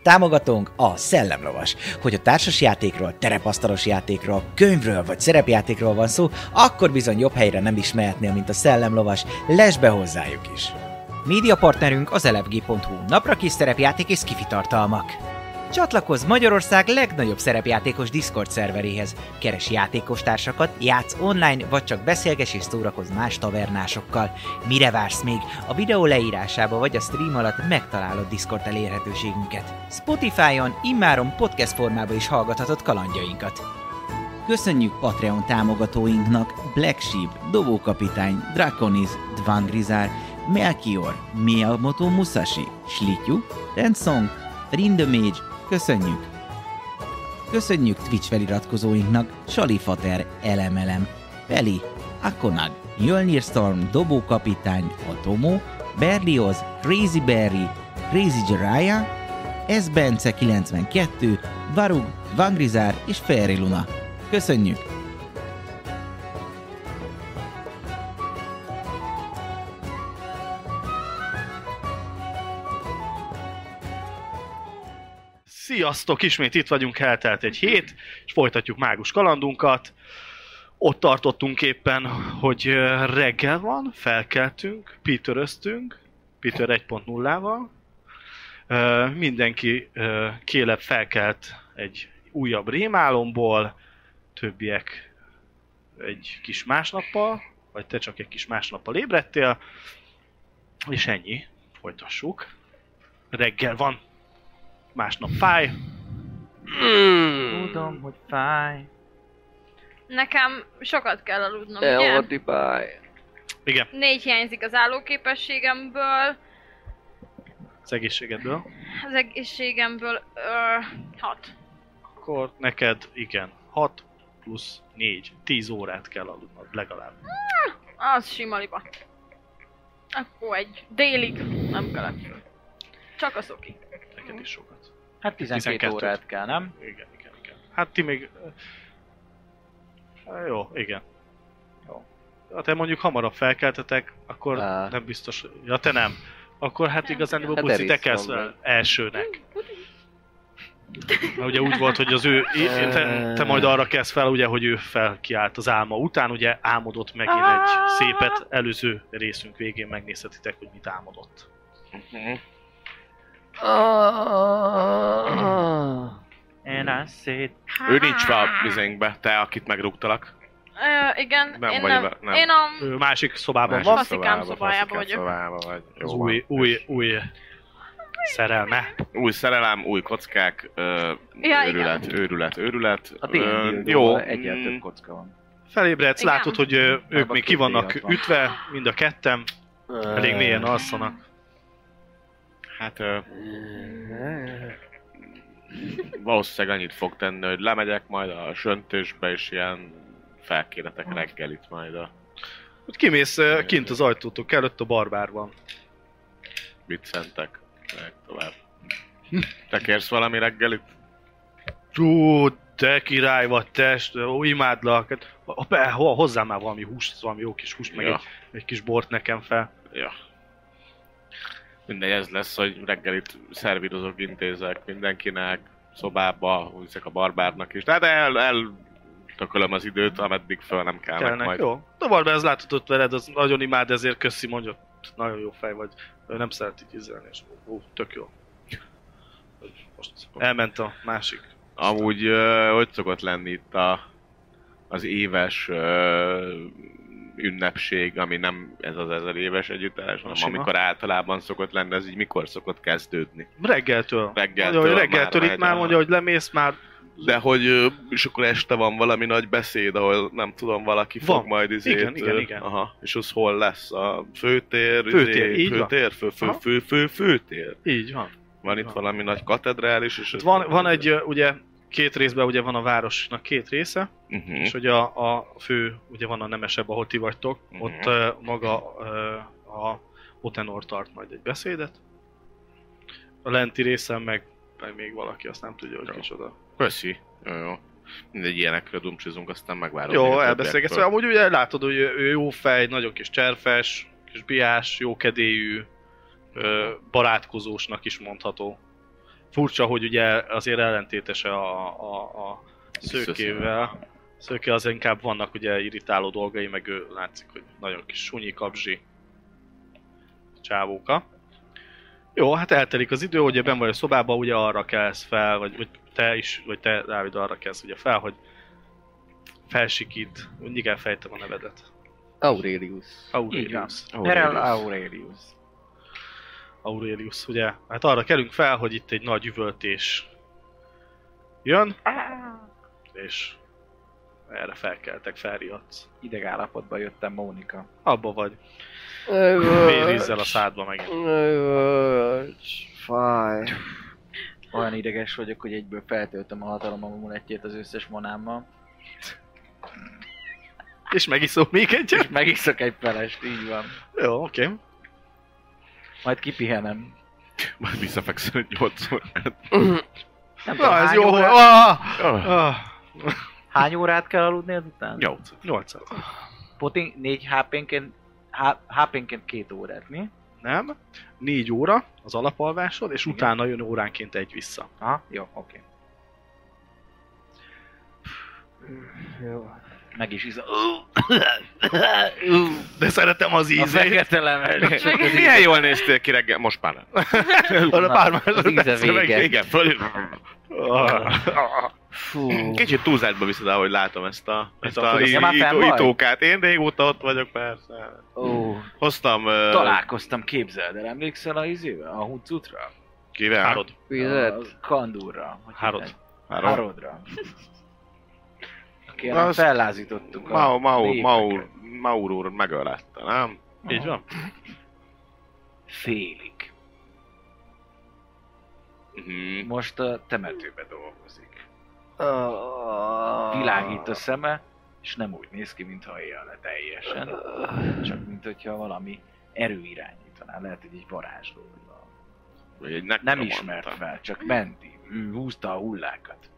Támogatónk a Szellemlovas. Hogy a társasjátékról, terepasztalos játékról, könyvről vagy szerepjátékról van szó, akkor bizony jobb helyre nem is mehetnél, mint a Szellemlovas. Lesz be hozzájuk is! Médiapartnerünk az elefg.hu, napra kis szerepjáték és skifi tartalmak. Csatlakozz Magyarország legnagyobb szerepjátékos Discord szerveréhez. Keres játékostársakat, játsz online, vagy csak beszélges és szórakozz más tavernásokkal. Mire vársz még? A videó leírásába vagy a stream alatt megtalálod Discord elérhetőségünket. Spotify-on immáron podcast formában is hallgathatod kalandjainkat. Köszönjük Patreon támogatóinknak Black Sheep, Dobókapitány, Draconis, Dvangrizár, Melchior, Miyamoto Musashi, Slityu, Tensong, Rindemage, köszönjük! Köszönjük Twitch feliratkozóinknak Salifater, Elemelem, Peli, Akonag, Mjölnir Storm, Dobókapitány, Atomo, Berlioz, Crazy Berry, Crazy Jiraiya, S. Bence 92, Varug, Vangrizár és Fairy Luna. Köszönjük! Sziasztok! Ismét itt vagyunk, eltelt egy hét, és folytatjuk mágus kalandunkat. Ott tartottunk éppen, hogy reggel van, felkeltünk, Peteröztünk, Peter 1.0-val. Mindenki Caleb felkelt egy újabb rémálomból, többiek egy kis másnappal, vagy te csak egy kis másnappal ébredtél, és ennyi, folytassuk. Reggel van. Másnap fáj. Tudom, hogy fáj. Nekem sokat kell aludnom, ugye? Igen. 4 hiányzik az állóképességemből. Az egészségedből. Az egészségemből 6. Akkor neked igen. 6 plusz 4. 10 órát kell aludnod legalább. Az sima liba. Akkor egy délig nem kellett. Csak a szoki. Neked is sokat. Hát 12 órát kell, nem? Igen. Hát ti még... Jó, igen. Jó. Ha te mondjuk hamarabb felkeltetek, akkor nem biztos... Ja, te nem. Akkor hát igazán Hát Buci, te kezd elsőnek. Mert ugye úgy volt, hogy az ő... Te majd arra kezd fel, ugye, hogy ő felkiált az álma után, ugye álmodott megint egy szépet. Előző részünk végén megnézhetitek, hogy mit álmodott. And I said... Ő nincs fel a vizénkbe, te, akit megrúgtalak. Igen, Nem én vagy nem. nem. Én a... Ő másik szobában Másik van. Faszikám szobájában vagyok. szobában vagy. Az Jó van. új szerelme. Új szerelem, új kockák, Ja, őrület. A D&D Jó. egyel több kocka van. Felébredsz, Igen. látod, hogy ők még ki vannak ütve, mind a ketten. Elég mélyen alszanak. Hát... valószínűleg annyit fog tenni, hogy lemegyek majd a söntésbe, és ilyen felkéretek reggelit majd a Hogy kimész kint az ajtótok előtt, a barbár van. viccentek. Meg tovább. Te kérsz valami reggelit? Jó, te király vagy, test, imádlak. Hozzám már valami húst, valami jó kis húst, meg Ja. egy kis bort nekem fel. Ja. Mindegy, ez lesz, hogy reggelit szervírozok, intézek mindenkinek, szobába, húzzak a barbárnak is. Tehát eltökölöm az időt, ameddig föl nem kellnek majd. Jó. A barbár, ez látod ott veled, az nagyon imád, ezért köszi, mondja. Nagyon jó fej vagy. Ő nem szeret így ízelni, és tök jó. Most elment a másik. Amúgy hogy szokott lenni itt az éves ünnepség, ami nem ez az 1000 éves együttállás, hanem Sima. amikor általában szokott lenni, ez így mikor szokott kezdődni? Reggeltől. Reggeltől, Mondja, hogy reggeltől már itt már megy, mondja, hogy lemész már. De hogy, és akkor este van valami nagy beszéd, ahol nem tudom, valaki Van. fog majd izét... Igen. Aha, és az hol lesz? A főtér? Főtér, így van. Főtér? Így van. Van itt valami nagy katedrális, és... Van egy, ugye, 2 részben ugye van a városnak 2 része, és ugye a fő, ugye van a nemesebb, ahol ti vagytok, ott maga a Otenor tart majd egy beszédet. A lenti részen meg még valaki, azt nem tudja, hogy kicsoda. Köszi. Jó. Mindegy, ilyenekről dumcsizunk, aztán megvárom. Jó, elbeszélgetsz. Amúgy ugye látod, hogy ő jó fej, nagyon kis cserfes, kis biás, jókedélyű, barátkozósnak is mondható. Furcsa, hogy ugye azért ellentétese a szőkével. Szőke az inkább vannak ugye irritáló dolgai, meg ő látszik, hogy nagyon kis sunyi, kapzsi csávóka. Jó, hát eltelik az idő, ugye benn vagy a szobában, ugye arra kelsz fel, vagy te is, vagy te, Dávid, arra kelsz ugye fel, hogy felsikít, mindig elfejtem a nevedet. Aurelius. Aurelius. Perel Aurelius. Aurelius, ugye? Hát arra kelünk fel, hogy itt egy nagy üvöltés jön, és erre felkeltek, felriadsz. Idegállapotban jöttem, Mónika. Abba vagy. Vérízzel a szádba megint. Fáj. Olyan ideges vagyok, hogy egyből feltöltöm a hatalom amulettjét az összes monámmal. És megiszol még És egyet? megiszok egy felest, így van. Jó, oké. Majd kipihenem. Majd visszafekszel 8 órát. Nem tudom, Na, ez hány jó. órát- Ah! Hány órát kell aludni ezután? 8. 8. Poting 4 HP-nként 2 órát, mi? Nem. 4 óra az alapalvásod, és utána jön óránként egy vissza. Aha, jó, oké. Jó. Meg is iszom. De szeretem az A ízét. fekete leves. Milyen jól néztél ki reggel? Most már nem. Arra pár Az íze másodpercre meg vége. Igen, föl. Fú. Kicsit túlzásba viszed, ahogy látom ezt a Ja, már fenn vagy? itókát. Én régóta ott vagyok, persze. Ó. Hoztam... Találkoztam, képzeld el, emlékszel a izével? A huncutra? Kivel? Hárod. Vizet. Kandúrra. Hogy Hárod. hívják? Hárod. Hárodra. Kérem, Azt- fellázítottuk a népeket. Maur úr megölette, nem? Így van. Félig. Mhm. Most a temetőbe dolgozik. Ah. Világít a szeme, és nem úgy néz ki, mintha élne teljesen. Csak mint hogyha valami erő irányítaná. Lehet, hogy egy varázsló. Vagy egy Nem nekromanta. ismert fel, csak menti. Ő húzta a hullákat.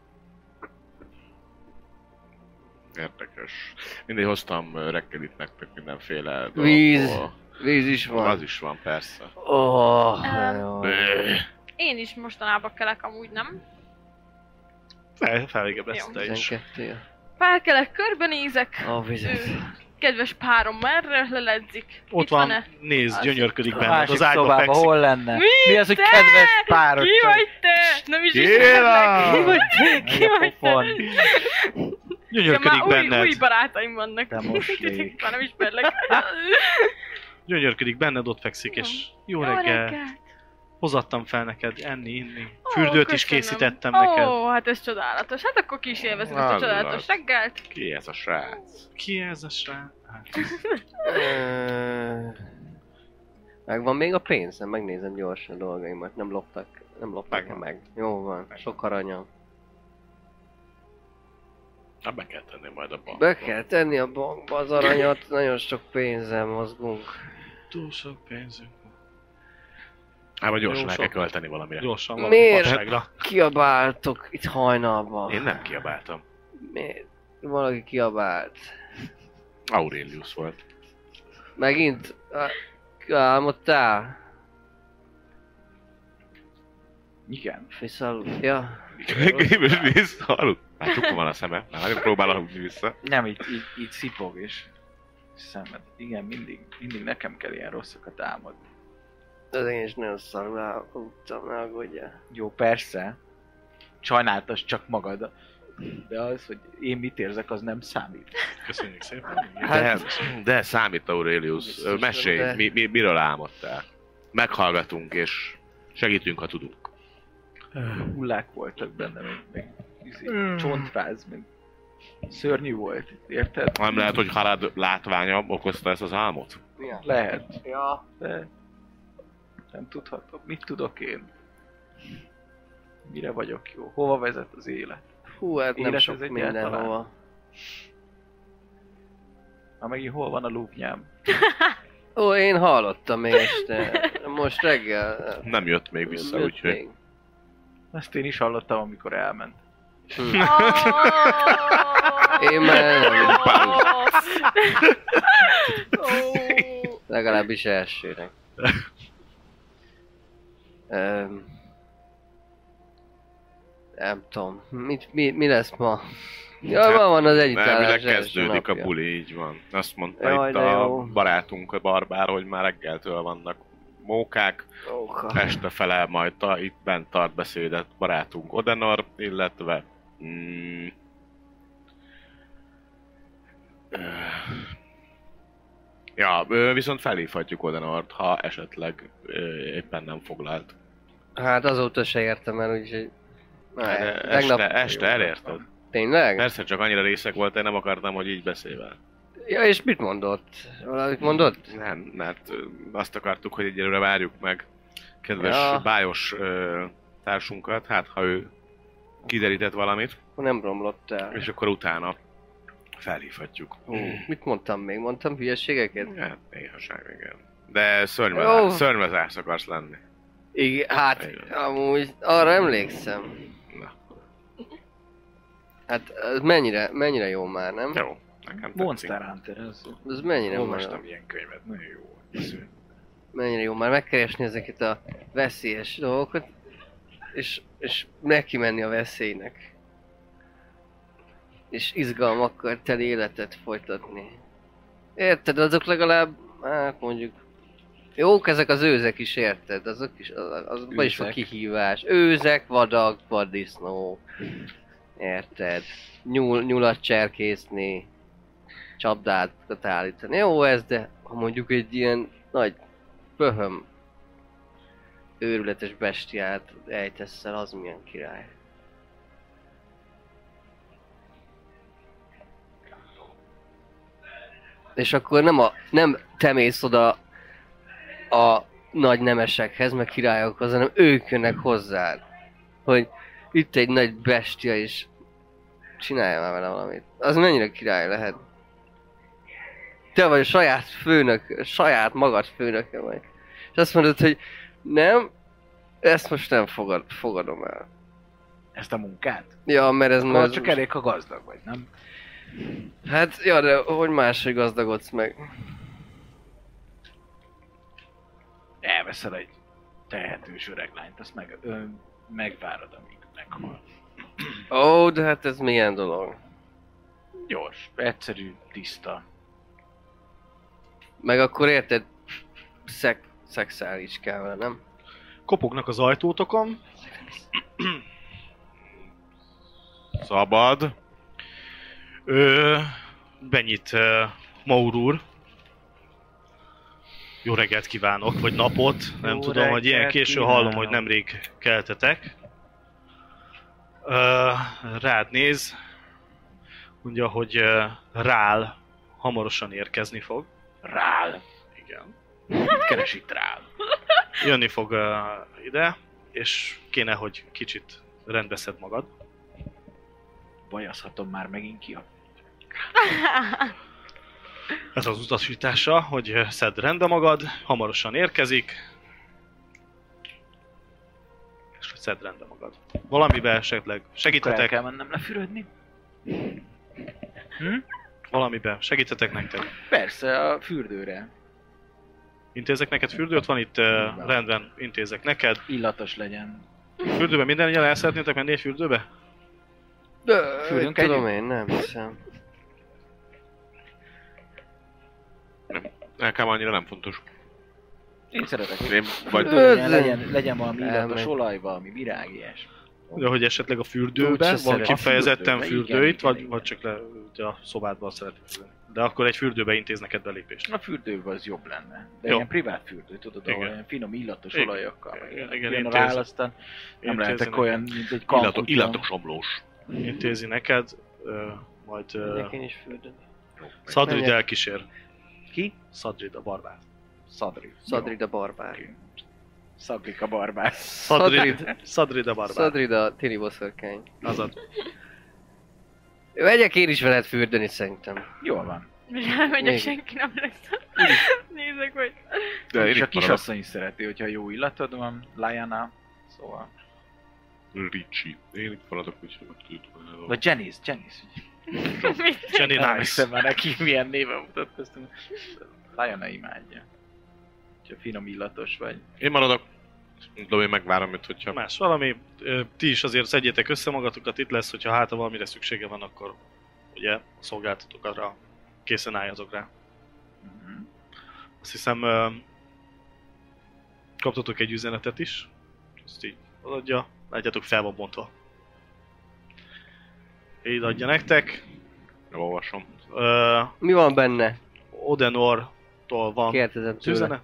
Érdekes. Mindig hoztam reggelit nektek mindenféle Víz. dolgokból. Víz is van. Az is van, persze. Oh, Em, jó. Én is mostanában kelek, amúgy nem. Felvégebbesz te is. 12. Felkelek, körbenézek. A vizet. Kedves párom merre leledzik? Ott Itt van, van-e? nézd, gyönyörködik A benned, másik az ágyba szobában fekszik. hol lenne? Mi az, hogy te? kedves párod? Ki vagy te? Nem is Kéla! ismerlek. Ki vagy te? Ki Meg a vagy pofon. te? Gyönyörködik már benned. új barátaim vannak. Te moslék. Már nem ismerlek. Gyönyörködik benned, ott fekszik, és jó reggel. Hozattam fel neked enni, inni. Fürdőt is készítettem neked. Ó, hát ez csodálatos. Hát akkor ki is élvezem ezt a Az csodálatos az. reggelt. Ki ez a srác? Ki ez a srác? Hát, Megvan még a pénzem, megnézem gyorsan a dolgaimat, nem loptak Megvan. meg. Jó van, sok aranyam. Hát be kell tenni majd a bankba. Be kell tenni a bankba az aranyat, nagyon sok pénzzel mozgunk. túl sok pénzünk. Hát vagy gyorsan Jó el kell sok. költeni valamire. Gyorsan valami Miért? fasságra. Kiabáltok itt hajnalban. Én nem kiabáltam. Miért? Valaki kiabált. Aurelius volt. Megint? Álmodtál? Igen. Visszaludja? Most visszaaludt. Hát csukva van a szeme. Már nagyon próbál aludni vissza. Nem, így szipog és szemed. Igen, mindig nekem kell ilyen rosszakat álmodni. Az én is nagyon szarul aludtam, ne aggódjál. Jó, persze. Sajnáltass csak magad. De az, hogy én mit érzek, az nem számít. Köszönjük szépen. De számít Aurelius. Biztos, Mesélj, de- miről álmodtál? Meghallgatunk és segítünk, ha tudunk. Hullák voltak benne, meg csontváz, meg szörnyű volt, érted? Nem lehet, hogy Harad látványa okozta ezt az álmot? Ja. Lehet, Ja. de nem tudhatom. Mit tudok én? Mire vagyok jó? Hova vezet az élet? Hú, hát nem Élet sok ez egyáltalán? mindenhova. Már megint hol van a lúpnyám? Ó, én hallottam este. Most reggel. Nem jött még vissza, jött úgyhogy... még. Ezt én is hallottam, amikor elment. Én már nem. Ó. Legalábbis elsőnek. Nem tudom. Mi lesz ma? Ja, ma van az együttállás Elvileg első kezdődik a napja. buli, így van. Azt mondta Jaj, itt de a jó. barátunk, a barbár, hogy már reggeltől vannak mókák. Oha. Este fele majd itt bent tart beszédet barátunk Odenor, illetve... Ja, viszont felhívhatjuk Odenort, ha esetleg éppen nem foglalt. Hát azóta se értem el, úgyhogy... Este elérted. Tényleg? Persze, csak annyira részek volt, én nem akartam, hogy így beszélvel. Ja, és mit mondott? Valamit mondott? Nem, mert azt akartuk, hogy egyelőre várjuk meg kedves bájos társunkat, hát ha ő kiderített valamit, Nem romlott el. és akkor utána felhívhatjuk. Mit mondtam még? Mondtam hülyeségeket? Hát néhaság, igen. De Jó. szörnyvezász akarsz lenni. Igen, hát Igen. amúgy arra emlékszem. Na, Hát ez mennyire jó már, nem? jó. Nekem Monster Hunter, ez... Ez mennyire Olvastam már, ilyen könyvet, nagyon jó. mennyire jó már megkeresni ezeket a veszélyes dolgokat, és neki menni a veszélynek. És izgalmakkal teli életet folytatni. Érted, azok legalább, hát mondjuk, jók ezek az őzek is, érted? Azok is, azokban is van Őzek. kihívás. Őzek, vadak, vaddisznó. Érted? Nyulat cserkészni. Csapdákat állítani. Jó ez, de ha mondjuk egy ilyen nagy pöhöm őrületes bestiát ejtesszel, az milyen király. És akkor nem te mész oda a nagy nemesekhez, meg királyokhoz, hanem ők jönnek hozzád. Hogy itt egy nagy bestia és csinálja már vele valamit. Az mennyire király lehet. Te vagy a saját főnök, saját magad főnöke vagy. És azt mondod, hogy nem, ezt most nem fogadom el. Ezt a munkát? Ja, mert ez Akkor már... csak elég, ha gazdag vagy, nem? Hát, ja, de hogy máshogy gazdagodsz meg? Elveszel egy tehetős öreg lányt, azt megvárod, amíg meghal. Ó, de hát ez milyen dolog? Gyors, egyszerű, tiszta. Meg akkor érted, szexelni is kell vele, nem? Kopognak az ajtótokon. Szabad. Benyit Maur úr. Jó reggelt kívánok, vagy napot. Nem Jó tudom, hogy ilyen reggelt késő kívánok. hallom, hogy nemrég keltetek. Rád néz. Mondja, hogy Rál hamarosan érkezni fog. Rál. Igen. Mit keres itt Rál? Jönni fog ide, és kéne, hogy kicsit rendbe szed magad. Bajazhatom már megint ki a... Ez az utasítása, hogy szedd rendbe magad, hamarosan érkezik. És hogy szedd rendbe magad. Valamiben esetleg Akkor el segíthetek, kell mennem lefürödni? valamiben segíthetek nektek. Persze, a fürdőre. Intézek neked fürdőt, van itt rendben, intézek neked. Illatos legyen. Fürdőbe mindennyian el szeretnétek menni egy fürdőbe? De, Fürdünk tudom együtt? én, nem hiszem. Nekem annyira nem fontos. Én szeretek. Én vagy Legyen valami illatos Elmegy. olaj, valami virág, ilyes. De hogy esetleg a Úgyse fürdőben van szeret. kifejezetten A fürdőbe, fürdőit, igen, vagy csak a szobádban szeretnék. De akkor egy fürdőbe intéz neked belépést. A fürdőben az jobb lenne. De Jó. ilyen privát fürdő, tudod, ahol Igen. ilyen finom illatos Igen. olajakkal. Igen, Ilyen intéz- rál, aztán nem intézi lehetek neked. olyan, mint egy kalkutya. illatos omlós. Intézi neked, majd Megyek én is fürdeni. Szadrid menjek. elkísér. Ki? Szadrid a barbár. Szadri. Szadrid a barbár. Oké. Szaglik a barbár. Szadrid a barbár. Szadrid a tini boszorkány. Azaz. Megyek én is veled fürdeni szerintem. Jól van. Elmegyek, Még. senki nem lesz. Nézek, hogy... De én És a itt maradok. kisasszony is szereti, hogyha jó illatod van, Lyanna, szóval. Ricsi. Én itt maradok, úgyhogy tudjuk. Vagy Janice. Mit? Jenny Nem Nice. hiszem már neki milyen néven mutatkoztunk. Lyanna imádja. Ha finom illatos vagy. Én maradok. Mondom, én megvárom őt, hogyha... Más valami, ti is azért szedjétek össze magatokat, itt lesz, hogyha hát valamire szüksége van, akkor ugye szolgáltatók arra készen álljatok rá. Azt hiszem, kaptatok egy üzenetet is, azt így adja, látjátok, fel van bontva. Így adja nektek. Olvasom. Mi van benne? Odenortól van Kérdezem az tőle. üzenet.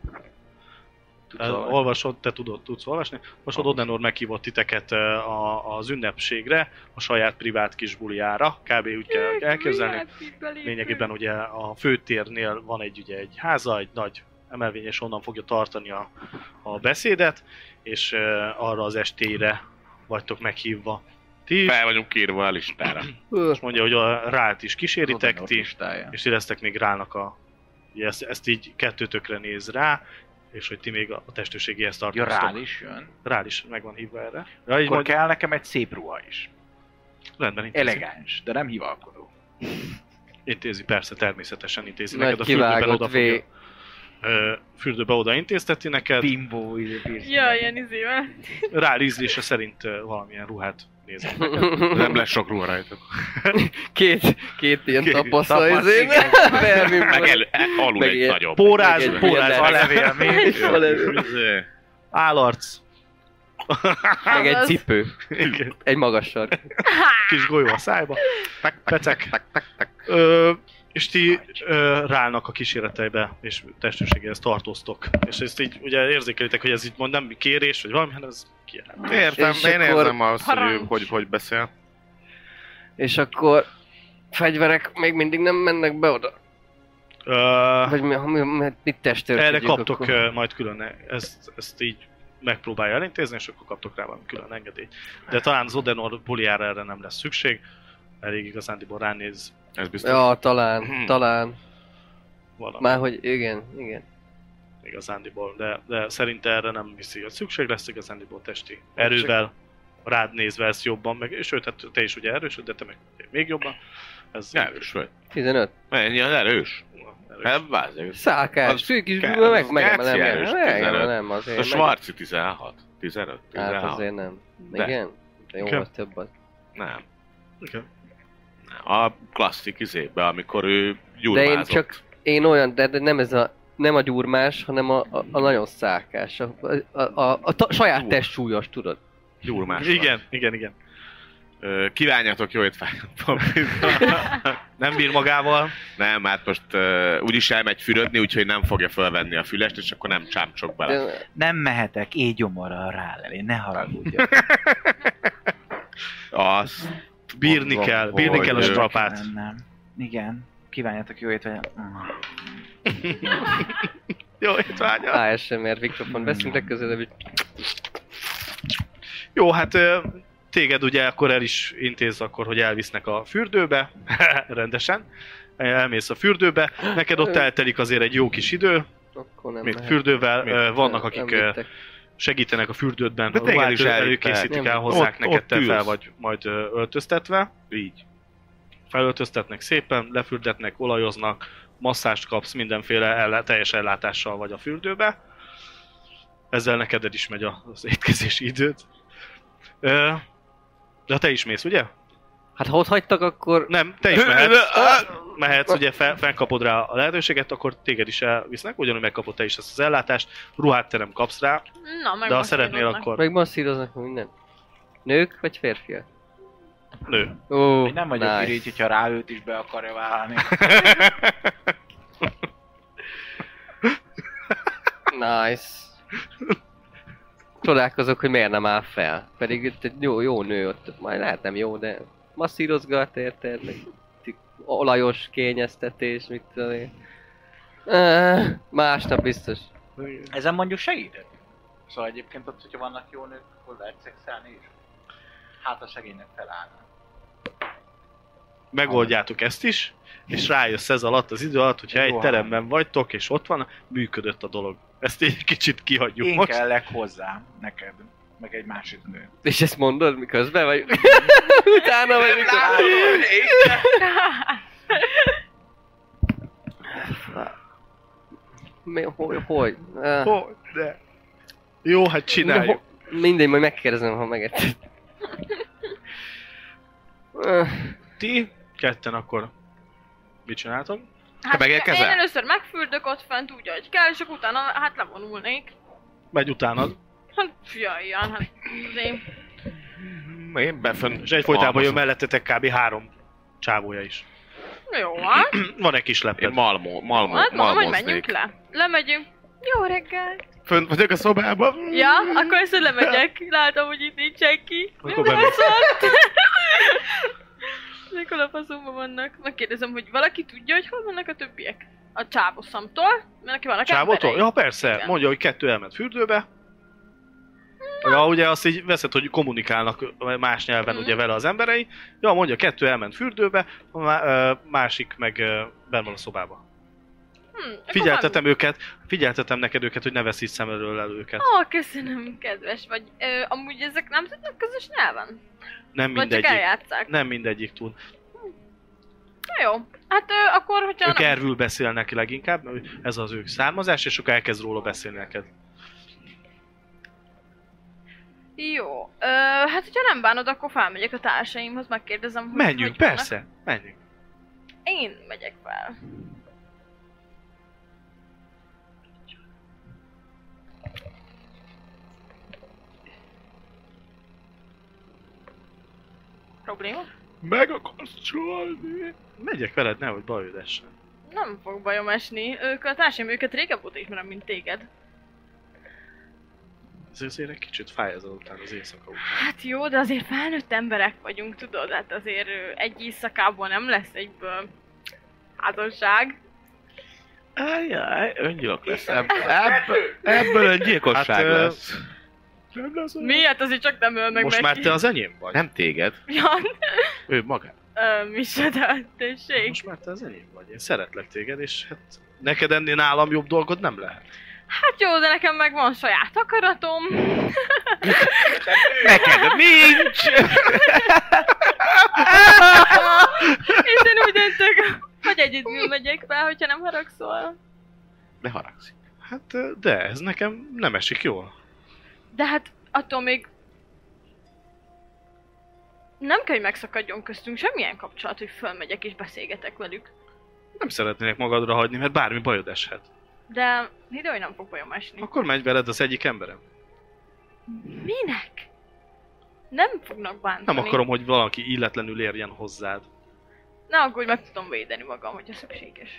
Olvasod, te tudsz olvasni. Most Odenor meghívott titeket az ünnepségre, a saját privát kis buliára. Kb. Úgy kell elképzelni. Lényegében ugye a főtérnél van ugye egy háza, egy nagy emelvény, és onnan fogja tartani a beszédet, és arra az estére vagytok meghívva. Ti is. Fel vagyunk írva a listára. Most mondja, hogy a Rált is kíséritek Odenor ti, listája. és éreztek még Rálnak ugye ezt így kettőtökre néz rá, és hogy ti még a testőségéhez Ja, tartoztok. Rál is jön. Rál is meg van hívva erre. Ja, így Akkor mondja, kell nekem egy szép ruha is. rendben intézi. Elegáns, de nem hivalkodó. Intézi, persze, természetesen intézi Nagy neked. A fürdőben kivágott oda fogja, fürdőbe oda intézteti neked. Bimbo, Ja, ilyen izével. Rál ízlése szerint valamilyen ruhát nézek neked. Nem lesz sok ruha rajta. Két ilyen tapasztal tapasz, izén. igen. Vermim. Alul Meg egy ilyen nagyobb. Póráz, Meg egy póráz, ilyen levél még. A levél. állarc. Meg egy Azaz. cipő. Igen. Egy magas sark. Kis golyó a szájba. Pecek. És ti Rálnak a kíséreteibe és testőségéhez tartoztok. És ezt így ugye érzékelitek, hogy ez így mond nem kérés, vagy valami, hanem ez kijelent. Értem, És én akkor érzem azt, hogy ő parancs. hogy beszél. És akkor fegyverek még mindig nem mennek be oda? Vagy mit testőrködjük Erre kaptok akkor? majd külön, ezt így megpróbálja elintézni, és akkor kaptok rá valami külön engedélyt. De talán az Odenor buliára erre nem lesz szükség, elég igazándiból ránéz Ez biztos. Ja, talán. valami Már hogy igen. igazándiból, de szerinte erre nem viszi, hogy szükség lesz igazándiból testi erővel, rád nézve ezt jobban, meg, és sőt, hát te is ugye erős, de te meg még jobban. Ez Erős vagy. 15. Mennyi az erős? erős. Hát vázzeg. Szálkás, Az főkis kell, bűből az Geci erős, 15. nem, azért A Schwarzi 16. 15. Hát 16. azért nem. De. Igen? De jó, Igen. az több az. Nem. Okay. A klasszik izébe, amikor ő De gyurmázott. én csak, én olyan, de nem ez a, nem a gyurmás, hanem a nagyon szálkás. Saját testsúlyos, tudod. Gyurmás Igen. Kívánjatok jó étvágyat. Nem bír magával. Nem, hát most úgyis elmegy fürödni, úgyhogy nem fogja fölvenni a fülest, és akkor nem csámcsok bele. De, Nem mehetek éjgyomorral rá elé, ne haragudjatok. Azt Bírni kell a hogy- strapát. Nem. Igen. Kívánjatok jó étvágyat. Jó étvágyat. ASMR mikrofon veszünk legközelebb, hogy Jó, hát téged ugye akkor el is intéz akkor, hogy elvisznek a fürdőbe, rendesen. Elmész a fürdőbe, neked ott eltelik azért egy jó kis idő, akkor nem még mehet. fürdővel, vannak Nem akik vittek. segítenek a fürdődben, De téged is előkészítik elvittek. el hozzák Ott- neked, ott te fel ülsz. vagy majd öltöztetve. így. Felöltöztetnek szépen, lefürdetnek, olajoznak, masszást kapsz, mindenféle teljes ellátással vagy a fürdőbe. Ezzel neked is megy az étkezési időt. De te is mész, ugye? Hát ha ott hagytak, akkor Nem, te is mehetsz, ugye felkapod rá a lehetőséget, akkor téged is elvisznek, ugyanúgy megkapod te is ezt az ellátást, ruhát te nem kapsz rá, Na, meg de ha most szeretnél, íroznak. akkor megmasszíroznak minden. Nők vagy férfiak? nő. Ó, Én nem vagyok nice. irigy, hogyha rá őt is be akarja válni. Nice. Csodálkozok, hogy miért nem áll fel. Pedig itt egy jó nő ott, majd lehet nem jó, de masszírozgat, érted? Meg olajos kényeztetés, mit tudom én. Másnap biztos. Ezen mondjuk segített. Szóval egyébként ott, hogyha vannak jó nők, akkor lehet szexelni is. Hát a segénynek felállna. Megoldjátok ezt is, és rájössz ez alatt, az idő alatt, hogyha egy Jó, teremben vagytok, és ott van, működött a dolog. Ezt így kicsit kihagyjuk Én most. kellek hozzám, neked, meg egy másik nő. És ezt mondod, miközben vagy? Utána vagy mikor? Hogy? Ó, de. Jó, hát csináljuk. Mindegy, majd megkérdezem, ha megetted. Ti ketten akkor mit csináltok? Hát megérkezel? én először megfürdök ott fent úgy, ahogy kell, és akkor utána hát levonulnék. Megy utánad. Hát jajjan, hát én... Én befön. És egyfolytában jön mellettetek kb. 3 csávója is. Jó, hát. Van egy kis Én leped. Hát mondom, hogy menjünk le. Lemegyünk. Jó reggel. Fönt vagyok a szobában. Ja, akkor ezt lemegyek. Látom, hogy itt nincs senki. Akkor Mi bemész. baszott? Mikor a faszomban vannak? Megkérdezem, hogy valaki tudja, hogy hol vannak a többiek? A csávoszamtól? Mert neki vannak Csávótól? emberei. Ja persze, Igen. mondja, hogy 2 elment fürdőbe. Ja, ugye azt így veszed, hogy kommunikálnak más nyelven ugye vele az emberei. Ja, mondja, 2 elment fürdőbe, a másik meg benn van a szobában. Figyeltetem neked őket, hogy ne veszíts szem elől őket. Köszönöm, kedves vagy. Amúgy ezek nem tudnak közös nyelven? Nem Vagy csak mindegyik. eljátszák? Nem mindegyik tud. Na jó. Hát akkor, hogyha Ők nem... erről beszélnek leginkább, mert ez az ők származás, és akkor elkezd róla beszélni neked. Jó. Hát hogyha nem bánod, akkor felmegyek a társaimhoz, megkérdezem, hogy Menjünk, hogy vannak. persze, menjünk. Én megyek fel. Probléma? Meg akarsz csalni? Megyek veled, nehogy bajod essen. Nem fog bajom esni. Ők a társaim, őket régebb óta ismerem, mint téged. Ez azért egy kicsit fáj ez után, az éjszaka után. Hát jó, de azért felnőtt emberek vagyunk, tudod? Hát azért egy éjszakából nem lesz egyből házasság. Ajjaj, öngyilok lesz. Ebből öngyilkosság Hát, lesz. Nem lesz olyan. Mi? Hát azért csak nem öl meg Most már te az enyém vagy. Nem téged. Ja, Ő magát. micsoda, tessék. Most már te az enyém vagy. Én szeretlek téged, és hát neked ennél nálam jobb dolgod nem lehet. Hát jó, de nekem meg van saját akaratom. Neked nincs! És én úgy döntök, hogy egyedül megyek fel, hogyha nem haragszol. De haragszik. Hát, de ez nekem nem esik jól. De hát attól még nem kell, hogy megszakadjon köztünk semmilyen kapcsolat, hogy fölmegyek és beszélgetek velük. Nem szeretnének magadra hagyni, mert bármi bajod eshet. De ide, hogy nem fog bajom esni. Akkor menj veled az egyik emberem. Minek? Nem fognak bántani. Nem akarom, hogy valaki illetlenül érjen hozzád. Ne aggódj, meg tudom védeni magam, hogyha szükséges.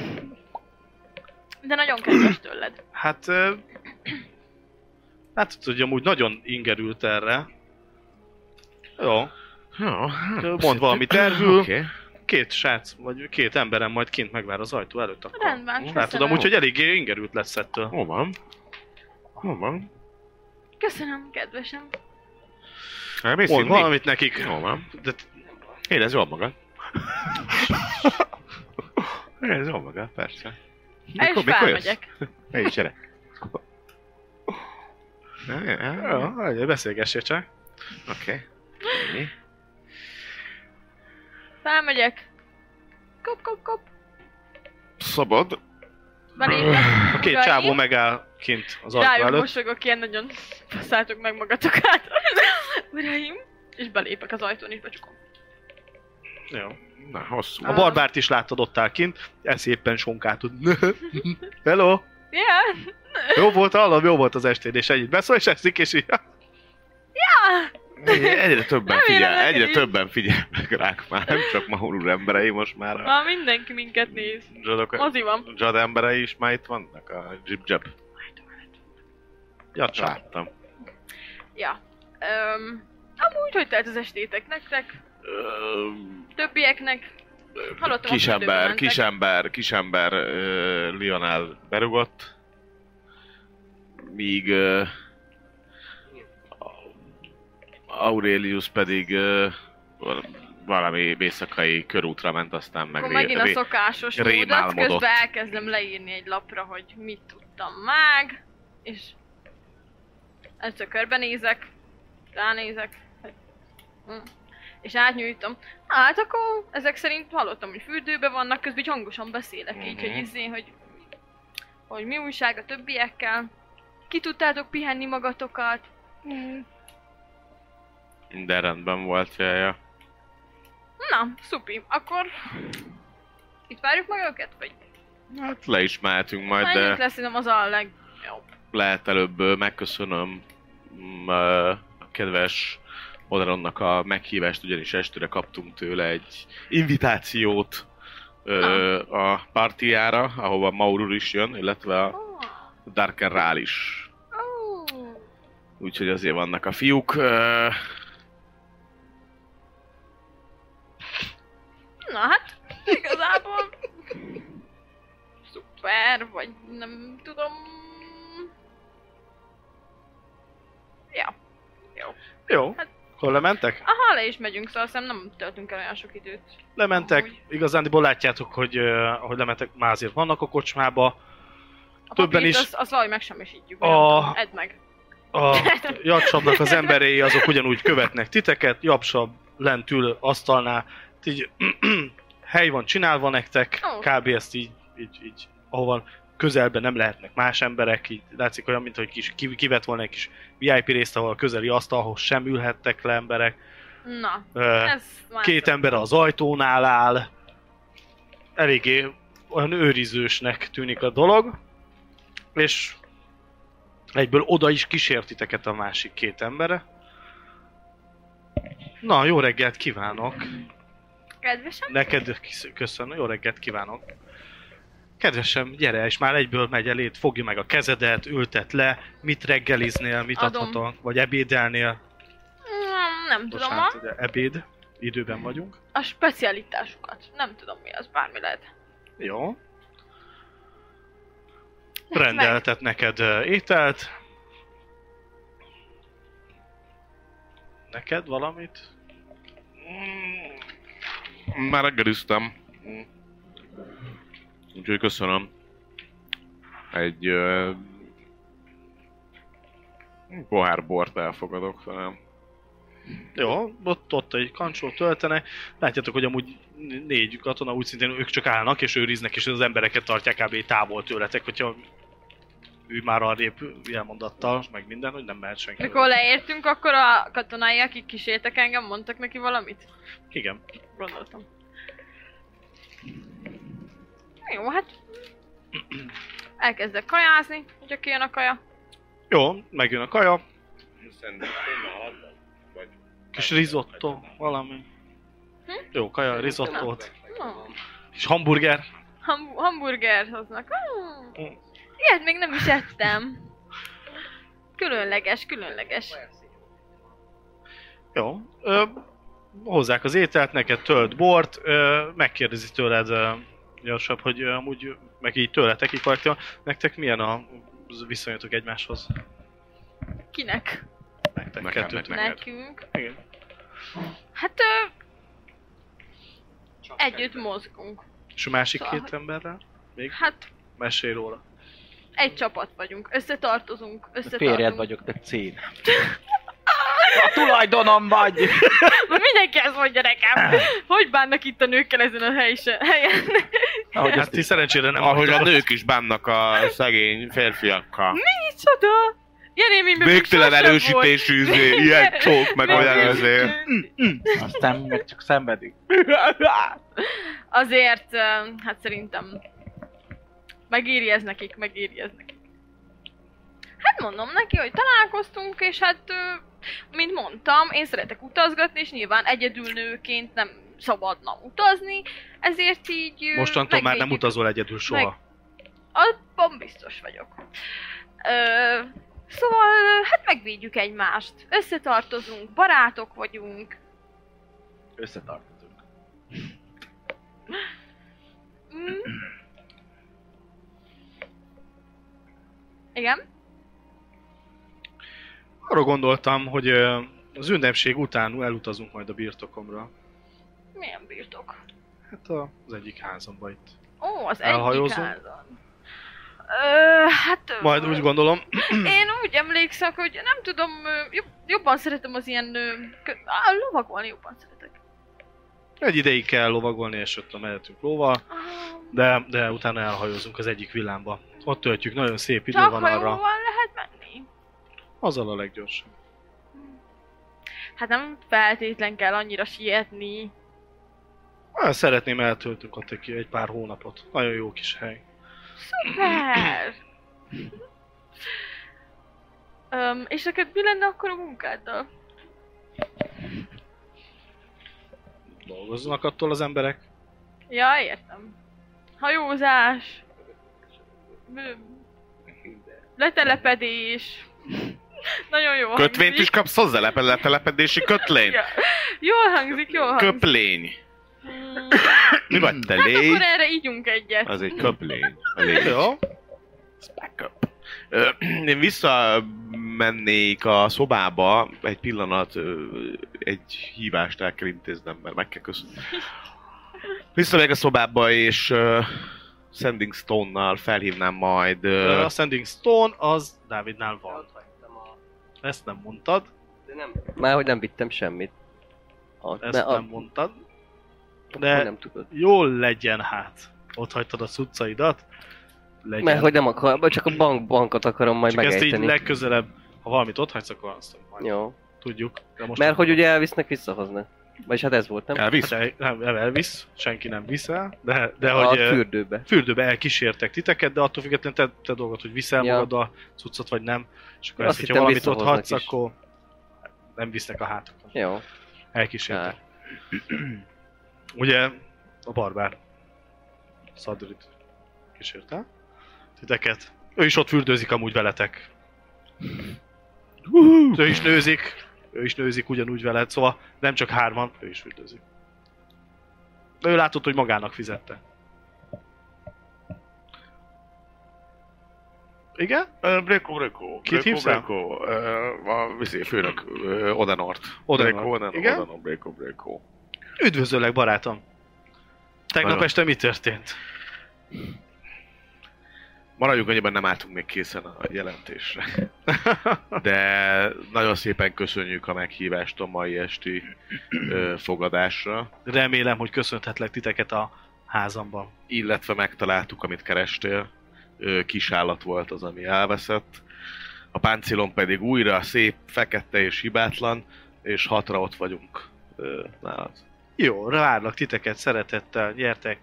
De nagyon kedves tőled. Hát... Hát, hogy amúgy nagyon ingerült erre. Jó, Jó, mondd valami tervül. Oké. 2 srác, vagy 2 emberem majd kint megvár az ajtó előtt akkor. Rendben, Látod köszönöm. amúgy, hogy eléggé ingerült lesz ettől. Hol van? Hol van? Köszönöm, kedvesem. Elmész Mondd inni? valamit nekik. Hol van? De Érezd jól magad. Érezd jól magad, persze. És felmegyek. Ne is gyere. jó, beszélgessél csak. Oké. Felmegyek. Kop, kop, kop. Szabad. Belépek. A 2 csávó megáll kint az ajtó Rájuk előtt. mosolygok, ilyen nagyon passzálltok meg magatokat. Uraim. És belépek az ajtón és becsukom. Jó. Na, hosszú. A barbárt is láttad ott áll kint, ez éppen sonkáltod. Hello! Yeah. Jó volt, hallom, jó volt az estéd, és ennyit beszól, és eszik, és így... Egyre többen Remélem, figyel, egyre neked is. többen figyelnek ránk már, nem csak Mahur emberei most már. Már mindenki minket néz. Mozi van. Jad emberei is már itt vannak, a Jib-Jab. Ja, csak. Láttam. Ja. Amúgy, hogy telt az estétek nektek? Többieknek? Hallottam, a fürdőbe mentek. Kisember Lionel berugott. Míg Aurelius pedig valami éjszakai körútra ment, aztán meg Akkor megint a szokásos módot, rémálmodott. közben elkezdem leírni egy lapra, hogy mit tudtam meg, és egyszer körbenézek, ránézek, és átnyújtom. Hát akkor ezek szerint hallottam, hogy fürdőben vannak, közben így hangosan beszélek így, hogy hogy mi újság a többiekkel. Ki tudtátok pihenni magatokat? Minden rendben volt, jaja. Na, szupi. Akkor... Itt várjuk meg őket, vagy? Hát le is mehetünk majd, Menjünk de lesz, szerintem az a legjobb. lehet előbb megköszönöm a kedves Oderonnak a meghívást, ugyanis estére kaptunk tőle egy invitációt a partiára, ahova Maurur is jön, illetve a Darker Rál is. Úgyhogy azért vannak a fiúk. Na hát, igazából... Szuper, vagy nem tudom... Ja. Jó. Jó, Hát- akkor lementek? Aha, le is megyünk, szóval azt hiszem nem töltünk el olyan sok időt. Lementek, Amúgy. igazándiból látjátok, hogy ahogy lementek, már azért vannak a kocsmába. A Többen papírt is. azt valahogy megsemmisítjük. Edd meg. A Japsabnak az emberei azok ugyanúgy követnek titeket, Japsab lent ül asztalnál, így hely van csinálva nektek, Ó. kb. Ezt így, ahova közelben nem lehetnek más emberek, így látszik olyan, mintha kivett volna egy kis VIP részt, ahol a közeli asztalhoz sem ülhettek le emberek. Na, ez már... Két ember az ajtónál áll, eléggé olyan őrizősnek tűnik a dolog, és egyből oda is kísért titeket a másik két embere. Na, jó reggelt kívánok! Kedvesem? Neked köszönöm, jó reggelt kívánok! Kedvesem, gyere, és már egyből megy eléd, fogja meg a kezedet, ültet le, mit reggeliznél, mit Adom. adhatok, vagy ebédelnél. Nem tudom, Bocsánat, ugye ebéd, időben vagyunk. a specialitásukat. Nem tudom mi az, bármi lehet. Jó. Rendeltet neked ételt. Neked valamit? Már reggeliztem. Úgyhogy köszönöm. Egy pohár bort elfogadok velem. Jó, ott egy kancsót töltene. Látjátok, hogy amúgy 4 katona úgy szintén ők csak állnak és őriznek, és az embereket tartják kb. Távol tőletek, hogyha ő már arrébb ilyen mondattal, meg minden, hogy nem mehet senki. Mikor leértünk, akkor a katonái, akik kísértek engem, mondtak neki valamit? Igen. Gondoltam. Jó, hát... Elkezdek kajázni, hogyha kijön a kaja. Jó, megjön a kaja. Kis risotto, valami. Jó, kaja, risottót. És hamburger. Hamburger hoznak. Ilyet még nem is ettem. Különleges, különleges. Jó. Hozzák az ételt, neked tölt bort, megkérdezi tőled gyorsabb, hogy amúgy, meg így tőletek így kollektívan, nektek milyen a viszonyatok egymáshoz? Kinek? Nektek Nekem, kettőt. neked. Nekünk. Igen. Hát együtt mozgunk. És a másik Szóval, két emberrel? Még Hát mesélj róla. egy csapat vagyunk, összetartozunk. Férjed vagyok, de cén. A tulajdonom vagy! Na mindenki ezt mondja nekem. Hogy bánnak itt a nőkkel ezen a helyen? Ahogy Hát ezt ti is. szerencsére nem Ahogy a vagytok. nők is bánnak a szegény férfiakkal. Micsoda? Ilyen élményben még Végtelen sosem erősítésű ilyen csók, meg volt. olyan azért. Aztán meg csak szenvedik. Azért, hát szerintem megéri ez nekik, megéri ez nekik. Hát mondom neki, hogy találkoztunk, és hát, mint mondtam, én szeretek utazgatni, és nyilván egyedül nőként nem szabadna utazni, ezért így... Mostantól már nem megvédjük- utazol egyedül soha. Abban biztos vagyok. Szóval, hát megvédjük egymást, összetartozunk, barátok vagyunk. Összetartozunk. Mm. Igen? Arra gondoltam, hogy az ünnepség után elutazunk majd a birtokomra. Milyen birtok? Hát az egyik házamba itt. Ó, az egyik Elhajózunk? házon. Hát... Majd úgy gondolom, Én úgy emlékszem, hogy nem tudom, jobban szeretem az ilyen... Lovagolni jobban szeretek. egy ideig kell lovagolni, és ott mehetünk lóval, de utána elhajózunk az egyik villámba. Ott töltjük, nagyon szép idő Csak van arra. hajóval lehet menni? Azzal a leggyorsabb. Hát nem feltétlen kell annyira sietni. Szeretném eltöltünk ott egy pár hónapot. Nagyon jó kis hely. Szuper! És neked mi lenne akkor a munkáddal? Dolgoznak attól az emberek. Ja, értem. Hajózás. Letelepedés. Nagyon jó Kötvényt hangzik. is kapsz hozzá, letelepedési kötlény? Ja. Jól hangzik, jól hangzik. Köplény. Hmm. Mi vagy te Hát légy? akkor erre ígyunk egyet. Az egy köplény. A légy. Jó. Back up. Én visszamennék a szobába egy pillanat, egy hívást el kell intéznem, mert meg kell köszönni. Visszamegyek a szobába, és Sending Stone-nal felhívnám majd... A Sending Stone az Dávidnál van. Ezt nem mondtad. De nem. Már hogy nem vittem semmit. Ezt nem mondtad. De De nem tudod. jól legyen hát. Ott hagytad a cuccaidat. Legyen. Mert hogy nem akar, csak a bankot akarom majd csak ezt így megejteni. legközelebb, ha valamit ott hagysz, akkor azt majd Jó. tudjuk. De most Mert hogy ugye elvisznek, visszahoznak. Vagyis hát ez volt, nem? Elvisz? Hát nem elvisz, senki nem visz el, de A hogy fürdőbe. fürdőbe elkísértek titeket, de attól függetlenül te dolgod, hogy viszel Ja. magad a cuccot, vagy nem. És akkor Azt ezt, hogyha hittem, valamit ott visszahoznak hagysz, is. akkor nem visznek a hátokon. Jó. Elkísértek. Ugye a barbár Szadrit kísérte titeket. Ő is ott fürdőzik amúgy veletek. Ő is nőzik ugyanúgy veled, szóval nem csak hárman, ő is fürdőzik. De ő látott, hogy magának fizette. Igen? Bréko. Kit hívsz el? A főnök, Odenort. Odenort. Igen? Bréko. Üdvözöllek, barátom! Tegnap Nagyon. este mi történt? Maradjunk annyiban, nem álltunk még készen a jelentésre. De nagyon szépen köszönjük a meghívást a mai esti fogadásra. Remélem, hogy köszönhetlek titeket a házamban. Illetve megtaláltuk, amit kerestél. Kis állat volt az, ami elveszett. A páncélon pedig újra szép, fekete és hibátlan, és 6-ra ott vagyunk nálad. Jó, várlak titeket szeretettel, gyertek.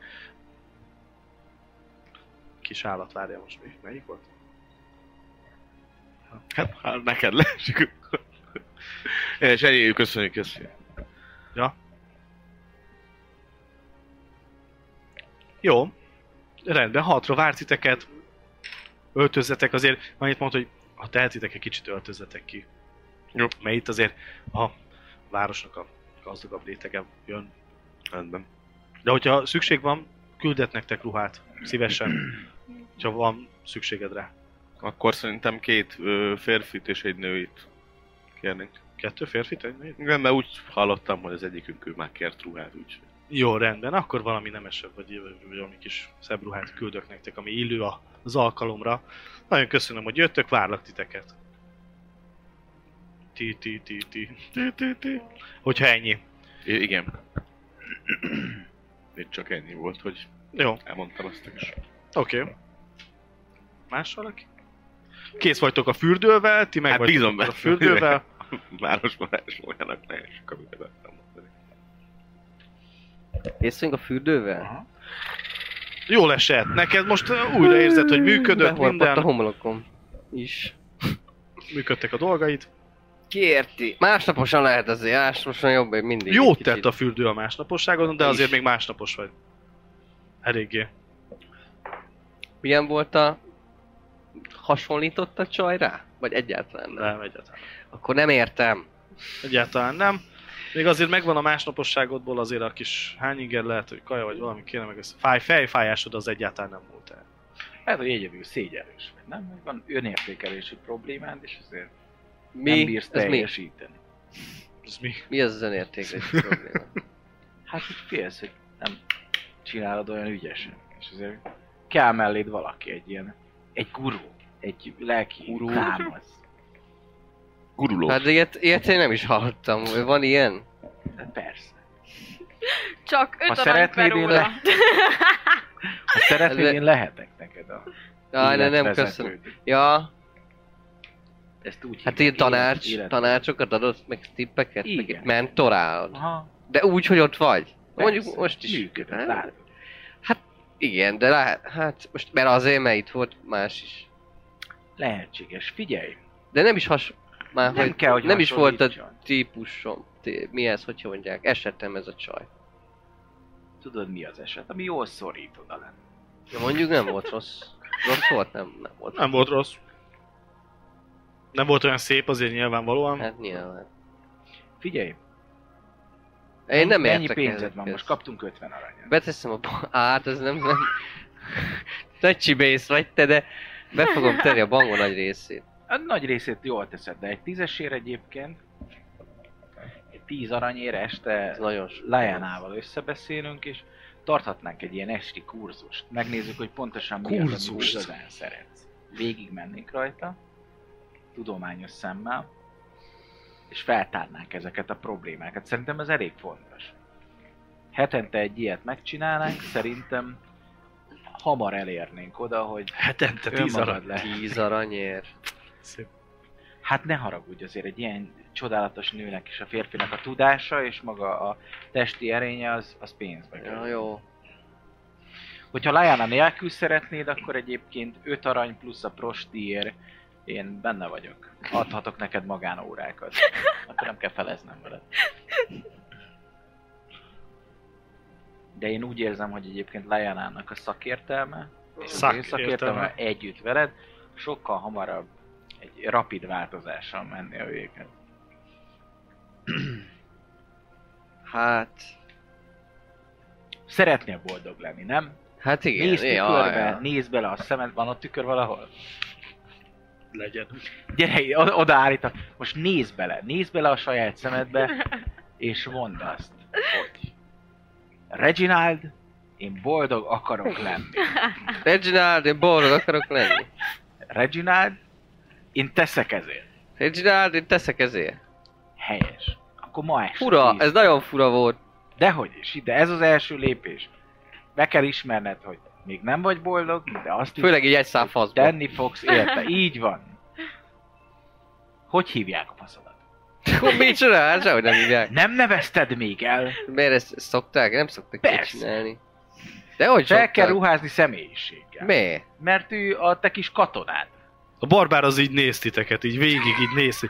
Kis állat, várja most még. Melyik volt? Hát neked leesik. És ennyi, köszönjük ezt. Ja. Jó. Rendben, 6-ra várt titeket. Öltözzetek azért. Annyit mondta, hogy ha tehetitek, egy kicsit öltözzetek ki. Jó. Mert itt azért a városnak a gazdagabb rétege jön. Rendben. De hogyha szükség van, küldet nektek ruhát. Szívesen. Ha van szükséged rá. Akkor szerintem 2 férfit és egy nőit kérnénk. 2 férfit, egy nőt? Igen, mert úgy hallottam, hogy az egyikünk ő már kért ruhát, úgyhogy. Jó, rendben. Akkor valami nemesebb, vagy valami kis szebb ruhát küldök nektek, ami illő az alkalomra. Nagyon köszönöm, hogy jöttök, várlak titeket. Ti. Hogyha ennyi. Igen. Itt csak ennyi volt, hogy Jó, elmondtam azt is. oké. Más valaki? Kész vagytok a fürdővel, ti meg Hát vagytok bízom a fürdővel. Városvarázslójának nagyon sok, amit akartam mondani. Észünk a fürdővel? Jól esett. Neked most újra érzed, hogy működött Behorpadt minden. a homlokom is. Működtek a dolgaid. Kiérti. Másnaposan lehet azért, másnaposan jobb, hogy mindig. Jót egy tett a fürdő a másnaposságon, de azért még másnapos vagy. Eléggé. Milyen volt a... Hasonlított a csaj rá? Vagy egyáltalán nem? Nem, egyáltalán. Akkor nem értem. Egyáltalán nem. Még azért megvan a másnaposságodból azért a kis hányinger lehet, hogy kaja vagy valami kéne meg ez. Fejfájásod az egyáltalán nem volt el. Hát, hogy egyedül szégyelős vagy, nem? Hogy van önértékelési problémád, és azért Mi? nem bírsz Ez mi? teljesíteni. Ez mi? Mi az önértéklési probléma? Hát, hogy félsz, hogy nem csinálod olyan ügyesen. És azért kell melléd valaki, egy guru, egy lelki támasz. Guruló. Hát de ilyet én nem is hallottam. Van ilyen? De persze. Csak 5 Ha arany szeretnéd, per én óra. Ha szeretnéd, De- én lehetek neked a Jaj, de nem életvezetőd. köszönöm. Ja. Ezt úgy Hát hívják, ilyen élet- tanácsokat adott, meg tippeket, Igen. meg mentorálod. Aha, De úgy, hogy ott vagy. persze, Mondjuk most is. működött, Hát, látod. igen, de hát most, mert azért, mert itt volt más is. Lehetséges, figyelj! De nem is már Nem hogy kell, hogy nem is volt a hasonlítson. típusom. Mi ez, hogy mondják? Esetem ez a csaj. Tudod mi az eset, ami jól szorít oda lenne. Ja, mondjuk nem volt rossz. Rossz volt? Nem volt. Nem volt rossz. Nem volt olyan szép azért nyilvánvalóan. Hát nyilván. Figyelj, Én nem ennyi értek pénzed ezekhez. van, most kaptunk 50 aranyat. Beteszem hát ez nem... Nagy csibész vagy te, de be fogom tenni a bankon nagy részét. A nagy részét jól teszed, de egy 10-esért egyébként, egy 10 aranyért este Ez nagyon sok. Lajánával összebeszélünk, és tarthatnánk egy ilyen esti kurzust. Megnézzük, hogy pontosan mi az, amit Kurzust? igazán szeretsz. Végig mennénk rajta, tudományos szemmel, és feltárnánk ezeket a problémákat. Szerintem ez elég fontos. Hetente egy ilyet megcsinálnánk, szerintem hamar elérnénk oda, hogy Hetente 10 arany. önmagad le. 10 aranyért. Szép. Hát ne haragudj, azért egy ilyen csodálatos nőnek és a férfinak a tudása és maga a testi erénye az pénzbe kerül. Ja, jó. Hogyha Lajana nélkül szeretnéd, akkor egyébként 5 arany plusz a prostiért én benne vagyok. Adhatok neked magánórákat. Akkor nem kell feleznem veled. De én úgy érzem, hogy egyébként Lajanának a szakértelme és az én szakértelme együtt veled sokkal hamarabb egy rapid változással menni a véget. Hát... Szeretnél boldog lenni, nem? Hát igen. Nézd ja, tükörbe, ja. nézd bele a szemed, van ott tükör valahol? Legyen. Gyere, odaállítok. Most nézd bele a saját szemedbe, és mondd azt, hogy Reginald, én boldog akarok lenni. Reginald, én boldog akarok lenni. Reginald, én teszek ezért. Reginald, én teszek ezért. Helyes. Akkor ma este Fura, 10. ez nagyon fura volt. Dehogy is, de ez az első lépés. Be kell ismerned, hogy még nem vagy boldog, de azt is Főleg így egy szám faszba. tenni fogsz érte. Így van. Hogy hívják a faszodat? Mit csinál? Sehogy nem hívják. Nem nevezted még el? Miért ezt szokták? Nem szokták Persze. csinálni. De hogy Fel szokták? kell ruházni személyiséggel. Miért? Mert ő a te kis katonád. A barbár az így néz titeket, így végig így néz.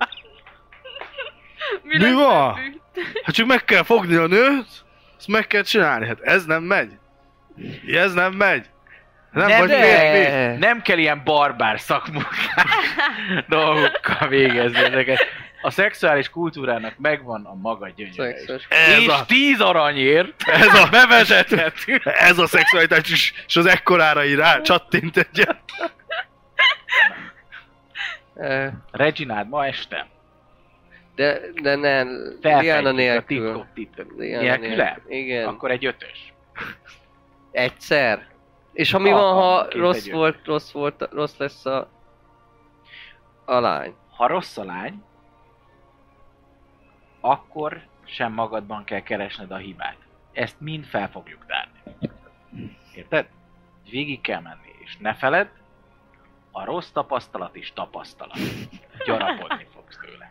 Mi lesz van? velük? Hát csak meg kell fogni a nőt, azt meg kell csinálni. Hát ez nem megy. Ez nem megy. Nem vagy férfi. Nem kell ilyen barbár szakmunkás dolgokkal végezni ezeket. A szexuális kultúrának megvan a maga gyönyöre is. Szexuális. Ez És a, 10 aranyért ez a bevezethető. ez a szexualitás is, és az ekkorára így rá csattint egyet. Reginald, ma este De nem, Diana felfejtjük a nélkül. titkot. Diana Nélküle? nélkül. Igen. Akkor egy 5-ös. Egyszer. És ha mi Ha, van, ha két rossz lesz a lány? Ha rossz a lány, akkor sem magadban kell keresned a hibát. Ezt mind fel fogjuk tárni. Érted? Végig kell menni, és ne feledd, a rossz tapasztalat is tapasztalat. Gyarapodni fogsz tőle.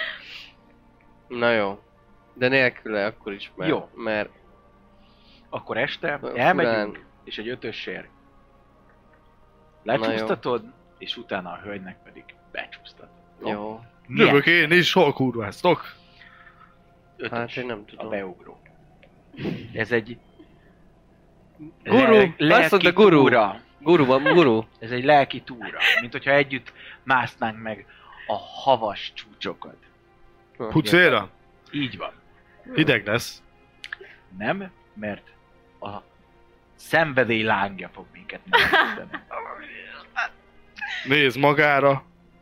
Na jó. De nélküle akkor is, mert... Jó. Mert Akkor este Furán. elmegyünk, és egy 5-ösért lecsúsztatod, és utána a hölgynek pedig becsúsztatod. jó. Jövök én is, hol kurváztok? 5-ös Hát én nem a tudom. beugró. Ez egy Guru! Azt lelki mondta guru! túra. Guru. Ez egy lelki túra, mint hogyha együtt másznánk meg a havas csúcsokat. Pucéra? Így van. Hideg lesz. Nem, mert a szenvedély lángja fog minket megmenteni. Nézd magára.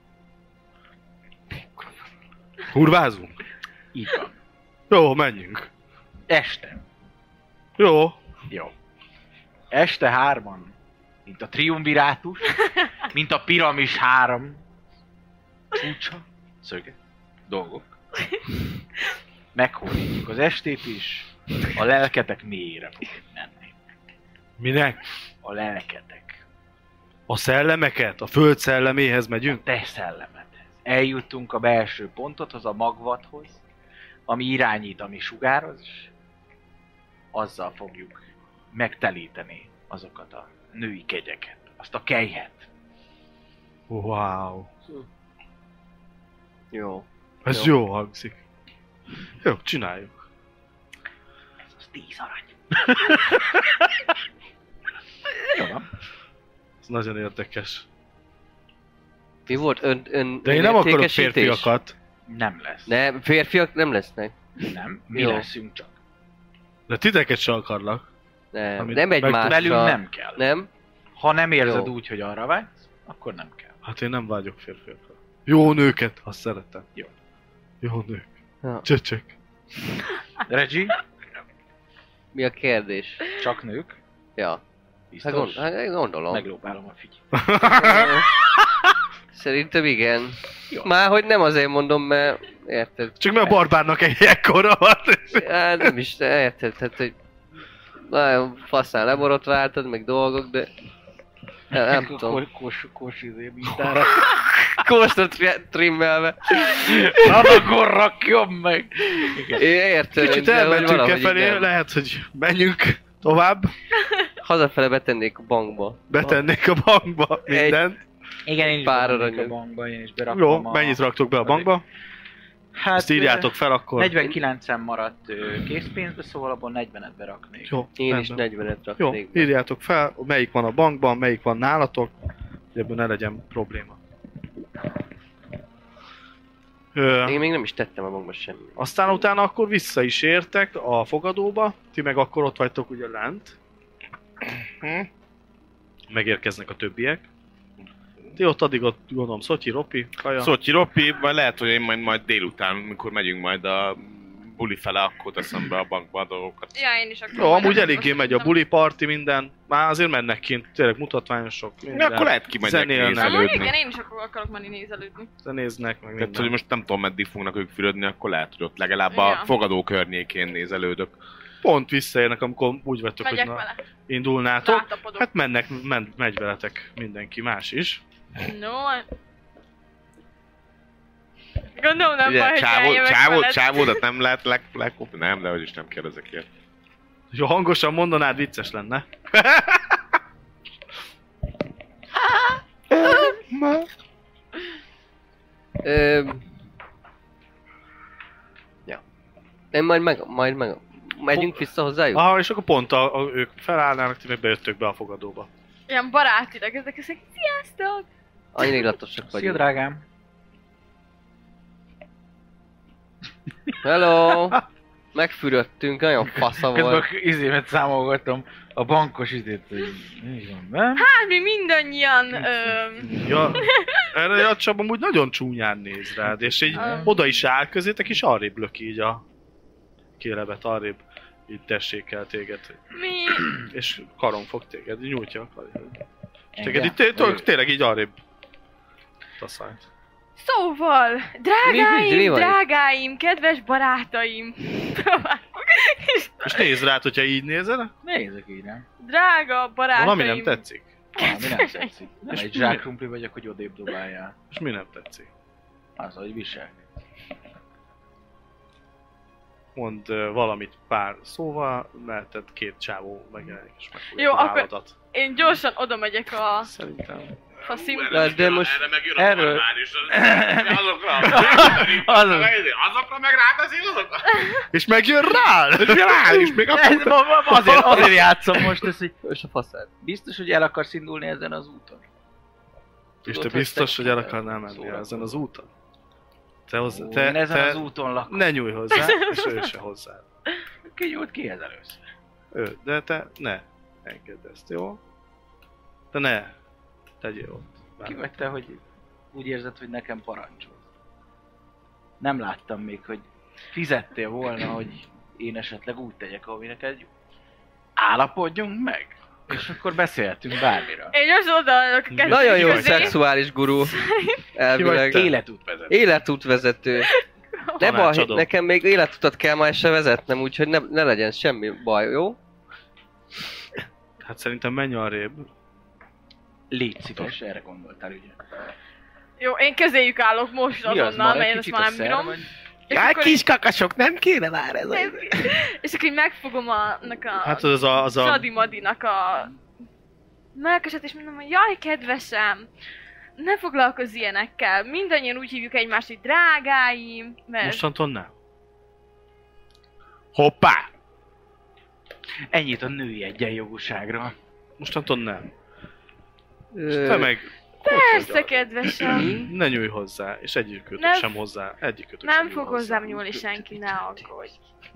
Kurvázunk? Így van. Jó, menjünk. Este. Jó. Jó. Este 3-an, mint a triumvirátus, mint a piramis 3 csúcsa, szöge, dolgok. Meghódítjuk az estét is, a lelketek mélyére fog menni. Minek? A lelketek. A szellemeket? A föld szelleméhez megyünk? Te szellemedhez. eljutunk a belső pontothoz, a magvathoz, ami irányít, ami sugároz, és azzal fogjuk megtelíteni azokat a női kegyeket, azt a kejhet. Wow. Jó. Ez jó hangzik. Jó, csináljuk. Ez az 10 arany. Jó van. Ez nagyon érdekes. Mi volt? Ön De én nem akarok értékesítés? férfiakat. Nem lesz. Nem, férfiak nem lesznek. Nem, mi Jó. leszünk csak. De titeket sem akarlak. Nem, Amit nem egymásra. Velünk nem kell. Nem? Ha nem érzed Jó. úgy, hogy arra vágysz, akkor nem kell. Hát én nem vágyok férfiakra. Jó nőket, azt szeretem. Jó. Jó nők. Ja. Csöcsök. Reggie, Mi a kérdés? csak nők? Ja. Biztos? Gondolom. Meglóbálom a figy. Szerintem igen. Jó. Már hogy nem azért mondom, mert érted. Csak mert a barbárnak egy ekkora van. Hát nem is, de érted, tehát hogy nagyon faszán leborotváltad, meg dolgok, de nem tudom. Kos mintára. Kóstot trimmelve. Akkor rakjon meg! Igen. Érted, Kicsit de hogy elmentünk e valahogy felé, nem. lehet, hogy menjünk tovább. Hazafele betennék a bankba. Betennék a bankba mindent. Igen, én is Pár beraknék aranyat. a bankba, én is berakom Jó, a... mennyit raktok be a bankba? Hát, Ezt írjátok fel akkor. 49-en maradt készpénzbe, szóval abból 40-et beraknék. Jó, Én is rendben. 40-et Jó, raknék be. írjátok fel, melyik van a bankban, melyik van nálatok, hogy ebből ne legyen probléma. Én még nem is tettem a bankba semmi. Aztán utána akkor vissza is értek a fogadóba, ti meg akkor ott vagytok ugye lent. Megérkeznek a többiek. Ti ott addig ott gondolom Szotyi, Ropi, Kaja. Szotyi Ropi, vagy lehet, hogy én majd délután, mikor megyünk majd a buli fele, akkor teszem be a bankba a dolgokat. Ja, én is akkor... Jó, majd amúgy azt eléggé megy a mondtam. buli party, minden. Már azért mennek kint, tényleg mutatványosok, minden. Akkor lehet kimegyek Zenélnek. Amúgy nézelődni. igen, én is akkor akarok menni nézelődni. Zenéznek, meg Tehát, hogy minden. most nem tudom, meddig fognak ők fürödni, akkor lehet, hogy ott legalább Ja. a fogadó környékén nézelődök. Pont visszaérnek, amikor úgy vagytok, Megyek hogy vele. indulnátok. Rátapodok. Hát megy veletek mindenki más is. No. Gondolom nem Ugye, baj, hogy eljövök veled. csávódat nem lehet lekopni? Nem, de hogy is nem kérdezek ilyet. Ha hangosan mondanád, vicces lenne. Ja. Nem, majd megyünk vissza hozzájuk? Aha, és akkor pont ők felállnának, ti meg bejöttök be a fogadóba. Ilyen barátilag, ezek sziasztok! Annyira illatosak Szia, vagyunk. drágám! Hello! Megfürödtünk, nagyon fasza Közben volt. izémet számolgatom, a bankos izét, hogy így van, nem? Hát mi mindannyian... Ja, erre a Csaba amúgy nagyon csúnyán néz rád, és így Ah. oda is áll közétek, és arrébb löki így a kélebet, arrébb így tessék el téged. mi... És karon fog téged, így nyújtja a karját. És Engem? téged itt tényleg így arrébb taszált. Szóval, Mi drágáim, van? drágáim, kedves barátaim. És nézd rád, hogyha így nézel, Nézzek így, nem? Drága barátaim. valami nem tetszik. Valami nem tetszik. Nem És egy mi? zsákrumpli vagyok, hogy odébb dobáljál. És mi nem tetszik? Az, hogy visel. Mond valamit pár szóval, mert tehát két csávó megjelenik, és megfogja Jó, a akkor- válladat. Én gyorsan oda megyek a Szerintem. faszim. De most... Erre megjön Erről- a normál is, azokra. Azokra meg ráteszik azokra. És megjön rá! És még Azért játszom most ezt, hogy És a faszát. biztos, hogy el akarsz indulni ezen az úton. És te Tudod, biztos, hogy hogy te el akarnál menni szórakozol. ezen az úton? Te, Ó, én ezen az úton lakom. ne nyújj hozzá, és ő se hozzá. Ki nyújt ki ez először? Ő, de te ne engedd ezt, jó? Te ne tegyél ott. Ki vagy te, hogy úgy érzed, hogy nekem parancsol? Nem láttam még, hogy fizettél volna, hogy én esetleg úgy tegyek, ahogy neked jó. Állapodjunk meg, és akkor beszélhetünk bármiről. Én gyorsan odaállok a kettő Nagyon jó közé. szexuális guru. Elvileg. Életútvezető. Életútvezető. De baj, Tanácsadó. nekem még életutat kell ma este vezetnem, úgyhogy ne legyen semmi baj, jó? Hát szerintem menj arrébb. Légy szíves, erre gondoltál ugye. Jó, én közéjük állok most Mi az, azonnal, Mara? mert én ezt Kicsit már a nem bírom. szerv, vagy? És Jaj, akkor, kis kakasok, nem kéne már ez a... és akkor így megfogom annak a Hát az a... Sadi-Madinak a melkasát, és mondom, hogy jaj, kedvesem, ne foglalkozz ilyenekkel, mindannyian úgy hívjuk egymást, hogy drágáim, mert... Mostantól nem. Hoppá! Ennyit a női egyenjogúságról. Mostantól nem. És te meg... Persze, kedvesem, Ne nyújj hozzá, és egyikőtök Nem- sem hozzá. Egyikőtök nem sem fog nyúl hozzá. hozzám nyúlni senki, ne aggódj.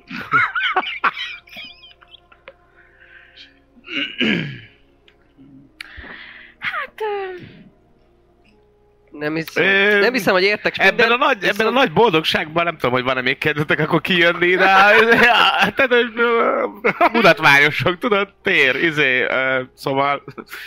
Hát... Nem hiszem, hogy értek Ebben a nagy boldogságban nem tudom, hogy van-e még kedvetek, akkor kijönni, de... Tehát, hogy mutatványosok, tudod, tér, szóval...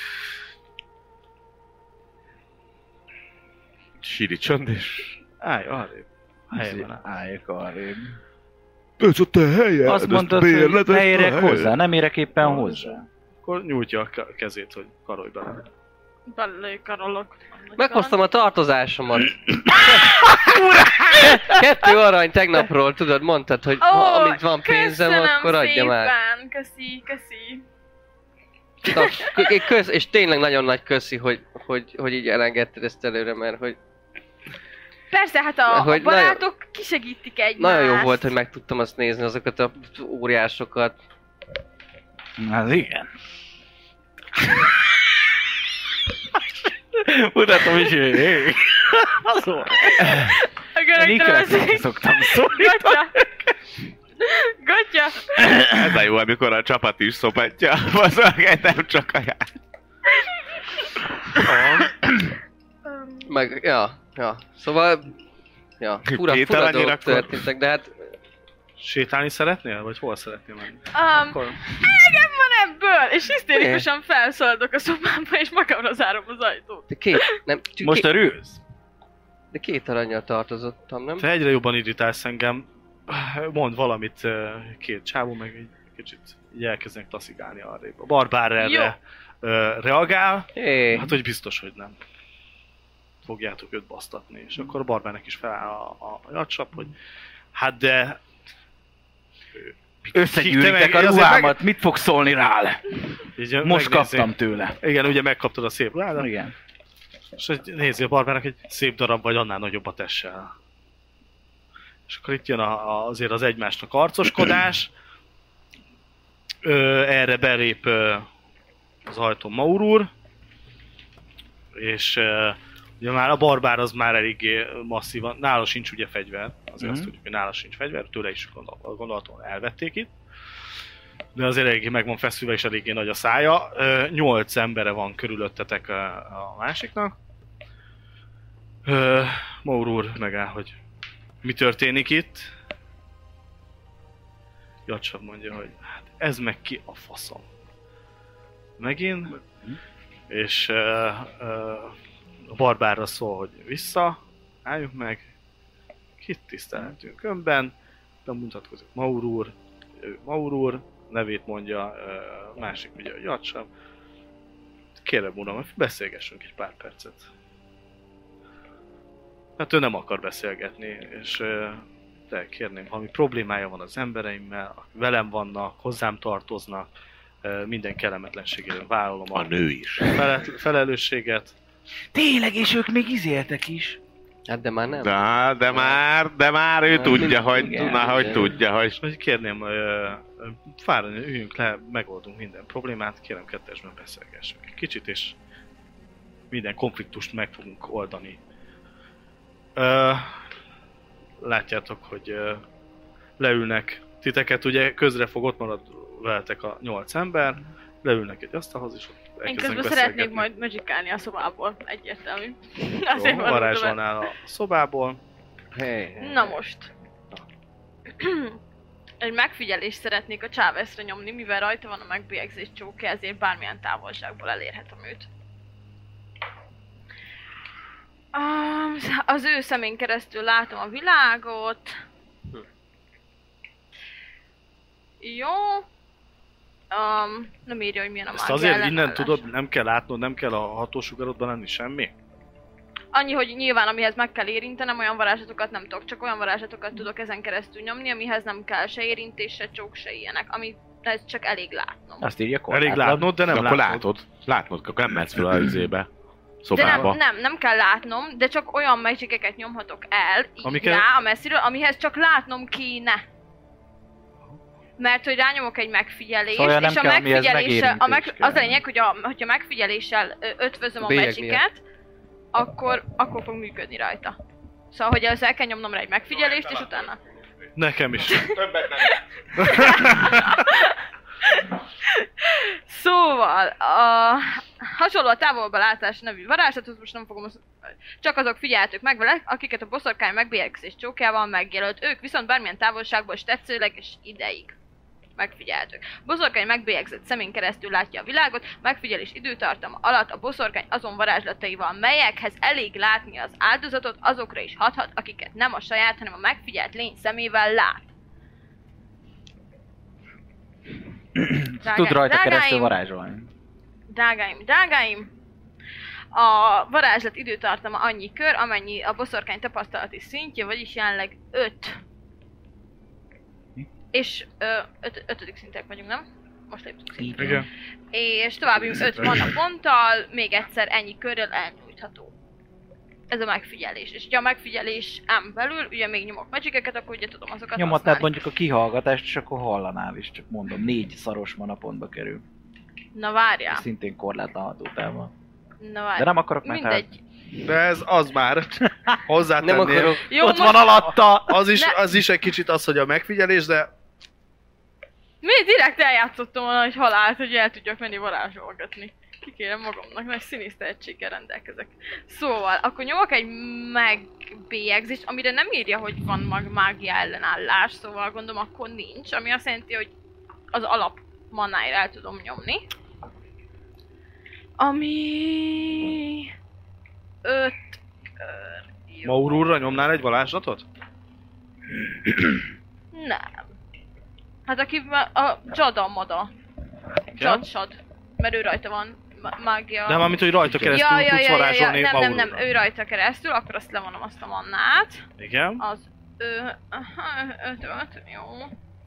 Siri csönd és... Állj, arrébb. A helyben áll. Álljak arrébb. Ez a te helye! Azt mondtad, hogy ne érek hozzá, nem érek éppen hozzá. Akkor nyújtja a kezét, hogy karolj bele. Belőkarolok. Meghoztam a tartozásomat. 2 arany tegnapról, tudod, mondtad, hogy amint van pénzem, akkor adja már. Köszi, köszi. És tényleg nagyon nagy köszi, hogy így elengedted ezt előre, mert hogy Persze, hát a barátok kisegítik egymást. nagyon jó volt, hogy meg tudtam azt nézni, azokat a óriásokat. Az igen. Mutatom is, hogy Én ikreknek szoktam szólni. Gatya! Ez a jó, amikor a csapat is szopatja, azok nem csak a Meg, ja. Szóval, fura Péter annyira dolgok akkor- történtek, de hát Sétálni szeretnél? Vagy hol szeretnél menni? Akkor... Elegem van ebből! És hisztérikusan felszaladok a szobámba, és magamra zárom az ajtót. de Most örülsz? de 2 arannyal tartozottam, nem? Te egyre jobban irritálsz engem. Mond valamit, két csávó meg egy kicsit így elkezdenek taszigálni arrébb. A barbár erre reagál, Hé, hát hogy biztos, hogy nem. Fogjátok őt basztatni. És akkor a barbárnak is feláll a jacsap, hogy hát de... Összegyűjtek a ruhámat, mit fog szólni rá? Így Most megnézi. kaptam tőle. Igen, ugye megkaptad a szép ruhádat, Igen. és hogy nézi a barbárnak, egy szép darab vagy, annál nagyobbat essel. És akkor itt jön azért az egymásnak arcoskodás. Erre belép az ajtón Maur úr, és ugye már a barbár az már eléggé masszívan, nála sincs ugye fegyver, azért azt tudjuk, hogy nála sincs fegyver, tőle is gondolaton elvették itt. De azért eléggé meg van feszülve és eléggé nagy a szája. 8 embere van körülöttetek a másiknak. Maur úr megáll, hogy mi történik itt. Jacsav mondja, hogy hát ez meg ki a faszom. Megint. És a barbárra szól, hogy vissza, álljunk meg. Kit tisztelhetünk önben. Bemutatkozik Maur úr. Ő Maur úr. Nevét mondja, másik ugye a Jacsav. Kérem uram, beszélgessünk egy pár percet. Hát ő nem akar beszélgetni, és de kérném, ha mi problémája van az embereimmel, akik velem vannak, hozzám tartoznak, minden kellemetlenségére vállalom A nő is. felelősséget. Tényleg, és ők még izéltek is. Hát de már nem. De már ő tudja, hogy, igen, hogy igen. tudja, hogy... És hogy kérném, fáradni, üljünk le, megoldunk minden problémát, kérem kettesben beszélgessünk egy kicsit, és minden konfliktust meg fogunk oldani. Látjátok, hogy leülnek titeket, ugye közre fog ott marad veletek a 8 ember, leülnek egy asztalhoz, és ott Én elkezdenek közben beszélgetni. szeretnék majd magikálni a szobából, egyértelmű. Azért Jó, van varázsolnál a szobából. Hey. Na most. Egy megfigyelést szeretnék a Chávezre nyomni, mivel rajta van a megbélyegzés csókja, ezért bármilyen távolságból elérhetem őt. Az ő szemén keresztül látom a világot. Jó. Nem írja, hogy milyen a Ezt mágia azért innen ellenállás. tudod, nem kell látnod, nem kell a hatósugarodban lenni semmi? Annyi, hogy nyilván amihez meg kell érintenem, olyan varázslatokat nem tudok, csak olyan varázslatokat tudok ezen keresztül nyomni, amihez nem kell se érintés, se csók, se ilyenek, ami ez csak elég látnom. Azt írja korlátlan. Elég látnod, de nem akkor látod. Látod, akkor nem mehetsz fel a izébe. De Szobába. nem kell látnom, de csak olyan magiceket nyomhatok el, így rá a messziről, amihez csak látnom kéne. Mert hogy rányomok egy megfigyelést, Szóval és a megfigyeléssel, kell. az a lényeg, hogyha megfigyeléssel ötvözöm a magicet, akkor fog működni rajta. Szóval, hogy az el kell nyomnom rá egy megfigyelést, és utána... Nekem is. Többet nem. Szóval, a hasonló a távolba látás nevű varázslatot, most nem fogom csak azok figyelhetők meg vele, akiket a boszorkány megbélyegzés csókjával megjelölt, ők viszont bármilyen távolságból és tetszőleges ideig megfigyelhetők. A boszorkány megbélyegzett szemén keresztül látja a világot, megfigyelés időtartama alatt a boszorkány azon varázslataival, melyekhez elég látni az áldozatot, azokra is hathat, akiket nem a saját, hanem a megfigyelt lény szemével lát. Tud rajta keresztül varázsolni. Drágáim! A varázslat időtartama annyi kör, amennyi a boszorkány tapasztalati szintje, vagyis jelenleg 5. És 5. szintek vagyunk, nem? Most léptünk szintre. Igen. És további 5 mana ponttal, még egyszer ennyi körrel elnyújtható. Ez a megfigyelés. És ha a megfigyelés belül, ugye még nyomok magiceket, akkor ugye tudom azokat Nyomhatnád használni. mondjuk a kihallgatást, és akkor hallanál is, csak mondom, 4 szaros manapontba kerül. Na várjál. Szintén korlátlan hatótávon. Na várjál. De nem akarok már Mindegy. De ez az már. Hozzátenni. Nem akarok. Jó, Ott most van alatta! Az is egy kicsit az, hogy a megfigyelés, de mi direkt eljátszottam volna egy halált, hogy el tudjak menni varázsolgatni. Kikérem magamnak, nagy színész tehetséggel rendelkezek. Szóval, akkor nyomok egy megbélyegzést, amire nem írja, hogy van mágia ellenállás, szóval gondolom akkor nincs, ami azt jelenti, hogy az alap manáira el tudom nyomni. Ami... 5 kör... Jó. Maurúrra nyomnál egy varázslatot? Nem. Hát aki a Jadamada. Jadsad. Mert ő rajta van mágia. De mármint, hogy rajta keresztül tudsz varázsolni Nem, Maurúrra. ő rajta keresztül, akkor azt levonom azt a mannát. Igen. Az 5, jó.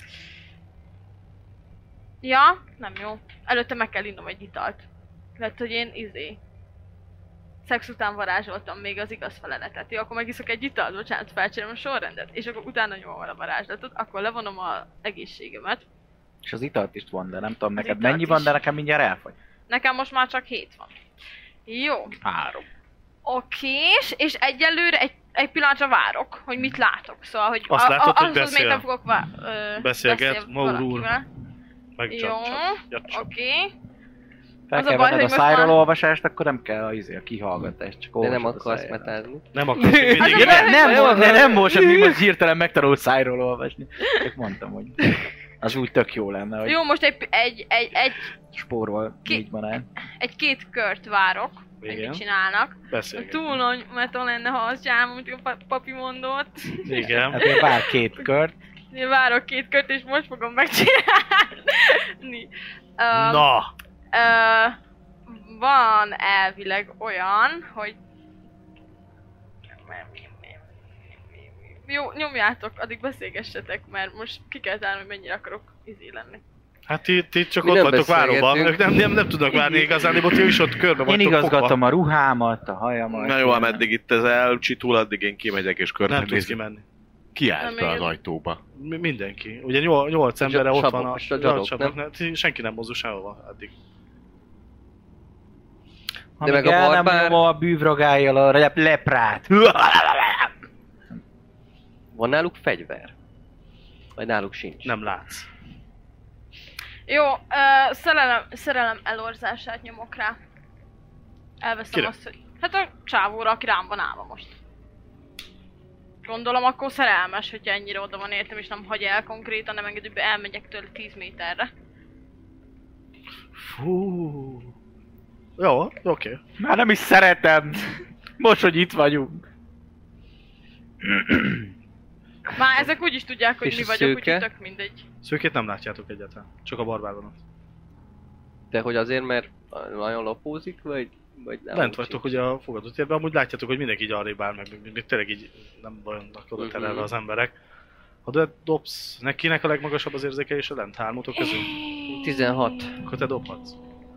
Ja, nem jó. Előtte meg kell innom egy italt. Mert hogy én szex után varázsoltam még az igaz feleletet. Jó, akkor megiszok egy italt, bocsánat, felcserélem a sorrendet, és akkor utána nyomom el a varázslatot, akkor levonom az egészségemet. És az italt is van, de nem tudom Az neked italt mennyi van, is. de nekem mindjárt elfogy. Nekem most már csak 7 van. Jó. 3. Okés, és egyelőre egy pillanatra várok, hogy mit látok. Szóval, hogy Azt látod, hogy ahhoz még beszél. nem fogok Beszélget Maurúr. valakivel. Meg Jó, Jadsad. oké. Fel Az a kell baj, venned a hogy most szájról már- olvasást, akkor nem kell a kihallgatást, csak De nem olvasod a akarsz szájról. metázni. Nem akarsz mindig. Az a Igen. baj, Nem most, hogy most hirtelen megtanulsz szájról olvasni. Csak mondtam, hogy az úgy tök jó lenne, hogy Jó, most egy spórol Ki- 4 manán. két kört várok, hogy Igen. mit csinálnak. Beszélget. Túl nagy meta lenne, ha azt csinálom, amit a papi mondott. Igen. Hát én vár 2 kört. Én várok 2 kört, és most fogom megcsinálni. Na! Van elvileg olyan, hogy... Jó, nyomjátok, addig beszélgessetek, mert most ki kell találni, hogy mennyire akarok lenni. Hát ti csak Mi ott nem vagytok váróban, beszélgetünk. ők nem tudnak várni igazán, ti is ott körbe Én vagytok igazgatom a ruhámat, a hajamat. Na jó, ameddig itt ez elcsitul, addig én kimegyek és fogva. Nem tudsz körbenézek. kimenni. Ki állt be Nem, az igen. ajtóba? Mindenki. Ugye 8 embere ott van a... Zsadok, Zsadok, senki nem mozdul sehova addig. Amíg meg a el nem barbár- nyomom a bűvragájjal a leprát. Van náluk fegyver? Vagy náluk sincs? Nem látsz. Jó, szerelem elorzását nyomok rá. Elveszem Kire? azt, hogy... Hát a csávóra, aki rám van állva most. Gondolom akkor szerelmes, hogyha ennyire oda van értem, és nem hagy el konkrétan, nem engedi, hogy elmegyek tőle 10 méterre. Fú. Jó, oké. Már nem is szeretem. Most, hogy itt vagyunk. Már ezek úgy is tudják, hogy És mi a vagyok, szőke? úgyhogy tök mindegy. Szőkét nem látjátok egyáltalán. Csak a barbárban ott. De hogy azért, mert nagyon lopózik, vagy Vagy nem. Bent vagytok ugye a fogadótérben, amúgy látjátok, hogy mindenki így arrébb áll meg, még tényleg így nem vannak oda terelve az emberek. Ha te dobsz, nekinek a legmagasabb az érzékelése lent hármatok közül? 16. Akkor te dobhatsz.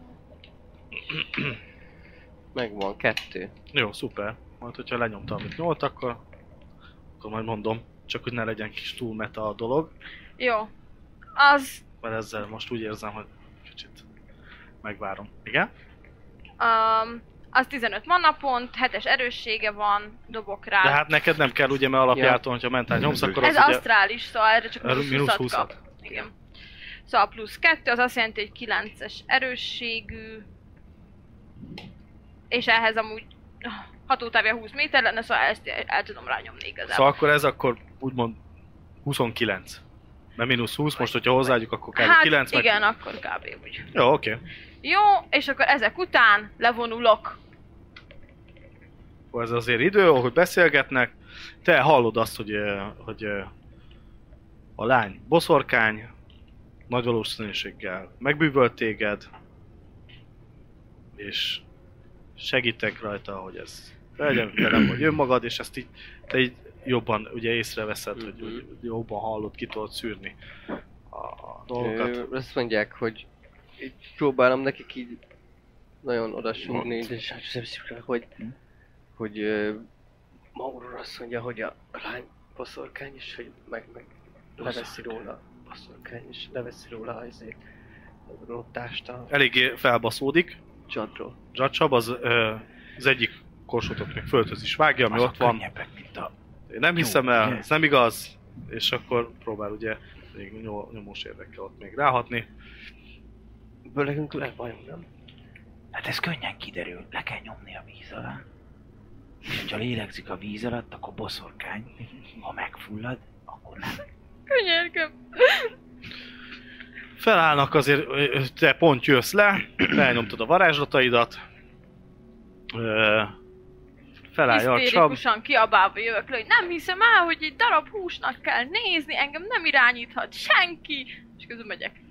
Megvan, 2. Jó, szuper. Majd hogyha lenyomta amit 8, akkor majd mondom. Csak hogy ne legyen kis túl meta a dolog. Jó. Az... Mert ezzel most úgy érzem, hogy kicsit megvárom. Igen? Az 15 manapont, 7-es erőssége van, dobok rá. De hát neked nem kell ugye, mert alapjától, hogyha mentál nyomsz, akkor Ez az ugye... asztrális, szóval erre csak mínusz 20 kap. Igen. Szóval plusz 2, az azt jelenti, hogy 9-es erősségű. És ehhez amúgy hatótávja 20 méter lenne, szóval ezt el tudom rányomni igazából. Szóval akkor ez akkor úgymond 29. Mert mínusz 20, most hogyha hozzáadjuk, akkor kb. Hát 9 meg... igen, akkor kb. Úgy. Jó, oké. Jó, és akkor ezek után levonulok. Ez azért idő, hogy beszélgetnek. Te hallod azt, hogy a lány boszorkány, nagy valószínűséggel megbűvölt téged, és segítek rajta, hogy ez legyen velem, vagy önmagad, és ezt így, te így jobban ugye észreveszed, hogy jobban hallod, ki tudod szűrni a dolgokat. Azt mondják, hogy így próbálom nekik így nagyon odasúgni, és hogy Mauror azt mondja, hogy a lány boszorkány, és hogy meg leveszi róla a boszorkány, és leveszi róla a rottást a Eléggé felbaszódik. csatról. Zsacsab, az egyik korsótot még földhöz is vágja, ami ott van. Mint a... Én nem hiszem el, ez nem igaz, és akkor próbál ugye még nyomós érvekkel ott még ráhatni. Ebből nekünk lehet bajunk, nem? Hát ez könnyen kiderül, le kell nyomni a víz alá. És ha lélegzik a víz alatt, akkor boszorkány. Ha megfullad, akkor nem. Könyörgöm. Felállnak azért, te pont jössz le, elnyomtad a varázslataidat. Felállj a csab. Hisztérikusan kiabálva jövök le, hogy nem hiszem el, hogy egy darab húsnak kell nézni, engem nem irányíthat senki. És közül megyek.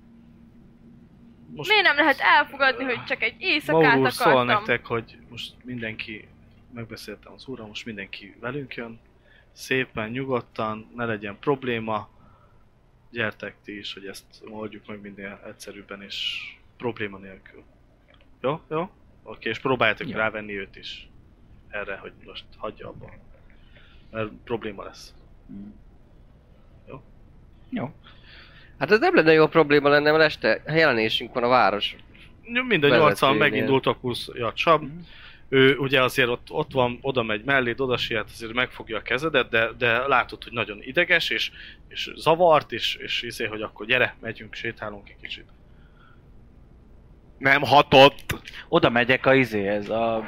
Most Miért nem lehet elfogadni, hogy csak egy éjszakát Maurul akartam? szól nektek, hogy most mindenki, megbeszéltem az úrral, most mindenki velünk jön. Szépen, nyugodtan, ne legyen probléma. Gyertek ti is, hogy ezt oldjuk meg minél egyszerűbben és probléma nélkül. Jó? Jó? Oké, és próbáljátok rávenni őt is. Erre, hogy most hagyja abba. Mert probléma lesz. Jó? Jó. Hát ez nem lenne jó probléma lenne, mert este jelenésünk van a város. Mind a 8-an megindultak 20 Csab. Ő ugye azért ott van, oda megy melléd, oda siet, azért megfogja a kezedet, de látod, hogy nagyon ideges, és zavart, és hogy akkor gyere, megyünk, sétálunk egy kicsit. Nem hatott! Oda megyek ez a...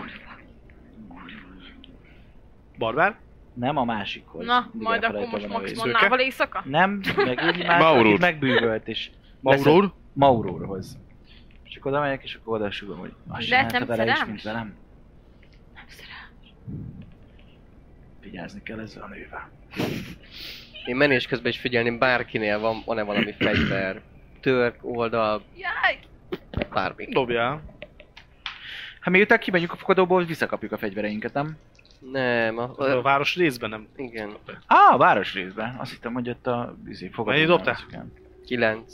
Barbár? Nem a másikhoz. Na, Mindig majd akkor elfelejtem most a nevét. Maximonnával éjszaka? Nem, megint már Maurur. itt megbűvölt is. Maurur? Maururhoz. És akkor oda megyek, és akkor oda sugom, hogy azt Lehet csinálta nem vele is, szerelmes? mint velem. Nem szerelmes. Vigyázni kell ezzel a nővel. Én menés közben is figyelném, bárkinél van-e valami fegyver, törp, oldal, Jaj! bármi. Dobjál. Hát miután kimegyünk a fogadóból, visszakapjuk a fegyvereinket, nem? Nem, A város részben nem. igen, A városrészben. Azt hittem, hogy ott a fogadóból. Mennyi dobtál? 9.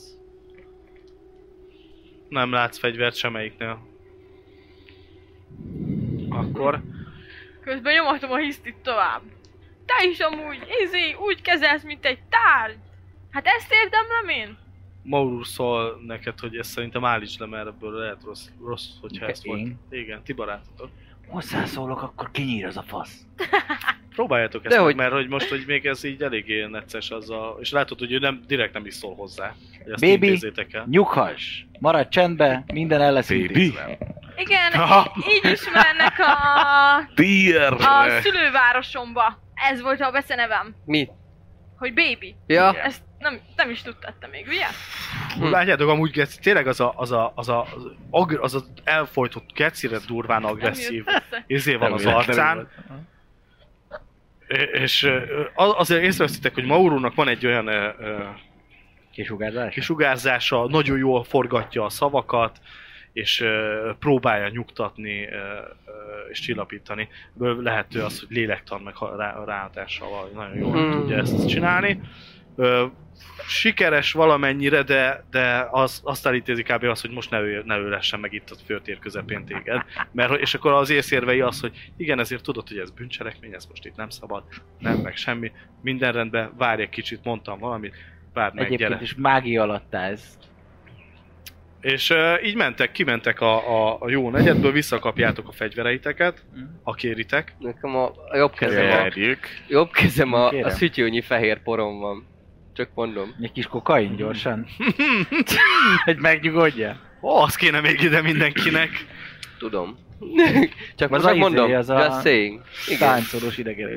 Nem látsz fegyvert semmelyiknél. Akkor Közben nyomatom a hisztit tovább. Te is amúgy, úgy kezelsz, mint egy tárgy. Hát ezt érdemlem én? Maurur szól neked, hogy ezt szerintem állítsd le, mert ebből lehet rossz hogyha ezt volt. Én? Igen, ti barátotok. Hozzászólok, akkor kinyír az a fasz. Próbáljátok ezt De meg, hogy- mert hogy most, hogy még ez így eléggé necces azzal, és látod, hogy ő direkt nem is szól hozzá. Hogy ezt Baby, intézzétek el. nyughass! Maradj csendbe, minden el lesz Baby. intézve. Igen, így ismernek a Dear! szülővárosomba. Ez volt a becenevem, Mit? hogy baby. Ja, Ezt nem is tudtad te még, ugye? Látjátok, amúgy geci, tényleg az a elfojtott gecire durván agresszív Nem jött össze. izé van az arcán. És azért észreveszitek, hogy Maururnak van egy olyan Kisugárzás? kisugárzása, nagyon jól forgatja a szavakat, és próbálja nyugtatni és csillapítani. Ebből lehető az, hogy lélektan meg ráhatással valahogy nagyon jól tudja ezt csinálni. Sikeres valamennyire, de azt elítézi kb. Az, hogy most ne ölessen meg itt a főtér közepén téged. És akkor az észérvei az, hogy igen, ezért tudod, hogy ez bűncselekmény, ez most itt nem szabad, nem meg semmi. Minden rendben, várj egy kicsit, mondtam valamit, várd meg, Egyébként gyere. is mágia alatt ez. És így kimentek a jó negyedből, visszakapjátok a fegyvereiteket, ha kéritek. Nekem a jobb kezem a szütyőnyi fehér porom van. Csak mondom. Egy kis kokain gyorsan. Hogy megnyugodja. Az kéne még ide mindenkinek. Tudom. Csak Az most mondom, az just saying. táncolós idegerő.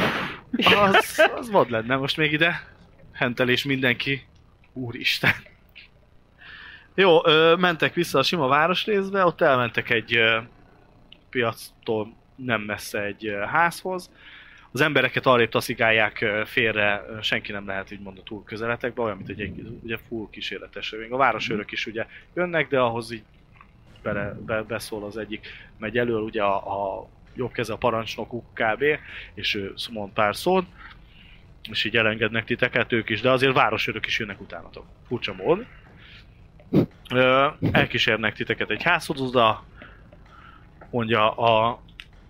Az vad lenne most még ide. Hentelés mindenki. Úristen. Jó, mentek vissza a sima városrészbe, ott elmentek egy piactól nem messze egy házhoz. Az embereket arrébb taszigálják félre, senki nem lehet így mondani túl közeletekbe, olyan, mint egy ugye full kísérletes övény. A városőrök is ugye jönnek, de ahhoz így beszól az egyik, megy elől, ugye a jobb keze a parancsnokuk kb. És ő mond pár szót, és így elengednek titeket ők is, de azért városőrök is jönnek utánatok. Furcsa mód. Elkísérnek titeket egy házhoz, oda mondja a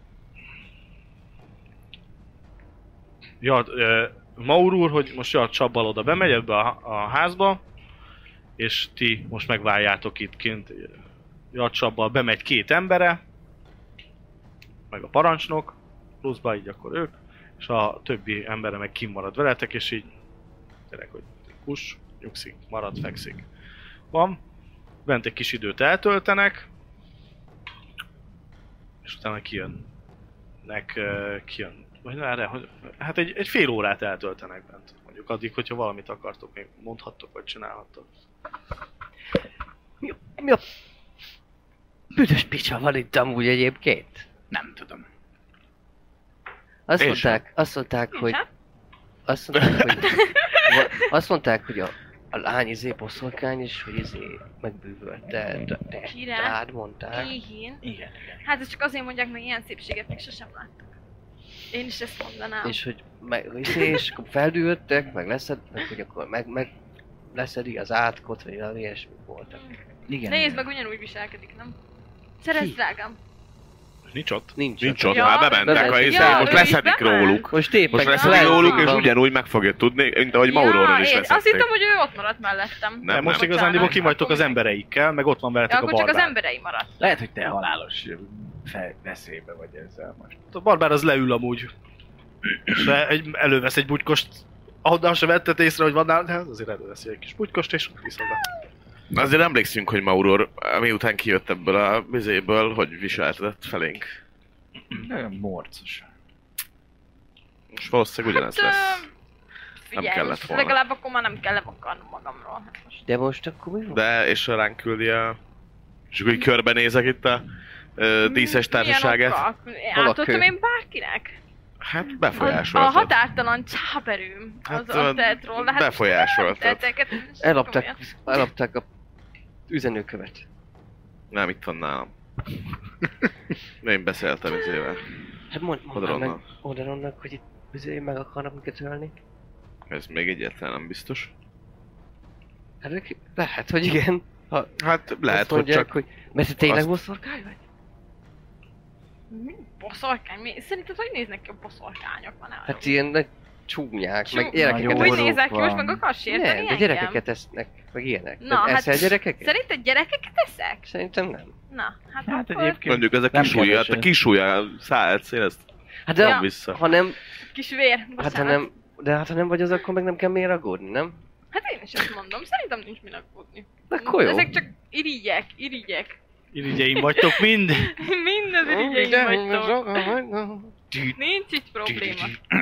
Maur úr, hogy most Csabbal oda bemegy ebbe a házba, és ti most megvárjátok itt kint. Csabbal bemegy 2 embere, meg a parancsnok, pluszba így akkor ők, és a többi embere meg kimarad veletek, és így tényleg, hogy kus, nyugszik, marad, fekszik. Van, bent egy kis időt eltöltenek, és utána kijön, vagy erre, hát egy fél órát eltöltenek bent, mondjuk addig, hogyha valamit akartok, még mondhattok, vagy csinálhattok. Mi a büdös picsa van itt amúgy egyébként? Nem tudom. Azt mondták, hogy azt mondták, hogy a lány boszorkány is, hogy megbűvölte, de rád mondták. Igen. Hát ez csak azért mondják, meg ilyen szépséget még sosem láttak. Én is ezt mondanám. És hogy és akkor feldühödtek, meg hogy akkor meg leszedi az átkot, vagy valami ilyesmi voltak. Igen. Nézd meg, ugyanúgy viselkedik, nem? Szerezd, drágám. Nincs ott. Nincs ott, Ja, már bementek a most ő leszedik is bement. róluk. Most éppen leszedik róluk, és ugyanúgy meg fogja tudni, mint ahogy Mauróról is leszették. Azt hittem, hogy ő ott maradt mellettem. Nem, most igazándiból ki vagytok az embereikkel, meg ott van veletek a akkor barbár. csak az emberei maradt. Lehet, hogy te halálos veszélybe vagy ezzel most. A barbár az leül amúgy. És elővesz egy bugykost. Ahonnan se vetted észre, hogy van nála, de azért előveszi egy kis bugykost, és viszont. Azért emlékszünk, hogy Mauror miután kijött ebből a vizéből, hogy viseltetett felénk. Nagyon morcos. Most valószínűleg ugyanez lesz. Figyelj, kellett volna. legalább akkor már nem kell levakarnom magamról. Hát most. De most akkor mi van? De, és ránk küldi és akkor így körbenézek itt a díszes társaságát. Hol a Átadtam kő? én bárkinek? Hát A befolyásoltad. határtalan csáberőm. Hát, Az tett róla. Hát befolyásoltad. Ellopták a üzenőkövet. Nem, itt van nálam. Én beszéltem izével. Hát mondd Odaronnal. meg Odaronnak, hogy itt meg akarnak minket ölni. Ez még egyáltalán nem biztos. Hát lehet, hogy igen. Hát lehet, Azt hogy mondják, csak... hogy... Mert te tényleg azt- boszorkány vagy? Mi? Boszorkány? Szerinted hogy néznek ki a boszorkányok? Hát ilyen nagy csúnyák, meg Csú- gyerekeket Nagyon Hogy Orruk nézek ki? Most van. meg akarsz sérteni Nem, de engem? gyerekeket esznek, meg ilyenek. Na, Na, hát eszel gyerekeket? Szerinted gyerekeket eszek? Szerintem nem. Na, hát Hát akkor egyébként Mondjuk ez a nem kisúlya, hát a kevesen. kisúlya szállt szélezt. Hát de Van vissza. ha nem, kis vér. hát Bocsánat. ha nem, de hát ha nem vagy az, akkor meg nem kell miért aggódni, nem? Hát én is ezt mondom, szerintem nincs min aggódni. Akkor jó. Ezek csak irigyek. Irigyeim vagytok mind. Mind az irigyeim vagytok. Nincs itt probléma.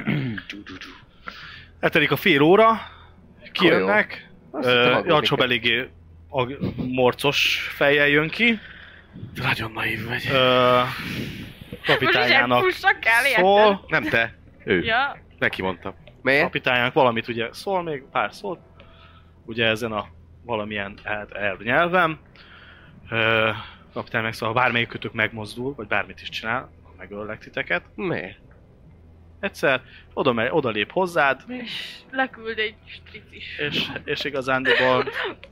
Eltelik a fél óra, kijönnek. Azt hittem, aggódni Jancsó kell. eléggé morcos fejjel jön ki. Nagyon naív vagy. Kapitányának Most is kell, érted? szól. Nem te, ő. Ja, Neki mondtam. Miért? Kapitányának valamit ugye szól, még pár szót. Ugye ezen a valamilyen elv nyelven. Kapitány megszól, ha bármelyikőtök megmozdul, vagy bármit is csinál, megöllek titeket. Miért? Egyszer oda lép hozzád, És leküld egy stricis. és igazándiból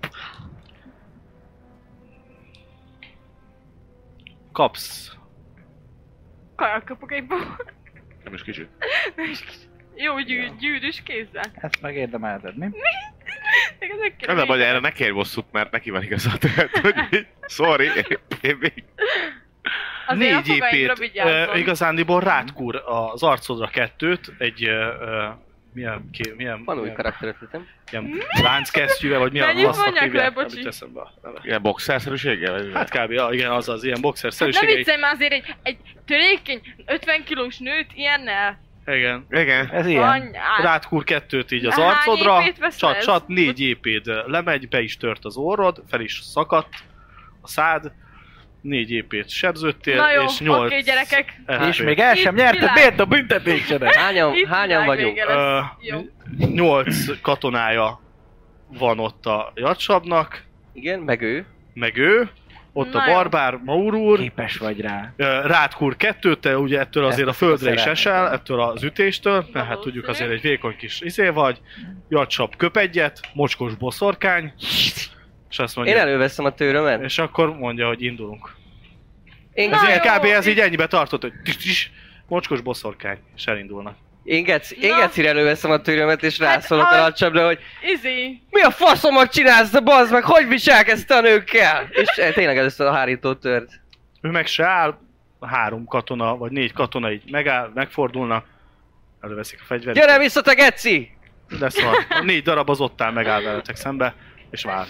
kapsz. Kajak kapok egy bort. Nem is kicsit. Jó gyűrűs kézzel. Ezt megérdemelted, mi? Ez a baj, erre ne kérj bosszút, mert neki van igazad. Tehát, hogy sorry, én még... Azért 4 a fogaimra épét, vigyázzon. igazándiból rátkur az arcodra 2-t, egy milyen Van új karakteretetem. ilyen lánckesztyűvel, vagy mi a Mennyit fasznak mondják hívják, le, nem bocsi? jut eszembe a neve. Ilyen boxerszerűséggel? Vagy Hát kb. Igen, azaz, ilyen Ne boxerszerűségei. viccelj már azért egy törékeny 50 kilós nőt ilyennel. Igen. Igen. Ez ilyen. Anyád. Rátkur 2-t így az Hány arcodra, épét veszel? csat, 4 épéd lemegy, be is tört az orrod, fel is szakadt a szád, 4 épét sebződtél, Na jó, és 8 oké, gyerekek. És még el sem Itt nyerted, világ. miért a büntetésedet? Hányan világ vagyunk? vége lesz. Jó. 8 katonája van ott a Jatsabnak, Igen, meg ő. meg ő, ott Na a jó. barbár Maur úr, Képes vagy rá. rátkur 2-t, te ugye ettől azért a Ezt földre is szeretem. esel, ettől az ütéstől, mert hát Valószínű. tudjuk azért egy vékony kis vagy, Jatsab köp egyet, mocskos boszorkány, és azt mondja, Én előveszem a tőrömet. és akkor mondja, hogy indulunk. Én, Na Ez jó, így kb. Ez így és- ennyibe tartott, hogy tis, mocskos boszorkány, és elindulnak. én Na. Gecire előveszem a tőrömet, és rászólok Hát, a Lacsabra, hogy Izé. mi a faszomat csinálsz, de bazd meg, hogy viselkedsz te a nőkkel? És tényleg először a hárító tört. Ő meg se áll, 3 katona, vagy 4 katona így megáll, megfordulnak, előveszik a fegyvert. Gyere vissza, te Geci! De szóval 4 darab az ott áll, megáll veletek szembe, és vár.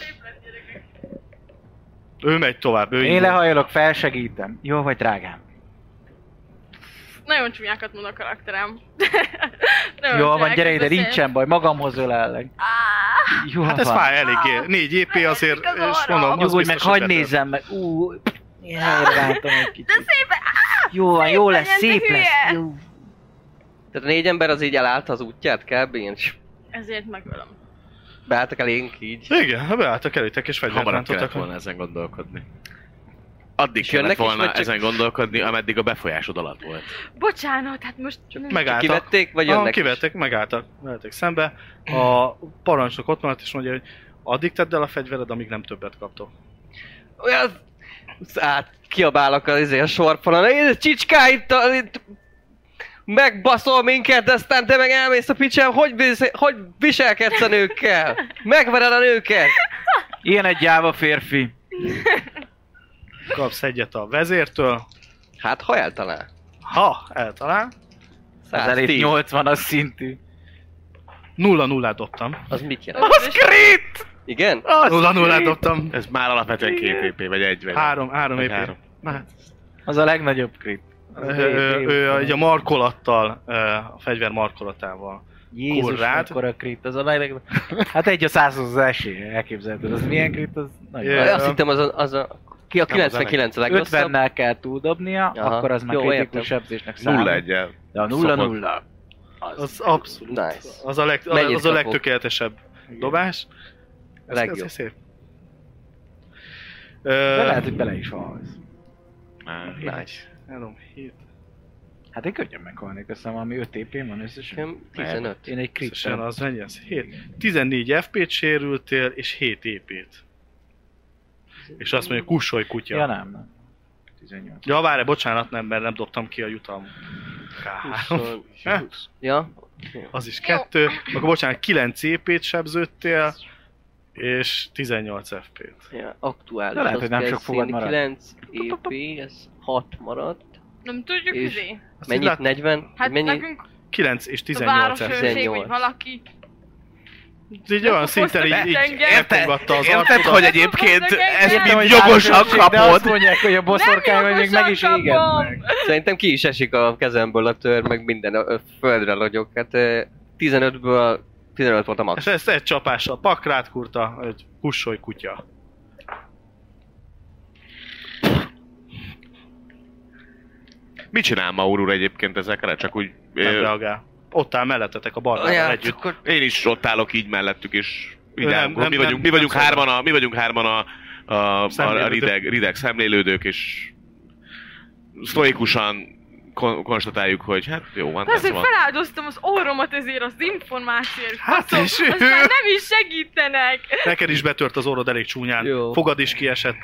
Ő megy tovább, ő Én indul. lehajolok, felsegítem. Jó vagy, drágám? Nagyon csúnyákat mond a karakterem. Nagyon Jó van, csúnyákat gyere ide, beszél. nincsen baj, magamhoz ölellek. Áh, Jó Hát ez van. fáj eléggé. 4 EP azért, igaz és arra. mondom, az Nyugodj meg, biztos, hogy hagyd betölt. nézzem meg. Elrántom egy kicsit. de szépen! Jó van, jó lesz, legyen, szép te lesz. hülye! Jó. Tehát a 4 ember az így elállt az útját kb. Én Ezért megölöm. beálltak elénk így. Igen, ha beálltak elétek és fegyvert Hamarabb kellett rántottak. volna ezen gondolkodni. Addig És kellett jönnek is, volna vagy csak- ezen gondolkodni, ameddig a befolyásod alatt volt. Bocsánat, hát most... Megálltak. Kivették, vagy jönnek is? Kivettek, megálltak, veletek szembe. A parancsnok ott maradt és mondja, hogy addig tedd el a fegyvered, amíg nem többet kaptok. Olyan... Kiabálok a sorfalon, ez csicska itt megbaszol minket, de aztán te meg elmész a picsám, hogy viselkedsz a nőkkel? Megvered a nőket? Ilyen egy gyáva férfi. Kapsz egyet a vezértől, Hát ha eltalál. ha eltalál. Az elég 110. 80 az szintű. 0-0-át dobtam. Az mit jelent? Az Crit! Igen? 0-0-át dobtam. Ez már alapvetően 2 EP, vagy 1 vagy. 3 Vagy EP. három. Hát, Az a legnagyobb crit. ő egy a markolattal, a fegyver markolatával. Jézus, kurrád. mekkora crit, az a legnagyobb. Hát egy a 100 az esély, elképzelheted. Az milyen crit, az nagyon. Yeah. Azt hittem az a... Ki a 99 a legrosszabb? 50-nel kell túldobnia, Aha. akkor az már Jó, kritikus értem. sebzésnek számít. 0-1-el. De a 0-0. Az abszolút. Nice. Az Mennyit a kapok? legtökéletesebb dobás. Ez Legjobb. szép. De lehet, hogy bele is halsz. Nice. 3, 7. Hát én könnyen meghalnék, azt hiszem, valami 5 EP van összesen. Nekem 15. Én egy Összesen crit. az mennyi az? 7. 14 FP-t sérültél, és 7 EP-t. És azt mondja, kussolj kutya. Ja nem. 18. Ja, várj, bocsánat, nem, mert nem dobtam ki a jutalm. K3. Ja? Az is 2. Akkor bocsánat, 9 EP-t sebződtél, és 18 FP-t. Ja, aktuális. De lehet, hogy nem azt sok kell fogad színni, marad. 9 EP, ez 6 maradt. Nem tudjuk, És- izé. Azt így Mennyit? lát- 40? Hát Mennyi? nekünk 9 és a 18 FP. városőrség, 18. vagy valaki. Így olyan szinten így megkongatta az Érted, arcodat. hogy egyébként ezt Értem, mind jogosan De azt kapod? mondják, hogy a boszorkány Nem vagy még meg is jogosan éged kapom. meg. Szerintem ki is esik a kezemből a tör, meg minden a földre lagyok. Hát 15-ből 15 volt a max. És ezt egy csapással pakrát kurta, hogy kussolj kutya. Mit csinál Maur úr egyébként ezekre? Csak úgy... Nem reagál. Ott áll mellettetek a barbárral Ja, együtt. akkor Én is ott állok így mellettük, és így Ő áll. nem- mi nem vagyunk szól. hárman a a rideg szemlélődők, és sztoikusan konstatáljuk, hogy hát jó van. Persze, hogy feláldoztam az orromat ezért az információért. Hát Faszom, és aztán nem is segítenek. Neked is betört az orrod elég csúnyán. Jó. Fogad is kiesett.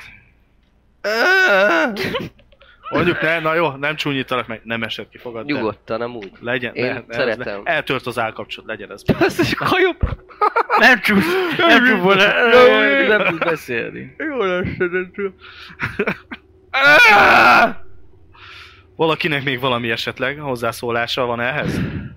Mondjuk na jó, nem csúnyítanak meg, nem esett ki fogad. de Nyugodtan, amúgy. Legyen, Én szeretem. eltört az állkapcsolat, legyen ez. Ez is hajobb. Nem tud beszélni. Jó lesz, nem tudom. Valakinek még valami esetleg hozzászólása van ehhez?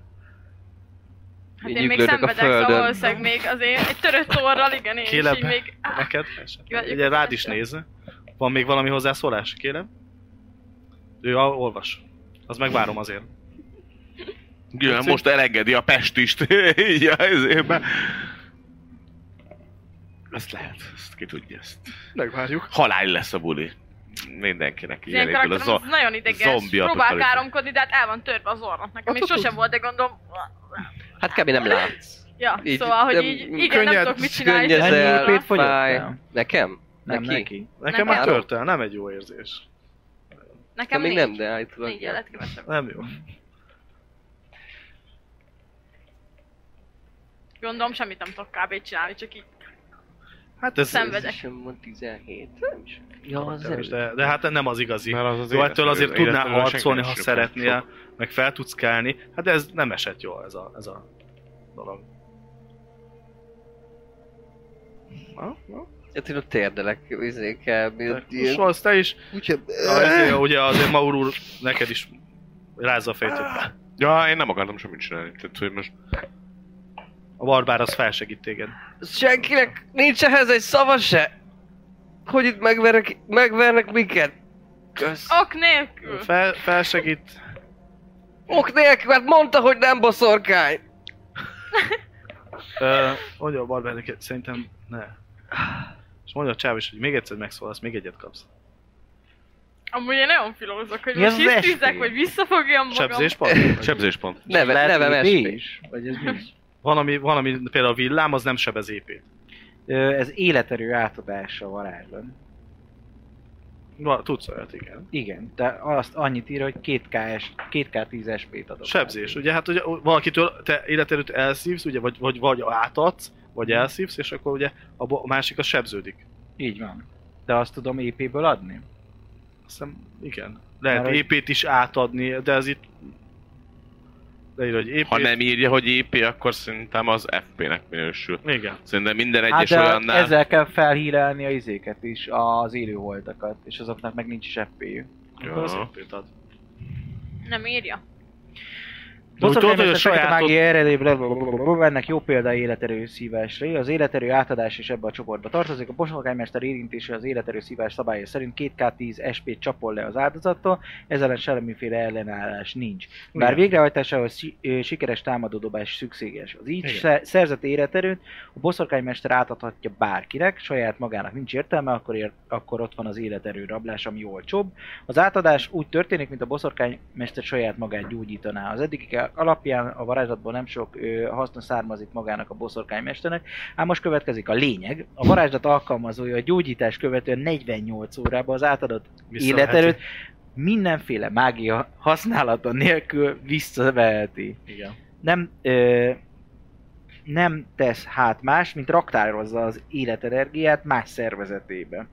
Hát Így én még nyüglődök a szenvedek, szóval földön. valószínűleg még azért egy törött orral, igen, én Kéleb, is így még... neked? Vagy- Ugye rád is nézze. Van még valami hozzászólás, Kéleb? Ő olvas. Az megvárom azért. Igen, most elengedi a pestist. Így a ezében. Ezt lehet, ezt ki tudja ezt. Megvárjuk. Halány lesz a buli. Mindenkinek így Ilyen elindul a karakterem az nagyon ideges. zombi Próbál apokalipszis. káromkodni, de hát el van törve az orrnak. Nekem még sosem volt, de gondolom... Hát kb. Nem látsz. Ja, Így, szóval, hogy de így igen, nem tudok mit csinálni. Könnyezel, Ennyi épét fogyott fáj. el? Nekem? Nem, neki. Nekem Nem már áll. tört el, nem egy jó érzés. Nekem Még négy. nem, de állítólag. 4 élet kevesebb. Nem jó. Gondolom, semmit nem tudok kb. Csinálni, csak így Hát ez... szenvedek. Sem van 17. Nem is. Ja, az Kevés, erős. de hát nem az igazi. Mert az Jó, ettől azért tudnál életedről harcolni, senki ha nem szeretnél, sok. meg fel tudsz kelni. Hát de ez nem esett jól, ez a dolog. Na? Hát én ott térdelek, kell, Most az te is. Úgyhogy... Ugye azért Maur úr neked is rázza a fejt. Ja, én nem akartam semmit csinálni. Tehát, hogy most... A barbár az felsegít téged. Senkinek nincs ehhez egy szava se! Hogy itt megvernek minket? Kösz. Ok nélkül. Felsegít. Ok nélkül, hát mondta, hogy nem boszorkány! Mondja a barbár neked, szerintem ne. És mondja a csáv is, hogy még egyszer megszólalsz, még egyet kapsz. Amúgy én nagyon filózok, hogy Mi most az az hisztizek, SP? hogy visszafogjam magam. Sebzéspont? Sebzéspont. Nevem EP SP. is? Vagy ez mi? Van, ami például a villám, az nem sebez EP-t. Ez életerő átadása varázslat. Tudsz olyat, igen. Igen, de azt annyit ír, hogy 2K10 SP-t adok. Sebzés, ugye? Hát ugye valakitől te életerőt elszívsz, ugye, vagy átadsz, vagy elszívsz, és akkor ugye a másik az sebződik. Így van. De azt tudom EP-ből adni? Azt hiszem, igen. Lehet Már hogy- EP-t is átadni, de ez itt... Leír, hogy EP-t... Ha nem írja, hogy EP, akkor szerintem az FP-nek minősül. Igen. Szerintem minden Hát egyes de olyannál... ezzel kell felhírelni a izéket is, az élőholtakat, és azoknak meg nincs is FP-jük. Akkor az EP-t ad. Nem írja. De úgy tudod, hogy a Boszorkánymestereket a sajátod... mágia eredéből ennek jó példa életerő szívásra. Az életerő átadás is ebbe a csoportba tartozik. A boszorkánymester érintése az életerő szívás szabálya szerint 2K10 SP-t csapol le az áldozattól, ezzel ellen semmiféle ellenállás nincs. Bár Igen. végrehajtásához sikeres támadódobás szükséges. Az így Igen. szerzett életerőt a boszorkánymester átadhatja bárkinek, saját magának nincs értelme, akkor ott van az életerő rablás, ami olcsóbb. Az átadás úgy történik, mint a boszorkánymester saját magát gyógyítaná. Az eddigek alapján a varázslatból nem sok haszna származik magának a boszorkánymesternek, ám most következik a lényeg. A varázslat alkalmazója a gyógyítás követően 48 órában az átadott Visszaveheti. életerőt mindenféle mágia használata nélkül visszaveheti. Igen. Nem tesz hát más, mint raktározza az életenergiát más szervezetébe.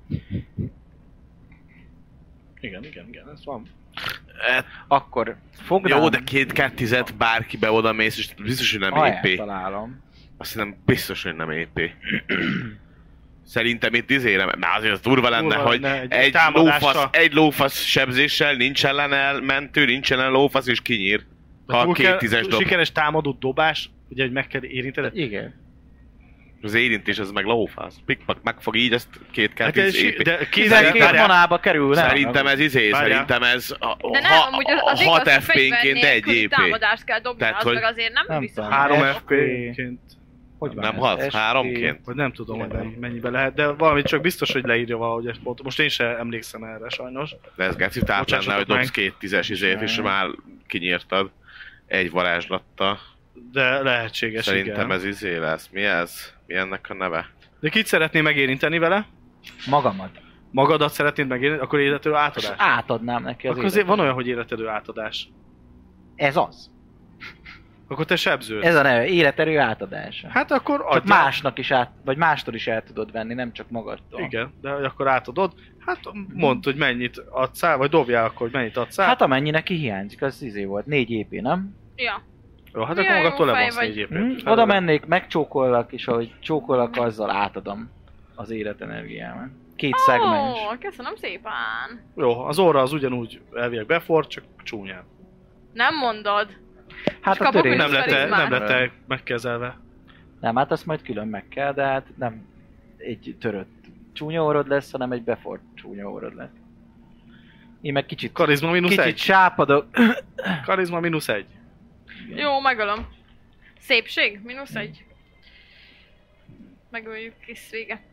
Igen, ez van. Akkor fognám... Jó, de 2K10-et bárkibe oda mész, és biztos, hogy nem Ajánl EP. találom. Azt hiszem biztos, hogy nem EP. Szerintem itt izére, mert azért az durva lenne, Durva hogy lenne egy egy támadással. lófasz sebzéssel nincs ellen mentő, nincs ellen lófasz és kinyír. Ha Túl kell- 2-10-es dob. Sikeres támadó dobás, ugye, hogy meg kell érintened. Igen. Az érintés az meg lófasz. Pikpak megfog így, ezt 2K10 Hát EP. de 12 várjál. manába kerül, nem? Szerintem ez Várjál. szerintem ez De nem, amúgy az 6 igaz, hogy FP-nként fegyver egy nélküli EP. támadást kell dobni, Tehát, az hogy- meg azért nem Nem viszont. tudom. 3 SP. FP-ként. Hogy van Nem ez? 6, SP? 3-ként. Vagy nem tudom, hogy Igen. mennyibe lehet, de valamit csak biztos, hogy leírja valahogy ezt pont. Most én sem emlékszem erre sajnos. De ez geci táp lenne, Bocsássatok hogy dobsz meg. 2 10-es izét, és már kinyírtad egy varázslattal. De lehetséges, Szerintem igen. ez izé lesz. Mi ez? Mi ennek a neve? De kit szeretné megérinteni vele? Magamat. Magadat szeretnéd megélni, akkor életedő És átadás. átadnám neki az Akkor azért van olyan, hogy életedő átadás. Ez az. Akkor te sebződ. Ez a neve, életerő átadása. Hát akkor Csak adjál. másnak is vagy mástól is el tudod venni, nem csak magadtól. Igen, de hogy akkor átadod. Hát mondd, hogy mennyit adsz el, vagy dobjál akkor, hogy mennyit adsz el. Hát amennyi neki hiányzik, az volt. 4 EP, nem? Ja. Jó, hát Milyen akkor magadtól jó levasz fej négy vagy. épét. Oda mennék, megcsókollak, és ahogy csókollak, azzal átadom az életenergiámat. 2 szegmens. Ó, köszönöm szépen. Jó, az óra az ugyanúgy elvileg befor, csak csúnyán. Nem mondod. Hát és a kapok törés... Nem lett karizmát. nem lett megkezelve. Nem, hát azt majd külön meg kell, de hát nem egy törött csúnya orrod lesz, hanem egy befort csúnya orrod lesz. Én meg kicsit Karizma mínusz kicsit egy. sápadok. Karizma mínusz egy. Jó, megölöm. Szépség? -1. Megöljük, kész vége.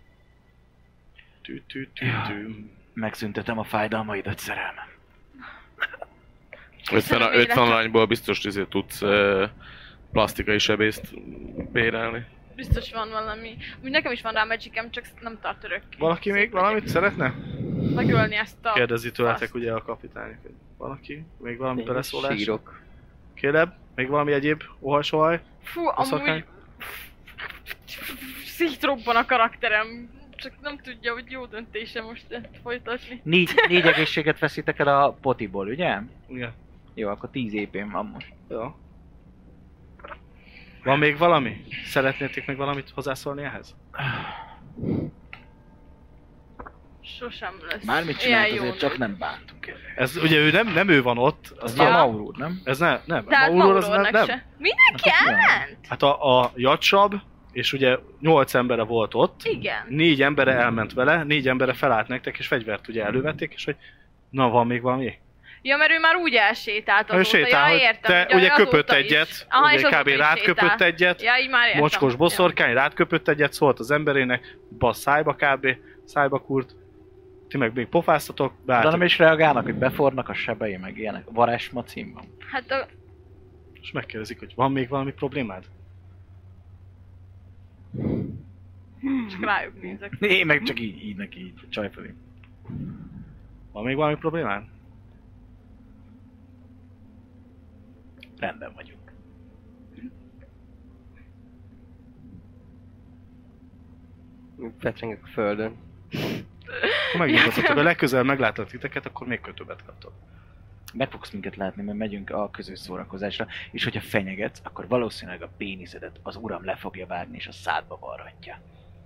Tű. Megszüntetem a fájdalmaidat, szerelmem. 50 aranyból biztos tudsz plastikai sebészt bérelni. Biztos van valami. Úgy nekem is van rá magicem, csak nem tart örökké. Valaki még valamit szeretne? Megölni ezt a... Kérdezi tőletek faszt. ugye a kapitány. Hogy valaki? Még valami beleszólás? Sírok. Kéleb? Még valami egyéb? Óhaj-sohaj? Fú, Oszakány? amúgy... Szétrobban a karakterem. Csak nem tudja, hogy jó döntése most folytatni. 4 egészséget veszítek el a potiból, ugye? Igen. Jó, akkor 10 épén van most. Ja. Van még valami? Szeretnétek még valamit hozzászólni ehhez? Sosem lesz. Mármit ilyen csinált, jó azért csak nő. nem bántunk el. Ez ugye ő nem ő van ott. Az Aztán a Ja. Maurúr, nem? ez nem. Tehát Mauror az Maurornak nem. se. Mindenki Hát az elment? Hát a Jacsab, és ugye 8 embere volt ott. Igen. 4 embere elment vele, 4 embere felállt nektek, és fegyvert ugye elővették, és hogy na, van még valami? Ja, mert ő már úgy elsétált Ő azóta. sétál, Ja, hogy értem. te Ja, ugye azóta köpött is. egyet, Aha, és ugye azóta kb. is rád sétál. köpött egyet, Ja, így már értem. mocskos boszorkány, rád köpött egyet, szólt az emberének, bassz szájba kb. Szájba kurt, ti meg még pofáztatok, De nem is reagálnak, hogy befornak a sebei, meg ilyenek. Varázsma cím van. Hát a... és megkérdezik, hogy van még valami problémád? Csak rájuk nézek. Én meg csak így neki, így, csaj felé. Van még valami problémád? Rendben vagyunk. Fetrengek a földön. Ha megnyugtatottak, a legközelebb meglátlak titeket, akkor még kötöbbet kaptok. Meg fogsz minket látni, mert megyünk a közös szórakozásra, és hogyha fenyegetsz, akkor valószínűleg a péniszedet az uram le fogja vágni, és a szádba varratja.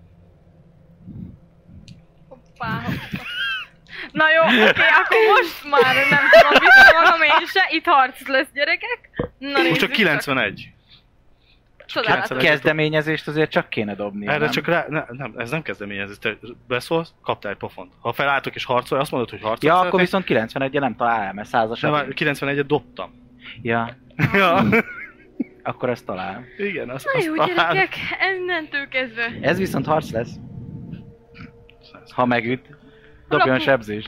Hoppá, hoppá. Na jó, oké, akkor most már nem tudom visszamagam én se. Itt harc lesz, gyerekek. Na Most nézzük csak 91. Csodálatos. 91. Kezdeményezést azért csak kéne dobni. Erre nem? csak rá... Nem, ez nem kezdeményezés. Te beszólsz, kaptál egy pofont. Ha felálltok és harcolj, azt mondod, hogy harcolsz. Ja, akkor viszont 91-e nem talál el, mert 100-as. Nem, már 91-et dobtam. Ja, Ja. akkor ezt talál. Igen, azt Na jó, talál. gyerekek, innentől kezdve. Ez viszont harc lesz. Ha megüt. Dobjon Alapul- sebzést.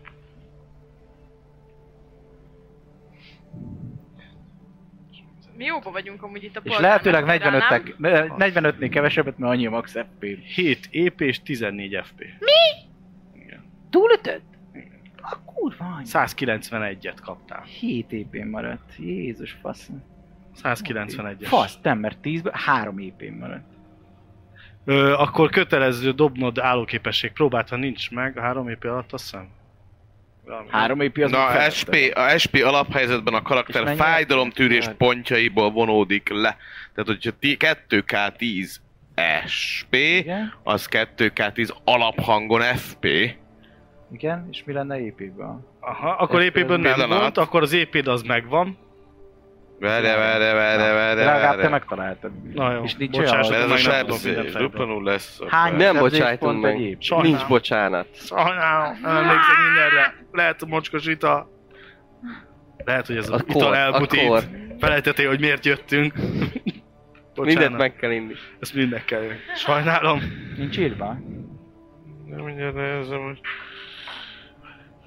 Mi jóba vagyunk amúgy itt a És polgármesterrel, lehetőleg nem? 45-nél kevesebbet, mert annyi a max FP. 7 EP és 14 FP. Túlütött? A kurva anyja. 191-et kaptál. 7 EP-n maradt. Jézus fasz. 191-es. Fasz, nem, mert 10-ből 3 EP-n maradt. Akkor kötelező dobnod állóképesség próbát, ha nincs meg, a 3 EP alatt azt hiszem. Valami. 3 EP az Na, meg a SP alaphelyzetben a És karakter mennyi fájdalomtűrés lesz? pontjaiból vonódik le. Tehát, hogyha 2K10 SP, Igen, az 2K10 alaphangon FP. igen, és mi lenne EP-ből? Aha, akkor Ez EP-ből nem pillanat. volt, akkor az EP-d az megvan. Legalább te Várj. megtaláltad. Na jó, És nincs bocsáss, olyan, Mert ez a meg nem tudom mindent sebzés, fejből. dupla null lesz. Hány Nem sebzés bocsájtunk pont egy meg. EP? Sajnálom. Nincs bocsánat. Sajnálom, nem emlékszem mindenre. Lehet a mocskos vita. Lehet, hogy ez A az kor, ital a elbutít. kor. Felejtettél, hogy miért jöttünk. Mindent meg kell inni. Ezt mindnek kell jönni. Sajnálom. Nincs írva? Nem mindjárt nézem, hogy...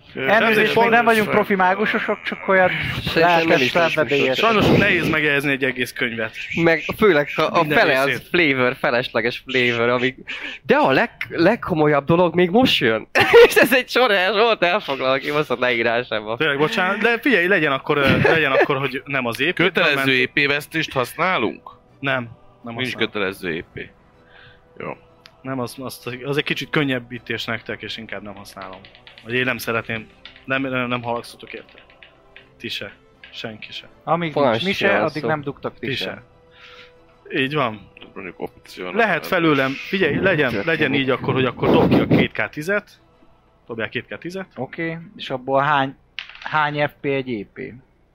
Elnézést, még nem vagyunk profi mágusosok, csak olyan Szerintem nem is lesz felvedélyes. Sajnos nehéz megjegyezni egy egész könyvet. Meg főleg a Minden fele az részét. flavor, felesleges flavor, amik... De a legkomolyabb dolog még most jön. És ez egy sorás volt elfoglalva kibaszott leírásában. Tényleg, bocsánat, de figyelj, legyen akkor, hogy nem az épít. Kötelező EP vesztést használunk? Nem Nincs használom. kötelező EP. Jó. Nem, az egy kicsit könnyebbítés nektek, és inkább nem használom. Vagy én nem szeretném, nem halagszotok érte. Ti se. Senki se. Amíg Fogalmam nincs mi sincs se, rá addig szó. nem dugtak Ti ti se. se. Így van. Mondjuk opció. Lehet felőlem, figyelj, legyen így akkor, hogy akkor dob ki a 2K10-et. Dobjál 2K10-et. Oké, és abból hány FP egy EP?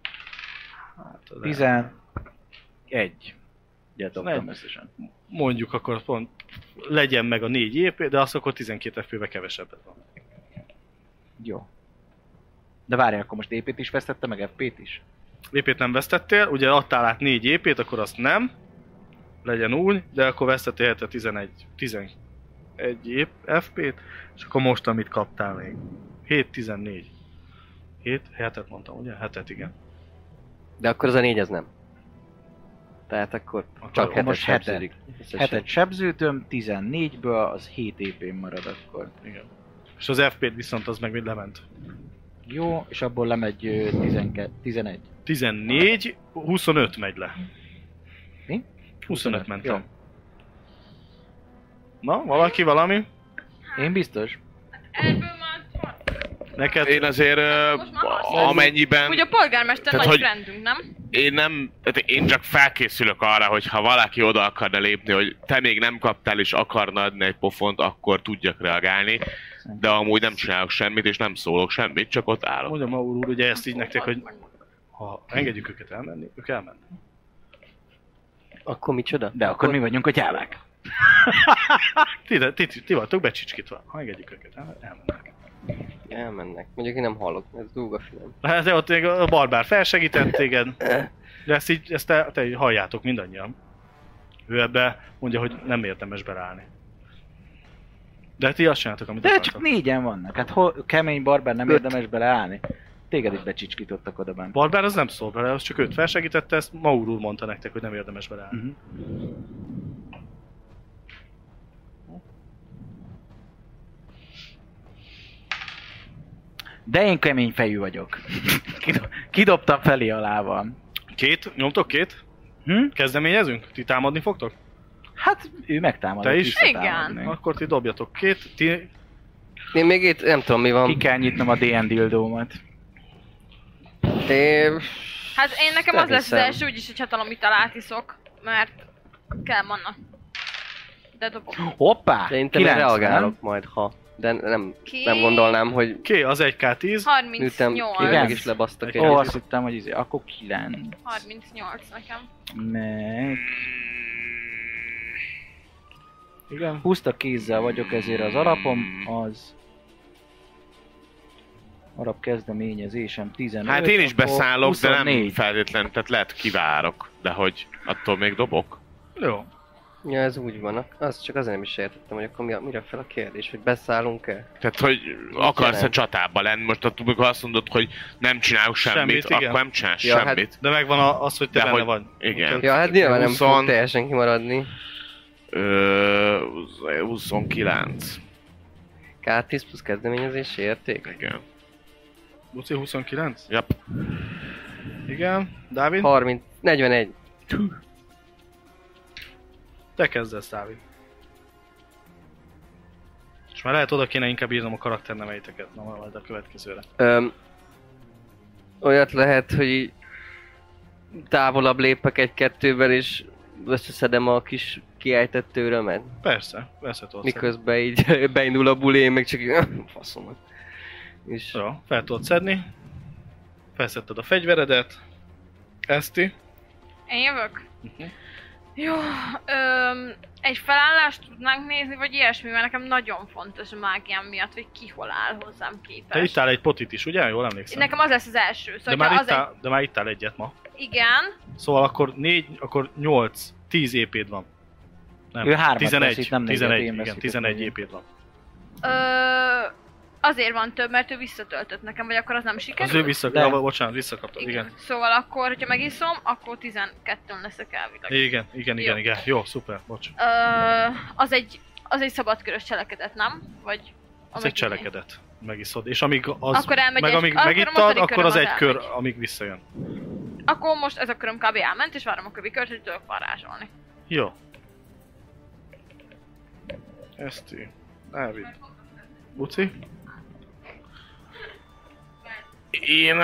11. Ugye dobtam Nem. összesen. Mondjuk akkor pont legyen meg a 4 EP, de azt akkor 12 FP-be kevesebbet van. Jó. De várjál, akkor most EP-t is vesztette, meg FP-t is? EP-t nem vesztettél, ugye adtál át 4 EP-t, akkor azt nem. Legyen úgy, de akkor vesztettél helyette 11 FP-t, és akkor most amit kaptál még. 7-14. 7-et mondtam, ugye? 7-et, igen. De akkor az a 4 az nem. Tehát akkor csak Akkor 7-et most hetet. sebződik. 7-et sebzőtöm, 14-ből az 7 EP-n marad akkor. Igen. És az FP-t viszont az meg mind lement. Jó, és abból lemegy 11. 14, 25 megy le. Mi? 25 mentem. Jó. Na, valami? Én biztos. Ebből már Neked? Én azért Most már azt amennyiben... Ugye a polgármester Tehát, nagy hogy- friendünk, nem? Én csak felkészülök arra, hogy ha valaki oda akarna lépni, hogy te még nem kaptál és akarna adni egy pofont, akkor tudjak reagálni. De amúgy nem csinálok semmit és nem szólok semmit, csak ott állok. Mondja Maur úr, ugye ezt így nektek, hogy ha engedjük őket elmenni, ők elmennek. Akkor micsoda? De akkor mi vagyunk a gyávák. Ti vagytok becsicskítva. Ha engedjük őket, elmennek. Elmennek. Mondjuk én nem hallok, ez dúg a fülem. Hát ott még a barbár felsegített téged. De ezt te halljátok mindannyian. Ő ebbe mondja, hogy nem érdemes beleállni. De ti azt csináltok, amit De akartok. csak 4-en vannak. Hát kemény barbár nem érdemes beleállni. Téged is becsicskítottak oda bent. Barbár az nem szól bele, az csak őt felsegítette, ezt Maur úr mondta nektek, hogy nem érdemes beleállni. Mhm. De én kemény fejű vagyok. Kidobtam felé alával. Nyomtok két? Kezdeményezünk? Ti támadni fogtok? Hát ő megtámadott. Te is? visszatámadni. Akkor ti dobjatok két. Én még itt nem tudom mi van. Ki kell nyitnom a DN dildómat. Én... Hát én nekem az lesz az Elhiszem. első, úgyis, hogy hatalomit alátiszok, mert kell manna. De dobok. Hoppá! Szerintem én 90. reagálok majd, ha. De nem Ki? gondolnám, hogy Az 1K10. nőttem 38. ki, Igen. meg is lebasztak Ó, azt egy. hittem, hogy akkor 9. 38 nekem. Meg... Igen. Puszta kézzel vagyok, ezért az alapom az... Alap kezdeményezésem 15. Hát én is akkor beszállok, de nem 24. feltétlen, tehát lehet kivárok, de hogy attól még dobok. Jó. Ja, ez úgy van. Az csak azért nem is értettem, hogy akkor mire fel a kérdés, hogy beszállunk-e? Tehát, hogy akarsz-e jelent? csatába lenni, most amikor azt mondod, hogy nem csinálok semmit, igen. akkor nem csinálsz Ja, hát- semmit. De megvan az, hogy te De benne hogy- vagy. igen. Ja, hát nyilván nem 20 fog teljesen kimaradni. 29. K10 plusz kezdeményezési érték? Igen. Buci 29? Yep. Igen. Dávid? 30, 41. Te kezdesz, Dávid. És már lehet oda kéne inkább írnom a karakterneveiteket, na majd a következőre. Olyat lehet, hogy így távolabb lépek egy-kettővel és összeszedem a kis kiejtett örömet. Persze tudod. Miközben így beindul a buli, én meg csak így faszomat. És Jó, fel tudod szedni. Felszedted a fegyveredet. Eszti. Én jövök? Mhm. Jó, egy felállást tudnánk nézni, vagy ilyesmi, mert nekem nagyon fontos a mágiám miatt, hogy ki hol áll hozzám képest. Te ittál egy potit is, ugye? Jól emlékszem. Nekem az lesz az első. de, Szóval, már hogyha az ittál, de már ittál egyet ma. Igen, Szóval akkor 4, akkor 8, 10 épéd van. Nem, Ő hármat 11, veszít, nem négyet, 11, én igen, veszítek 11 négyet. épéd van. ö, azért van több, mert ő visszatöltött nekem, vagy akkor az nem sikerül? Az ő bocsánat, visszakaptad, igen. Szóval akkor, hogyha megiszom, akkor 12-n leszek elvileg. Igen. Jó, szuper, bocs. Az egy szabadkörös cselekedet, nem? Vagy... Az egy cselekedet. Megiszod. És amíg az... Akkor elmegy meg amíg akkor megittad, a akkor az egy elmegy. kör, amíg visszajön. Akkor most ez a köröm kb. Elment, és várom a kövi kört, hogy tudok varázsolni. Jó. Eszti. Elvidd. Buci? Én...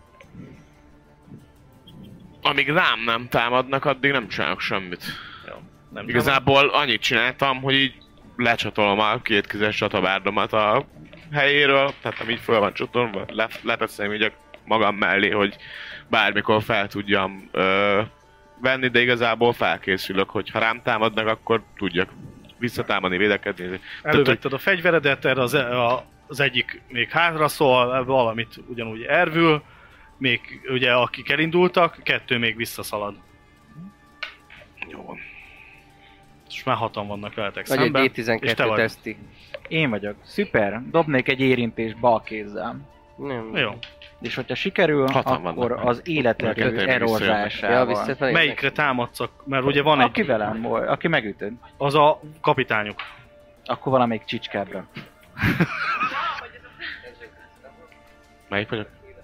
amíg rám nem támadnak, addig nem csinálok semmit. Jó. Nem Igazából annyit csináltam, hogy így lecsatolom a kétkezes csatabárdomat a helyéről, tehát ami így föl van csatolva, leteszem így magam mellé, hogy bármikor fel tudjam venni, de igazából felkészülök, hogy ha rám támadnak, akkor tudjak visszatámadni, védekedni. Elővetted a fegyveredet, erre az egyik még hátra szól, valamit ugyanúgy ervül, még ugye akik elindultak, 2 még visszaszalad. Jó. És már 6-an vannak veletek Vagy szemben, egy és te D12 vagy. teszti. Én vagyok. Szuper. Dobnék egy érintést bal kézzel. Nem. Jó. És hogyha sikerül, Hatan akkor vannak. az életlető Kettőn még erorzásával. visszajönnek. Melyikre támadsz, mert ugye van Aki egy, velem volt, aki megütött. az a kapitányuk. Akkor valamelyik csicskábra. Melyik vagyok?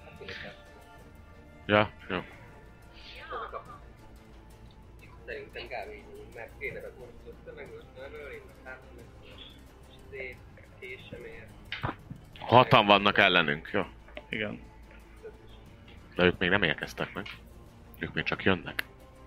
Ja, jó. Szerintem kb. Mert kéne megöltőről, én késemért. 6-an vannak ellenünk, jó. Igen. De ők még nem érkeztek meg. Ők még csak jönnek.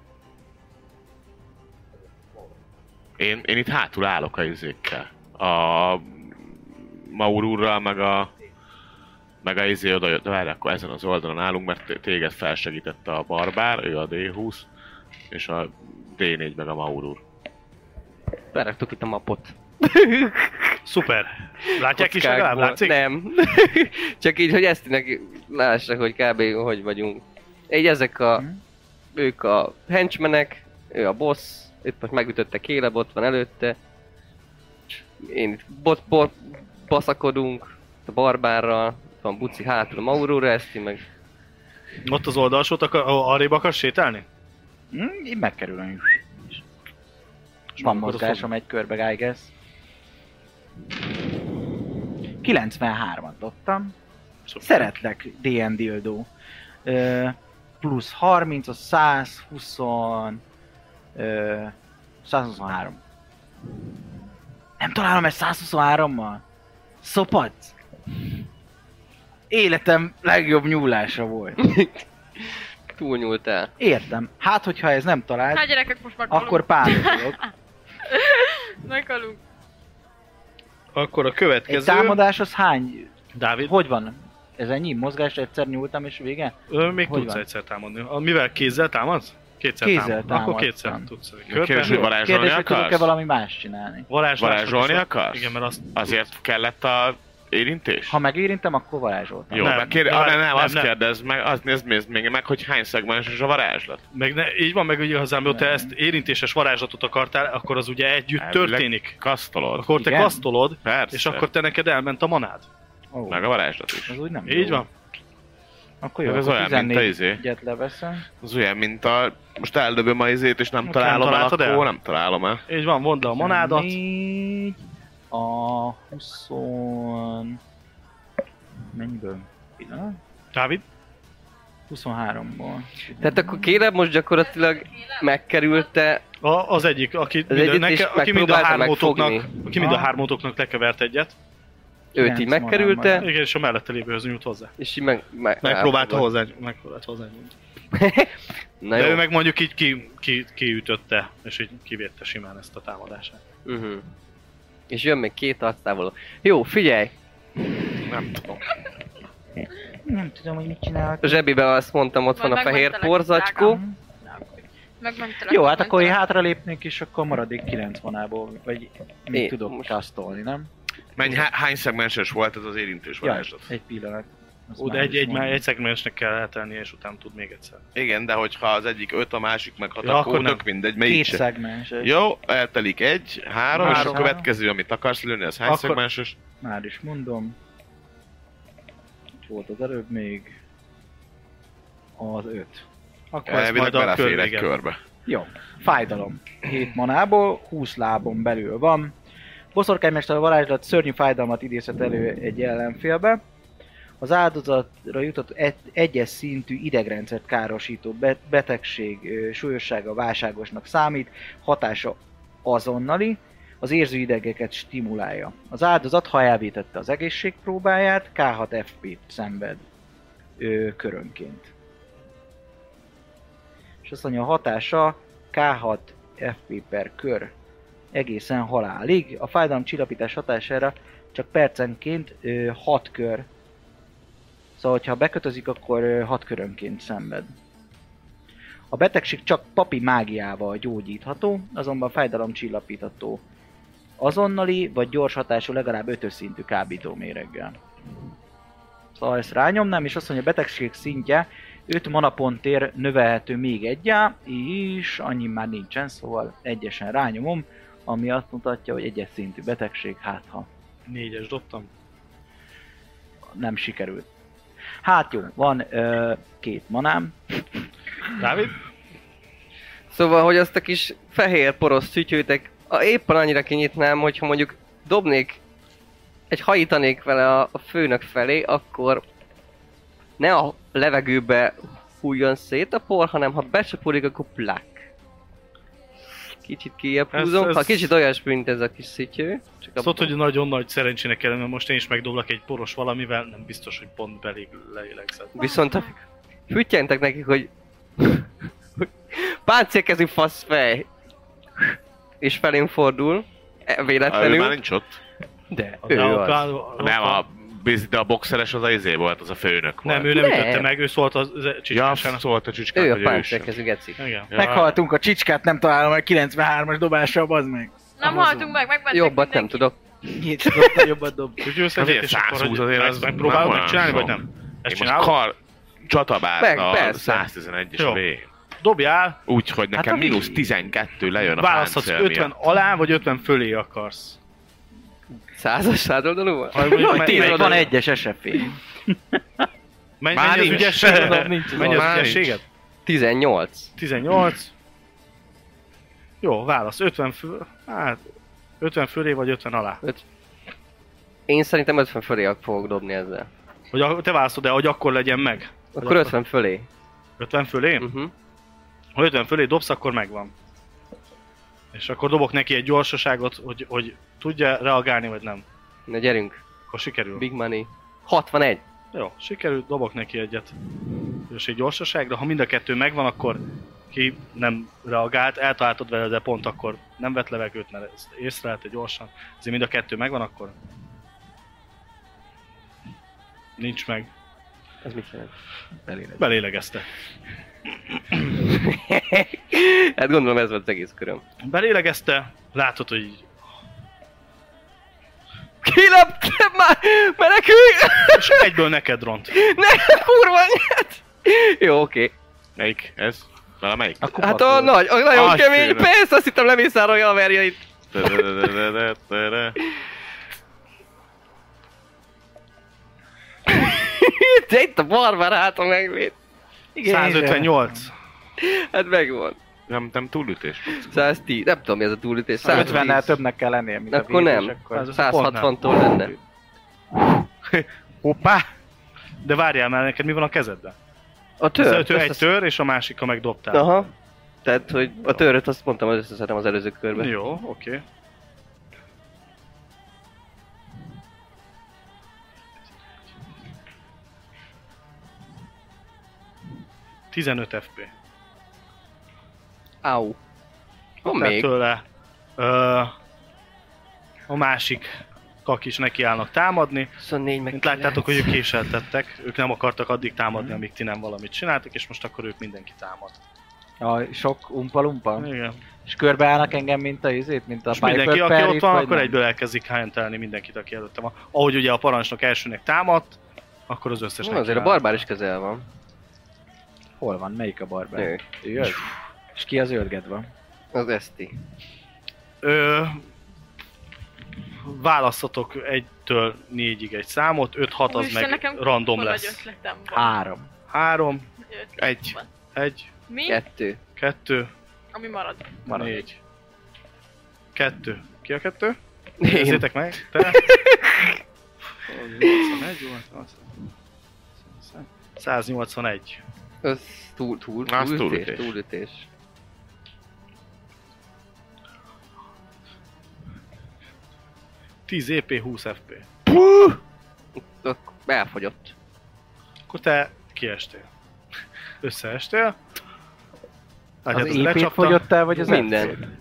Én itt hátul állok a izékkel. A Maururral, meg a izé oda jött, várj, akkor ezen az oldalon állunk, mert téged felsegítette a barbár, ő a D20, és a D4 meg a Maurur. Beraktuk itt a mapot. Szuper. Látják is legalább? Látszik? Nem. Csak így, hogy Esztinek lássa, hogy kb. Hogy vagyunk. Így ezek ők a henchmenek, ő a boss, itt most megütötte Caleb, ott van előtte. Én itt baszakodunk a barbárral, ott van Buci hátul a Maurura, Eszti meg... Ott az oldalsót, arrébb akarsz sétálni? Így megkerülünk. És Van akkor mozgásom egy körbe, I guess. 93-at dobtam. Szuper. Szeretlek, D&D Dildó. Plusz 30, az 120... 123. Nem találom ezt 123-mal? Szopadsz? Életem legjobb nyúlása volt. Túlnyúltál. Értem. Hát, hogyha ez nem talált, Hát gyerekek, most meghalunk. akkor pánikolok. Meghalunk. Akkor a Egy következő... támadás az hány? Dávid, Hogy van? Ez ennyi? Mozgás egyszer nyúltam és vége? még hogy tudsz van? egyszer támadni. Mivel kézzel támadsz? Kétszer Kézzel támadsz. Akkor kétszer támadtam. tudsz. Kérdés, hogy varázsolni Kérdés, hogy tudok-e akarsz? valami más csinálni? Varázsolni akarsz? Igen, mert azt... Azért kellett a érintés? Ha megérintem, akkor varázsoltam. Jó, Nem, nem, nem, azt nem. kérdezd meg, azt nézd még meg, hogy hány szegmenses a varázslat. Így van, meg ugye igazán, hogy te ezt érintéses varázslatot akartál, akkor az ugye együtt Elvileg történik. Kasztolod. Akkor te Igen. kasztolod, Persze. és akkor te neked elment a manád. Ó, Meg a varázslat is. az úgy nem Így jó. van. Akkor jó, Ez akkor olyan, mint a 14 izé. egyet leveszem. Az olyan, mint a... Most eldöböm a izét, és nem Nem találom el, találtad el? akkor nem találom el. Így van, mondd le a manádat. 14, a 20... Mennyiből? Pillanat? Dávid? 23-ból. Tehát akkor Caleb most gyakorlatilag megkerülte, Az egyik, aki Az egyik is aki mind a megpróbálta hármótoknak, megfogni. aki mind a hármótoknak lekevert egyet. őt így 9 megkerülte, magában. Igen, és a mellette lévőhöz nyújt hozzá. és így Megpróbálta elfogott. hozzá nyújt. Na De jó. ő meg mondjuk így kiütötte, és így kivédte simán ezt a támadását. És jön még 2 arctávoló. Jó, figyelj! Nem tudom. Nem tudom, hogy mit csinálok. A zsebibe azt mondtam, ott van a Majd fehér megmentelek, porzacskó. Megmentelek. Jó, hát akkor én hátra lépnék, és akkor maradék 9 manából, vagy még Én tudok most- kasztolni, nem? Hány szegmenses volt ez az érintés Ja, varázslat? egy pillanat. Azt Ó, de már is mondom. egy szegmensnek kell eltennie, és utána tud még egyszer. Igen, de hogyha az egyik 5, a másik meg 6, Ja, akkor akkor nem. tök mindegy, melyik Két se. szegmens. Jó, eltelik 1, 3, és a Három. következő, amit akarsz lőni, az hány Akkor- szegmenses? Már is mondom. volt az előbb még? Az 5. Akkor ez Elvileg majd a belefér kör egy vége. körbe. Jó. Fájdalom. 7 manából, 20 lábon belül van. Boszorkánymester a varázslat szörnyű fájdalmat idézhet elő egy ellenfélbe. Az áldozatra jutott egyes szintű idegrendszert károsító betegség súlyossága válságosnak számít, hatása azonnali, az érző idegeket stimulálja. Az áldozat, ha elvétette az egészségpróbáját, K6 FP-t szenved körönként. És azt mondja, a hatása K6 FP per kör egészen halálig. A fájdalom csillapítás hatására csak percenként 6 kör. Szóval, hogyha bekötözik, akkor 6 körönként szenved. A betegség csak papi mágiával gyógyítható, azonban fájdalom csillapítható azonnali vagy gyors hatású legalább 5-ös szintű kábító méreggel. Szóval ezt rányomnám, és azt mondja, a betegség szintje 5 manapontért növelhető még egyá, és annyi már nincsen, szóval egyesen rányomom, ami azt mutatja, hogy egyes szintű betegség, hát ha 4-es dobtam. nem sikerült. Hát jó, van 2 manám. Dávid? Szóval, hogy azt a kis fehér poros szütyőtek, éppen annyira kinyitnám, hogyha mondjuk dobnék, hajítanék vele a főnök felé, akkor ne a levegőbe hújjon szét a por, hanem ha becsapódik, akkor plák. Kicsit kijebb húzom, ha kicsit olyasmi, mint ez a kis szütyő. Szóval, hogy nagyon nagy szerencsének kell, mert most én is megdoblak egy poros valamivel, nem biztos, hogy pont belég leélegzett. Viszont füttyentek nekik, hogy páncélkezű faszfej, és felén fordul, véletlenül. Ő már nincs ott. De ő az. Nem, de a boxeres az a izé volt, az a főnök volt. Nem, ő nem ütötte meg, ő szólt a csicskásának. Szólt a csicskát, Ő a hogy ő is. páncélkezű geci. Igen. Ja. Meghaltunk a csicskát, nem találom meg 93-as dobással, bazd meg. Nem haltunk meg, megmentek Jobbat nem tudok. Nyit tudott, jobbat dob. Úgyhogy jössz egyet, és akkor 120 hogy azért az megpróbálod nem megcsinálni, vagy olyan nem? Én Ezt most csinálod? csatabárnal persze. 111-es Jó. a végén. Dobjál, Úgyhogy nekem Hát, mínusz 12 lejön a választhatsz páncél 50 miatt. alá, vagy 50 fölé akarsz. 100-as szádoldalúval? Van egyes SFP. Mennyi Már az nincs. ügyességed? Nincs. Mennyi az Már ügyességed? 18. 18. Jó, válasz. 50 föl... Hát... 50 fölé vagy 50 alá. Én szerintem 50 fölé fogok dobni ezzel. Hogy te választod el, hogy akkor legyen meg. Akkor 50 fölé. 50 fölé? Ha 50 fölé dobsz, akkor megvan. És akkor dobok neki egy gyorsaságot, hogy tudja reagálni, vagy nem. Na gyerünk. Akkor sikerül. Big money. 61. Jó, sikerült, dobok neki egyet. És egy gyorsaságra, ha mind a kettő megvan, akkor ki nem reagált, eltaláltad vele, de pont akkor nem vett levegőt, mert ezt észrevelte gyorsan. Ezért mind a kettő megvan, akkor nincs meg. Ez mit jelent? Belélegezte. Hát gondolom ez volt az egész köröm. Belélegezte, látod, hogy így... Kilöptem már! Menekülj! És egyből neked ront. Ne, kurva anyát! Jó, oké. Melyik? Ez? Valamelyik? Hát a nagyon Azt kemény, tényleg. persze, azt hittem lemészárolja a verjait. De itt a barbár hátra meglét. 158. Hát megvan. Nem túlütés. 110, nem tudom mi ez a túlütés. 50-nel többnek kell lennie, mint Akkor a víz, nem. és akkor... Ez a pont nem. 160-tól lenne. Hoppá! De várjál már, neked mi van a kezedben? A Tör, tör. egy tör, és a másika meg dobtál. Aha. Tehát, hogy a töröt azt mondtam, hogy összeszedem az előző körben. Jó, oké. ...15 FP. Au. Van Tehát még. tőle a másik kak is nekiállnak támadni. 24 meg Mint láttátok, hogy ők késeltettek, ők nem akartak addig támadni, amíg ti nem valamit csináltak, és most akkor ők mindenki támad. A sok umpa-lumpa. Igen. És körbeállnak engem, mint a izét, mint a És mindenki, Piper aki Perry, ott van, vagy akkor nem? egyből elkezdik helyentelni mindenkit, aki előtte van. Ahogy ugye a parancsnok elsőnek támadt, akkor az összes Azért a barbár is közel van. Hol van? Melyik a barbár? Ő. Ő az? És ki az ördged van? Az Eszti. választatok 1-től 4-ig egy számot, 5-6 az Úristen, meg nekem random kurva lesz. nagy ötletem van. 3. 3, Ötletem 1. van. 1, Mi? 2. 2, Ami marad. 4. 2. Ki a 2? Én. Nézzétek meg, te! 181. Az Az túlütés. Túlütés. 10 EP, 20 FP. Elfogyott. Akkor te kiestél. Összeestél. Az IP-t fogyott el, vagy az Minden. FC-t?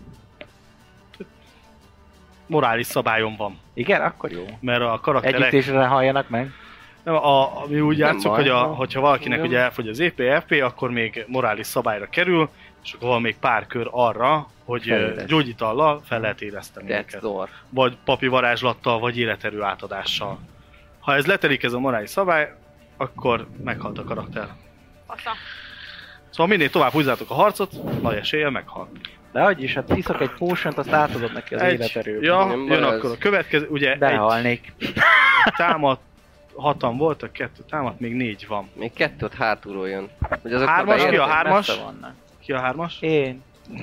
Morális szabályom van. Igen, akkor jó. Mert a karakterek... Együttésre halljanak meg. Nem, mi úgy Nem játszunk, baj. hogy hogyha valakinek Igen. ugye elfogy az EP, FP, akkor még morális szabályra kerül, és akkor van még pár kör arra, hogy Fejlesz. gyógyitallal fel lehet éleszteni That's őket. door. Vagy papi varázslattal, vagy életerő átadással. Ha ez letelik ez a morális szabály, akkor meghalt a karakter. Fasza. Szóval minél tovább húzzátok a harcot, nagy eséllyel meghal. De hogy is, hát iszok egy potion-t, azt átadod neki az életerőt. Ja, Nem jön baj, akkor ez- a következő, ugye Behalnék. egy támad, 6-an voltak, 2 támad, még 4 van. Még 2 ott hátulról jön. Hogy azok Hármas, már ki a beértek? 3-as? Messze vannak. Ki a 3-as? Én.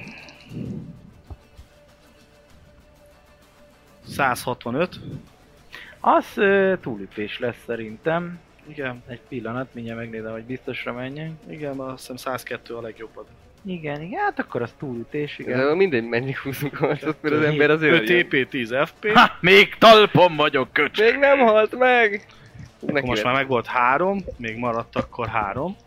165. Az túlütés lesz szerintem. Igen, Egy pillanat, mindjárt megnézem, hogy biztosra menjünk. igen, azt hiszem 102 a legjobb. Igen, hát akkor az túlütés, igen. De mindegy, mennyi húzunk harcot, mert az ember az 5 öljön. TP, 10 FP. Ha, még talpon vagyok, köcs! Még nem halt meg! Akkor most már meg volt 3, még maradt akkor 3.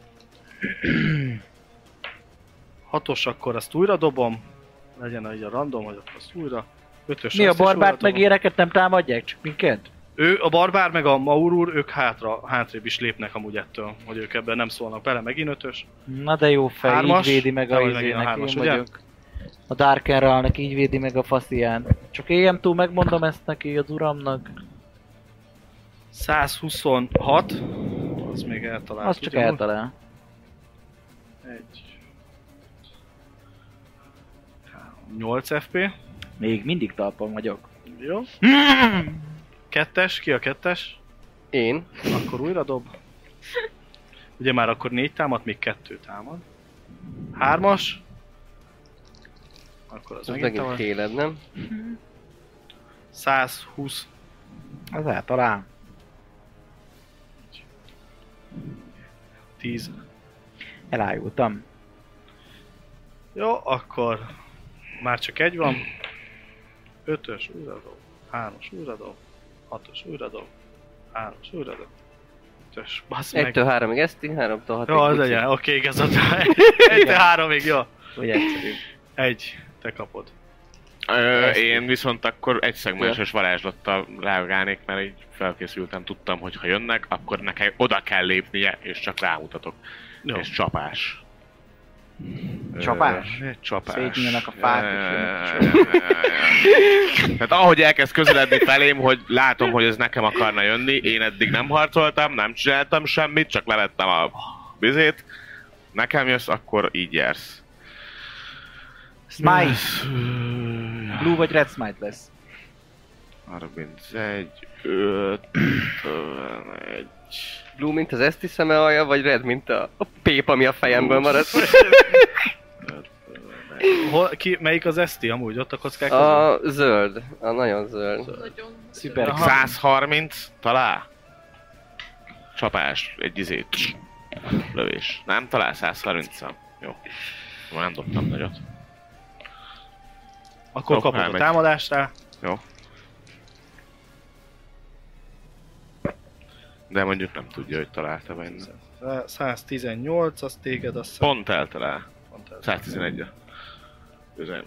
6-os, akkor azt újra dobom. Legyen így a random, hogy akkor azt újra. 5-ös Mi a azt is barbárt újra meg dobom. éreket nem támadják, csak minket? Ő, a barbár meg a Maurur, ők hátrébb is lépnek amúgy ettől, hogy ők ebben nem szólnak bele, megint 5-ös. Na de jó fej, Hármas? így védi meg a Nem, hogy megint a izének, hármas, én ugye? vagyok. A Dark Enralnak így védi meg a faszián. Csak éljem túl, megmondom ezt neki, az uramnak. 126, az még eltalált. Azt csak ugyanúgy. eltalál. 1, 8 FP. Még mindig talpon vagyok. Jó. 2-es, ki a 2-es? Én. Akkor újra dob. Ugye már akkor 4 támad, még 2 támad. 3-as. Akkor az Az megint megint támad. téled, nem? 120. Az eltalál. 10. Elájultam. Jó, akkor már csak egy van. 5-ös újra dob. 3-os újra dob. 6-os újra dob. 3-os újra dob. 5-ös, bassz meg. 1-től 3-ig Eszti, 3-től 6-ig Jó, az Buci. legyen, oké, igazad. 1-3-ig, jó. Hogy egyszerű. 1, te kapod. Én viszont akkor egy szegmenses varázslattal reagálnék, mert így felkészültem, tudtam, hogy ha jönnek, akkor nekem oda kell lépnie, és csak rámutatok. Jó. És csapás. Csapás? Csapás. Szétnyílnak a fák, Tehát ahogy elkezd közeledni felém, hogy látom, hogy ez nekem akarna jönni, én eddig nem harcoltam, nem csináltam semmit, csak levettem a bizét. Nekem jössz, akkor így jársz. Smite! Blue vagy red smite lesz. 31, 51... Blue, mint az Eszti szeme alja, vagy red, mint a pép, ami a fejemből maradt? Melyik az eszti amúgy ott a kockák között? A zöld. A nagyon zöld. Nagyon. Szuper. Aha. 130 talál? Csapás, egy izét. Lövés. Nem talál 130-al? Jó. Már nem dobtam nagyot. Akkor Jó, kapod a elmegy. támadást rá. Jó. De mondjuk nem tudja, hogy találta vagy nem. 118, az téged azt hiszem. Pont eltalál. Pont el. 111-e. Üzen.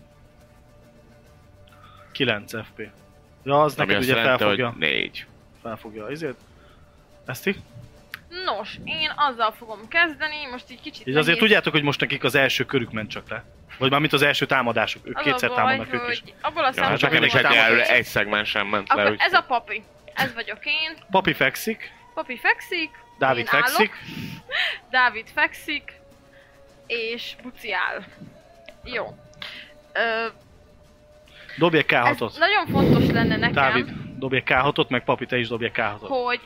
9 FP. Ja, az Ami neked azt ugye jelenti, hogy felfogja. 4. Felfogja izét. Eszti? Nos, én azzal fogom kezdeni, most így kicsit Így azért nehéz. tudjátok, hogy most nekik az első körük ment csak le. Vagy már mint az első támadásuk. Ők Az kétszer a baj, támadnak ők is. hogy abból a Ja, szempontból... csak mindig ennek egy, támadás. egy szegmensen ment le, Akkor úgy. ez a papi. Ez vagyok én. Papi fekszik, Papi fekszik. Dávid én állok, fekszik. Dávid fekszik. És Buci áll. Jó. Dobj egy Ez K6-ot. nagyon fontos lenne nekem, Dávid, dobj egy K6-ot, meg Papi, te is dobj egy K6-ot. hogy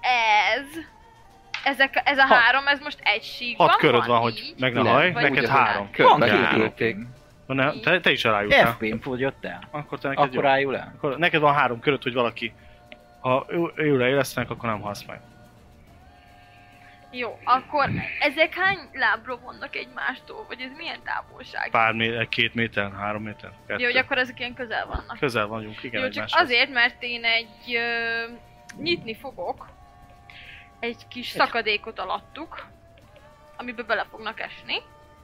ez a három, ez most egy síkban 6 köröd van, így? hogy meg ne Nem, haj, vagy neked ugyanaz? 3. Van Nagy két érték. Te is elájultál. FP-n fogyott el. Akkor te neked Akkor jó. álljul el. Akkor neked van 3 köröd, hogy valaki, ha ő leélesztenek, akkor nem halsz meg. Jó, akkor ezek hány lábról vannak egymástól, vagy ez milyen távolság? Pár méter, 2 méter, 3 méter, 2. Jó, hogy akkor ezek ilyen közel vannak. Közel vagyunk, igen, Jó, csak egymáshoz. azért, mert én nyitni fogok egy kis szakadékot alattuk, amiben bele fognak esni.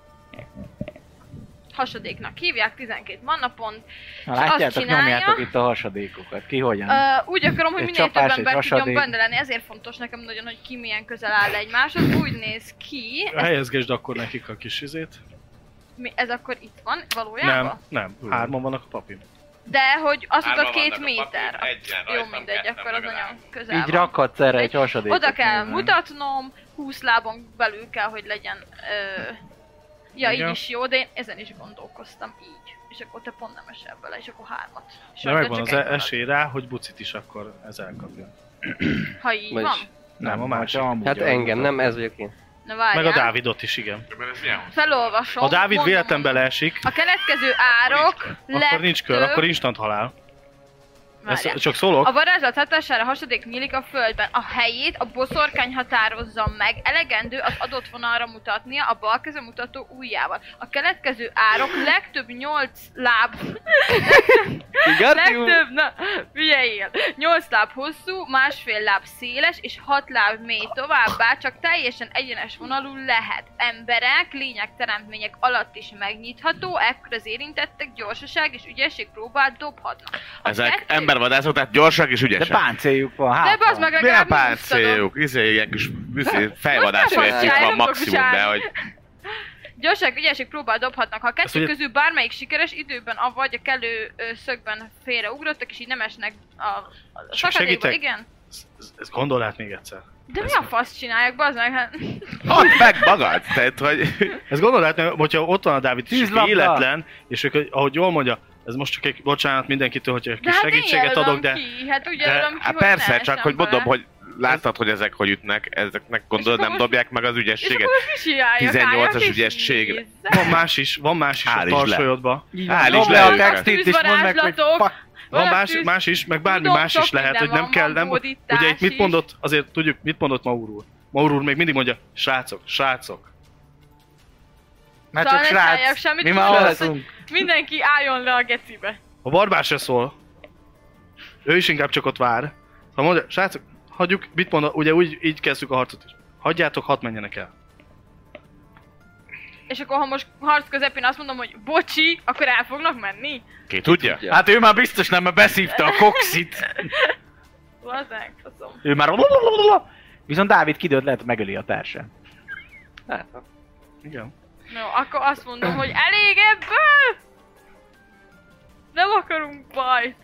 Hasadéknak hívják, 12 mannapont. Na, És látjátok, azt csinálja- nyomjátok itt a hasadékokat. Ki hogyan? Úgy akarom, hogy Egy minél több csapás, egy ember tudjon hasadék. benne lenni, ezért fontos nekem nagyon, hogy ki milyen közel áll egymáshoz. Úgy néz ki, Helyezgesd akkor nekik a kis izét. ez akkor itt van valójában? Nem, 3-an vannak a Papin. De hogy azt Hárman mondod 2 vannak a méter. papír, egyen Jó, rajtam, mindegy, ketten akkor az meg a nagyon láb. közel Így van. rakhatsz erre egy hasadékot. Oda kell nyilván. mutatnom, 20 lábon belül kell, hogy legyen. Ja, így Igen. is jó, de én ezen is gondolkoztam így. És akkor te pont nem esel bele, és akkor 3-at. És De akkor megvan csak az egy marad. esély rá, hogy Bucit is akkor ez elkapja. Ha így Vagyis- van. Nem, a másik. ha amúgy Hát alul engem, van. nem, ez vagyok én. Na Meg a várjál. Dávidot is, igen. Mert ez milyen hosszú? Felolvasom. Ha Dávid mondom, véletlen beleesik, A keletkező árok akkor nincs kör, akkor instant halál. Várjál. Ezt csak szólok. A varázslat hatására hasadék nyílik a földben. A helyét a boszorkány határozza meg. Elegendő az adott vonalra mutatnia a bal keze mutató ujjával. A keletkező árok legtöbb 8 láb... legtöbb, na, figyeljél! 8 láb hosszú, másfél láb széles és 6 láb mély továbbá, csak teljesen egyenes vonalú lehet. Emberek, lények, teremtmények alatt is megnyitható, ekkor az érintettek gyorsaság és ügyesség próbát dobhatnak. A Ezek kettő- embervadászok, tehát gyorsak és De ügyesek. páncéljuk van, De hát bazd meg, Milyen legalább mínusztadok. páncéljuk? Ilyen kis fejvadász Most nem értjük csinálj, van nem tudok maximum, de csinálni. hogy... Gyorság, ügyesség próbál dobhatnak. Ha a kettő ugye- közül bármelyik sikeres, időben avagy a kellő szögben félreugrottak, és így nem esnek a szakadékba. segítek? Igen. Ezt gondold át még egyszer. De mi a fasz csinálják, bazd meg? Hát... Add meg magad! Tehát, hogy... Ezt gondold át, mert hogyha ott van a Dávid, és 10 csak labda. életlen, és ők, ahogy jól mondja, ez most csak egy bocsánat mindenkitől, hogyha De kis hát én segítséget jelölöm adok, de ki, hát úgy de- jelölöm ki, Hát hogy persze, ne csak essen hogy mondom, bele. hogy láttad, hogy ezek hogy ütnek, ezeknek gondolod, akkor nem most- dobják meg az És ügyességet. akkor most csináljak, 18-as álljak, és ügyességre. nézzek. van más is a Állítsd le. tarsolyodba. Állítsd Dob le le a őket. textit, és mondd meg, hogy Tűzvarázslatok. fuck. Van Van más is, meg bármi Tudom, más is sok lehet, hogy minden nem van, kell, van nem. hódítás Ugye itt mit is. mondott, azért tudjuk, mit mondott Maur úr. Maur úr még mindig mondja, srácok. Már Szóval csak ne csináljak srác. semmit, Mi csak már azt, alszunk. Mindenki álljon le a gecibe. A barbár se szól. Ő is inkább csak ott vár. Ha mondja, srácok, hagyjuk, mit mond, ugye úgy így kezdjük a harcot is. Hagyjátok, 6 menjenek el. És akkor ha most harc közepén azt mondom, hogy bocsi, akkor el fognak menni? Ki tudja? Ja. Hát ő már biztos nem, mert beszívta a kokszit. Valószínűleg, faszom. Ő már... Viszont Dávid kidőlt, lehet megöli a társát. Hát, Igen. No, akkor azt mondom, hogy elég ebből! Nem akarunk bajt.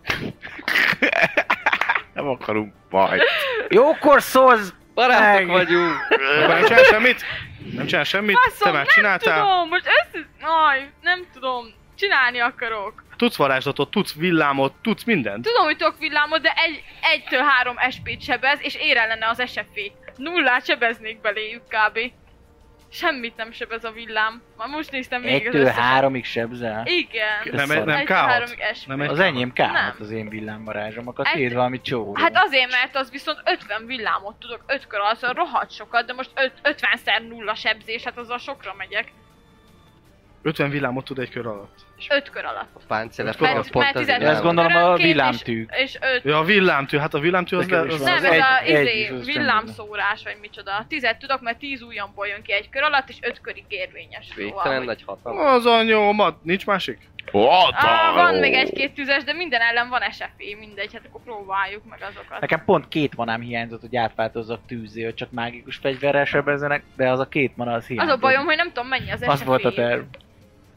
Nem akarunk baj. Jókor szólsz! barátok Meg. vagyunk! Akkor nem csinál semmit? Nem csinál semmit? Te Faszom, már nem csináltál? tudom, most Aj, nem tudom. Csinálni akarok. Tudsz varázslatot, tudsz villámot, tudsz mindent. Tudom, hogy tudok villámot, de 1-től 3 SP-t sebez, és ér ellene az SFE. 0-át sebeznék beléjük kb. Semmit nem sebez a villám. Már most néztem végig az 1-től összeset. 3-ig sebzel? Igen. Nem, szar. nem 1-től K6. 3-ig SP. Nem egy- Az enyém Nem. kárhat az én villámvarázsom, akkor Egy- tiéd valami csóró. Hát azért, mert az viszont 50 villámot tudok 5 kör alatt, szóval rohadt sokat, de most 50-szer 0 sebzés, hát azzal sokra megyek. 50 villámot tud egy kör alatt. 5 kör alatt. A páncéle Mert- pont azért 15 De ezt gondolom a körönként, villámtű. És 5. Ja, a villámtű, hát a villámtű az... Nekem is az van. Nem, az ez egy- a egy is, az villámszórás, vagy micsoda. 10 tudok, mert 10 ujjamból jön ki egy kör alatt, és 5 körig érvényes. végtelen hogy- nagy hatalom. Az anyómat, nincs másik? Van még egy-két tüzes, de minden ellen van SFE, mindegy, hát akkor próbáljuk meg azokat. Nekem pont 2 manám hiányzott, hogy átváltozzak tűzé, hogy csak mágikus fegyverrel sebezzenek, de az a 2 mana az Az hiányzott. a bajom, hogy nem tudom mennyi az SFE. Az volt a terv.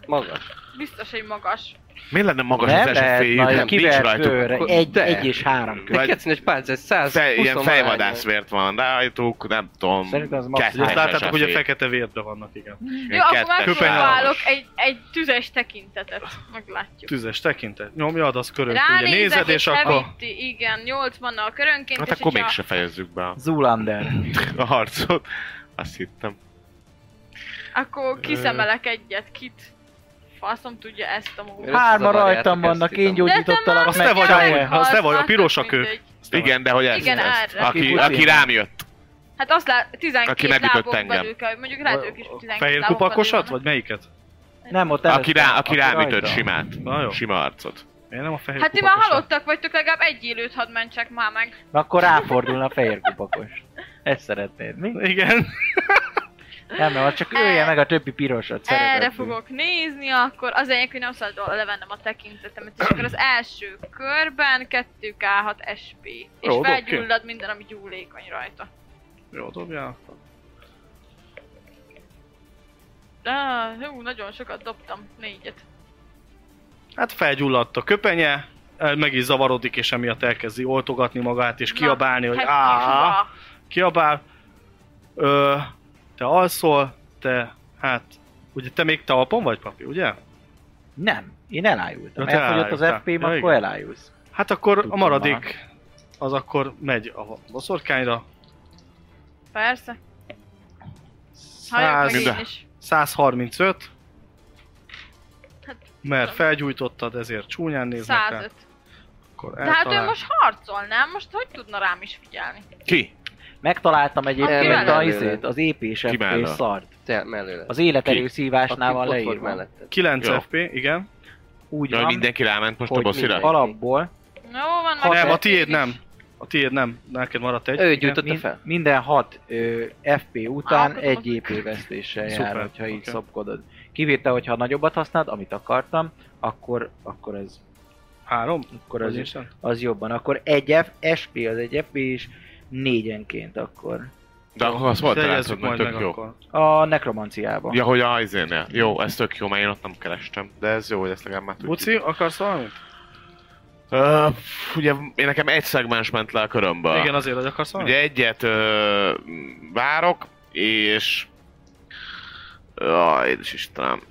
Magas. Biztos, hogy magas. Miért lenne magas Nem az lehet, esőféjük? majd Nincs kivert rajtuk. körre, De. 1 és 3 kör. De kecines páncél, 120 Ilyen fejvadászvért van rajtuk, nem tudom. Szerintem az max. kettes Azt láttátok, hogy a esőfély. fekete vérbe vannak, igen. Jó, akkor kettes megpróbálok esőfély. egy tüzes tekintetet. Meglátjuk. Tüzes tekintet. Nyomjad, az körönként. Ugye Ránézek nézed, és akkor... hevíti, igen, 8 van a körönként, Hát és akkor hogyha- mégse fejezzük be Zoolander. a harcot. Azt hittem. Akkor kiszemelek egyet, kit? Faszom tudja ezt a módot. Hárman rajtam vannak, én gyógyítottalak Azt meg. te vagy, Csájjel. azt te vagy, a Hát, pirosak mindegy. ők. Azt te vagy. Igen, de hogy ez, Igen, ez erre. aki rám jött. Hát azt lát, 12 Aki megütött lábon engem. belül kell, mondjuk lehet ők is 12 Fehér lábon kupakosat, belül vagy melyiket? Nem, ott Aki előttem, rám ütött rajta. simát. Na jó. Sima arcot. Én nem a fehér Hát ti már kupakosat. halottak vagytok, legalább egy élőt hadd mentsek már meg. Na akkor ráfordulna a fehér kupakos. Ezt szeretnéd, mi? Igen. Nem, az csak ölje meg a többi pirosat. Erre szeretetül. fogok nézni, akkor az egyik, hogy nem szabad levennem a tekintetemet, és akkor az első körben 2K6 SP. És Jó, felgyullad minden, ami gyúlékony rajta. Jó, dobjál. Nagyon sokat dobtam, 4-et. Hát felgyulladt a köpenye, meg is zavarodik, és emiatt elkezdi oltogatni magát, és kiabálni, hogy áááá. Kiabál. Te alszol, hát, ugye te még talpon vagy, papi, ugye? Nem, én elájultam. Ja, te Elfogyott az elájultál. FP-m, Ja, akkor igen. elájulsz. Hát akkor a Tudtam maradék, az akkor megy a boszorkányra. Persze. Halljak meg 100, én is. 135, Hát, mert tudom. felgyújtottad, ezért csúnyán néznek rá. 105. Akkor De hát ő eltalál. most harcol, nem? Most hogy tudna rám is figyelni? Ki? Megtaláltam egyébként mellől. a izét, az EP-s Ki FP mellől? szart. Te mellőle. Az életerő szívásnál van Aki ott volt leírva. melletted. 9 Jó. FP, igen. Úgy Jaj, van, mindenki ráment most a hogy bosszira? alapból Jó van, Hat Nem, a FP tiéd nem. A tiéd nem. Neked maradt egy. Ő igen. gyújtotta fel. minden 6 FP után akkor egy tudom. EP vesztéssel jár, Szuper, hogyha így oké. szopkodod. Kivétel, hogyha nagyobbat használod, amit akartam, akkor ez 3? akkor az jobban. Akkor egy SP az egy FP is 4-enként akkor. De akkor azt volt Jegyezzük hogy majd tök meg jó. akkor. A nekromanciában. Ja, hogy a izénél. Jó, ez tök jó, mert én ott nem kerestem. De ez jó, hogy ezt legalább már tudjuk. Buci, akarsz valamit? Ugye én nekem egy szegmens ment le a körömből. Igen, azért, hogy akarsz valamit? Ugye egyet várok, és... Édes Istenem.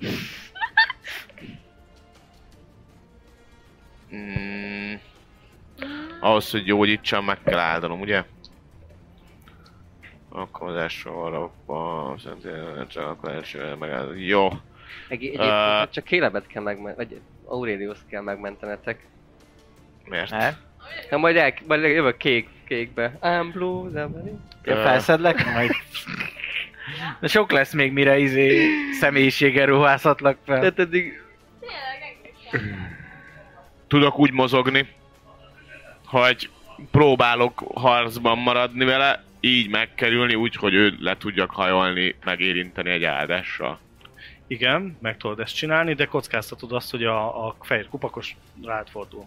Ahhoz, hogy gyógyítsam, meg kell áldanom, ugye? Akkor az első alapban, csak akkor első megáldom. Jó. Egyébként csak Calebet kell vagy Aurelius kell megmentenetek. Miért? Hát? Hát majd jövök kékbe. I'm blue, the Felszedlek majd. De sok lesz még mire személyiséggel ruházhatlak fel. Tehát eddig Tudok úgy mozogni, hogy próbálok harcban maradni vele, így megkerülni, úgy, hogy ő le tudjak hajolni, megérinteni egy áldással. Igen, meg tudod ezt csinálni, de kockáztatod azt, hogy a fehér kupakos rád fordul.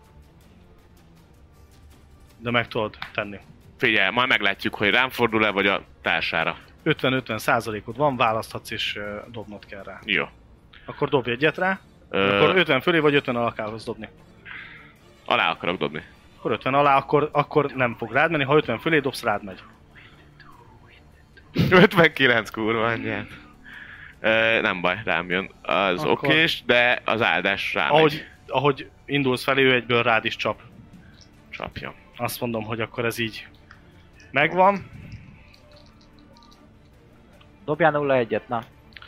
De meg tudod tenni. Figyelj, majd meglátjuk, hogy rám fordul-e, vagy a társára. 50-50%-od van, választhatsz és dobnod kell rá. Jó. Akkor dobj egyet rá, akkor 50 fölé vagy 50 alá kell dobni. Alá akarok dobni. Akkor 50 alá, akkor nem fog rád menni, ha 50 fölé dobsz, rád megy. 59 kurva anyját. Nem baj, rám jön. Az Akkor- okés, de az áldás rám megy. Ahogy indulsz felé, ő egyből rád is csap. Csapja. Azt mondom, hogy akkor ez így megvan. Dobjál 0-1-et, na.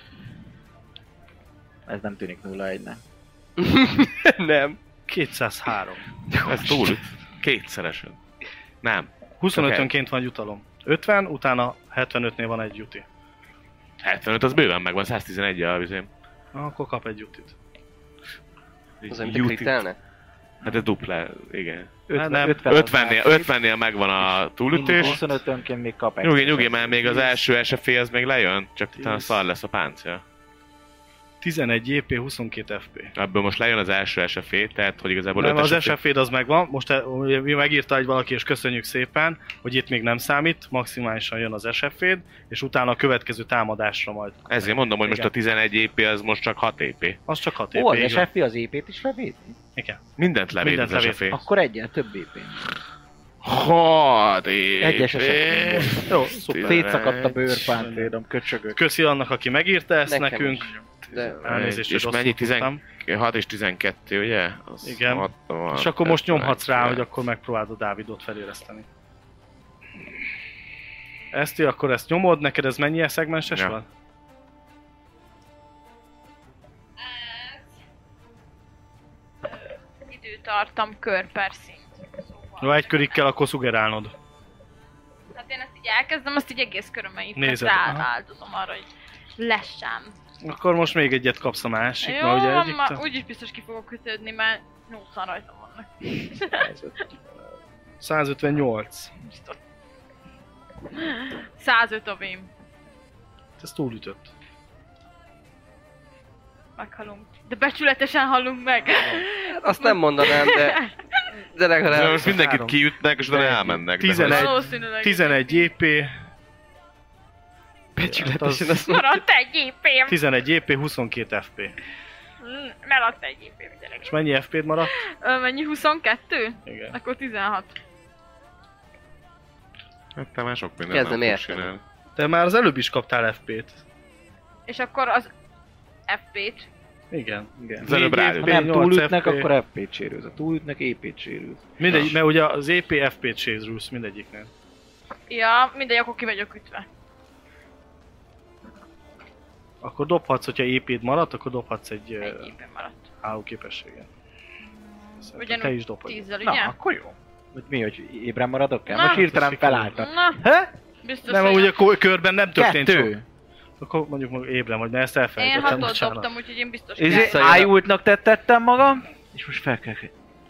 Ez nem tűnik 0-1-nek. nem. 203. Ez túl. Kétszeresen. Nem. 25-önként van jutalom. 50, utána 75-nél van egy juti. 75 az bőven megvan, 111 a vizém. Akkor kap egy jutit. Az, amit a kritelne? Hát ez dupla, igen. nem. 50-nél megvan a túlütés. 25-önként még kap egy. Nyugi, mert még az első SFE az még lejön, csak utána szar lesz a páncél. 11 EP, 22 FP. Ebből most lejön az első SFE, tehát hogy igazából Nem, 5 az SFE-d az megvan, most megírta egy valaki, és köszönjük szépen, hogy itt még nem számít, maximálisan jön az SFE-d, és utána a következő támadásra majd. Ezért mondom, hogy most a 11 EP az most csak 6 EP. Az csak 6 EP. Ó, az így van. SFP az EP-t is levédi? Igen. Mindent levéd Mindent az levéd. SFE. Akkor egyen több EP-n. 6 EP. Egyes esetben. Jó, szuper. Szétszakadt a bőrpáncédom, köcsögök. Köszi annak, aki megírta ezt Nekem nekünk. is. De Elnézést, És hogy mennyi? rosszul tudtam. 6 és 12, ugye? Az Igen. 60, És akkor most nyomhatsz rá, 70. hogy akkor megpróbáld a Dávidot feléreszteni. Eszti, akkor ezt nyomod, neked ez mennyi szegmenses Ja. van? Időtartam kör per szint. Szóval. Jó, egy körig kell akkor szugerálnod. Hát én ezt így elkezdem, azt így egész körömmel így Nézed, aha. rááldozom arra, hogy lessem. Akkor most még egyet kapsz a másik, Jó, mert ugye van, egyik... ma úgyis biztos ki fogok kötődni, mert 80 rajtam vannak. 158. 105 a vém. Ez túlütött. Meghalunk. De becsületesen halunk meg. azt nem mondanám, de De legalább... most mindenkit kiütnek, és utána elmennek. de 11. Valószínűleg. 11 EP, Becsületesen azt Maradt egy EP-m. 11 EP, 22 FP. Maradt egy EP-m, gyerek. És mennyi FP-d maradt? Mennyi? 22? Igen. Akkor 16. Hát te már sok mindent Kezdem nem tudsz érteni. csinálni. Te már az előbb is kaptál FP-t. És akkor az FP-t. Igen. Az előbb rájött. Ha nem 8 túlütnek, FP. akkor FP-t sérülsz. Ha túlütnek, EP-t sérülsz. Mindegy, mert ugye az EP FP-t sérülsz mindegyiknél. Ja, mindegy, akkor ki vagyok ütve. Akkor dobhatsz, hogyha EP-d maradt, akkor dobhatsz egy Egy EP maradt. állóképességet. Szerintem Ugyanúgy te is dobhatsz. 10-zel, Na, ugye? akkor jó. Hogy mi, hogy ébren maradok el? Na, Most hirtelen sikerül. felálltak. Na, Ha? biztos, Nem, hogy ugye körben nem történt sok. 2. Akkor mondjuk meg ébren vagy, mert ezt én elfelejtettem. 6-ot bocsánat. dobtam, úgyhogy én biztos És kell. ájultnak tettem magam, és most fel kell...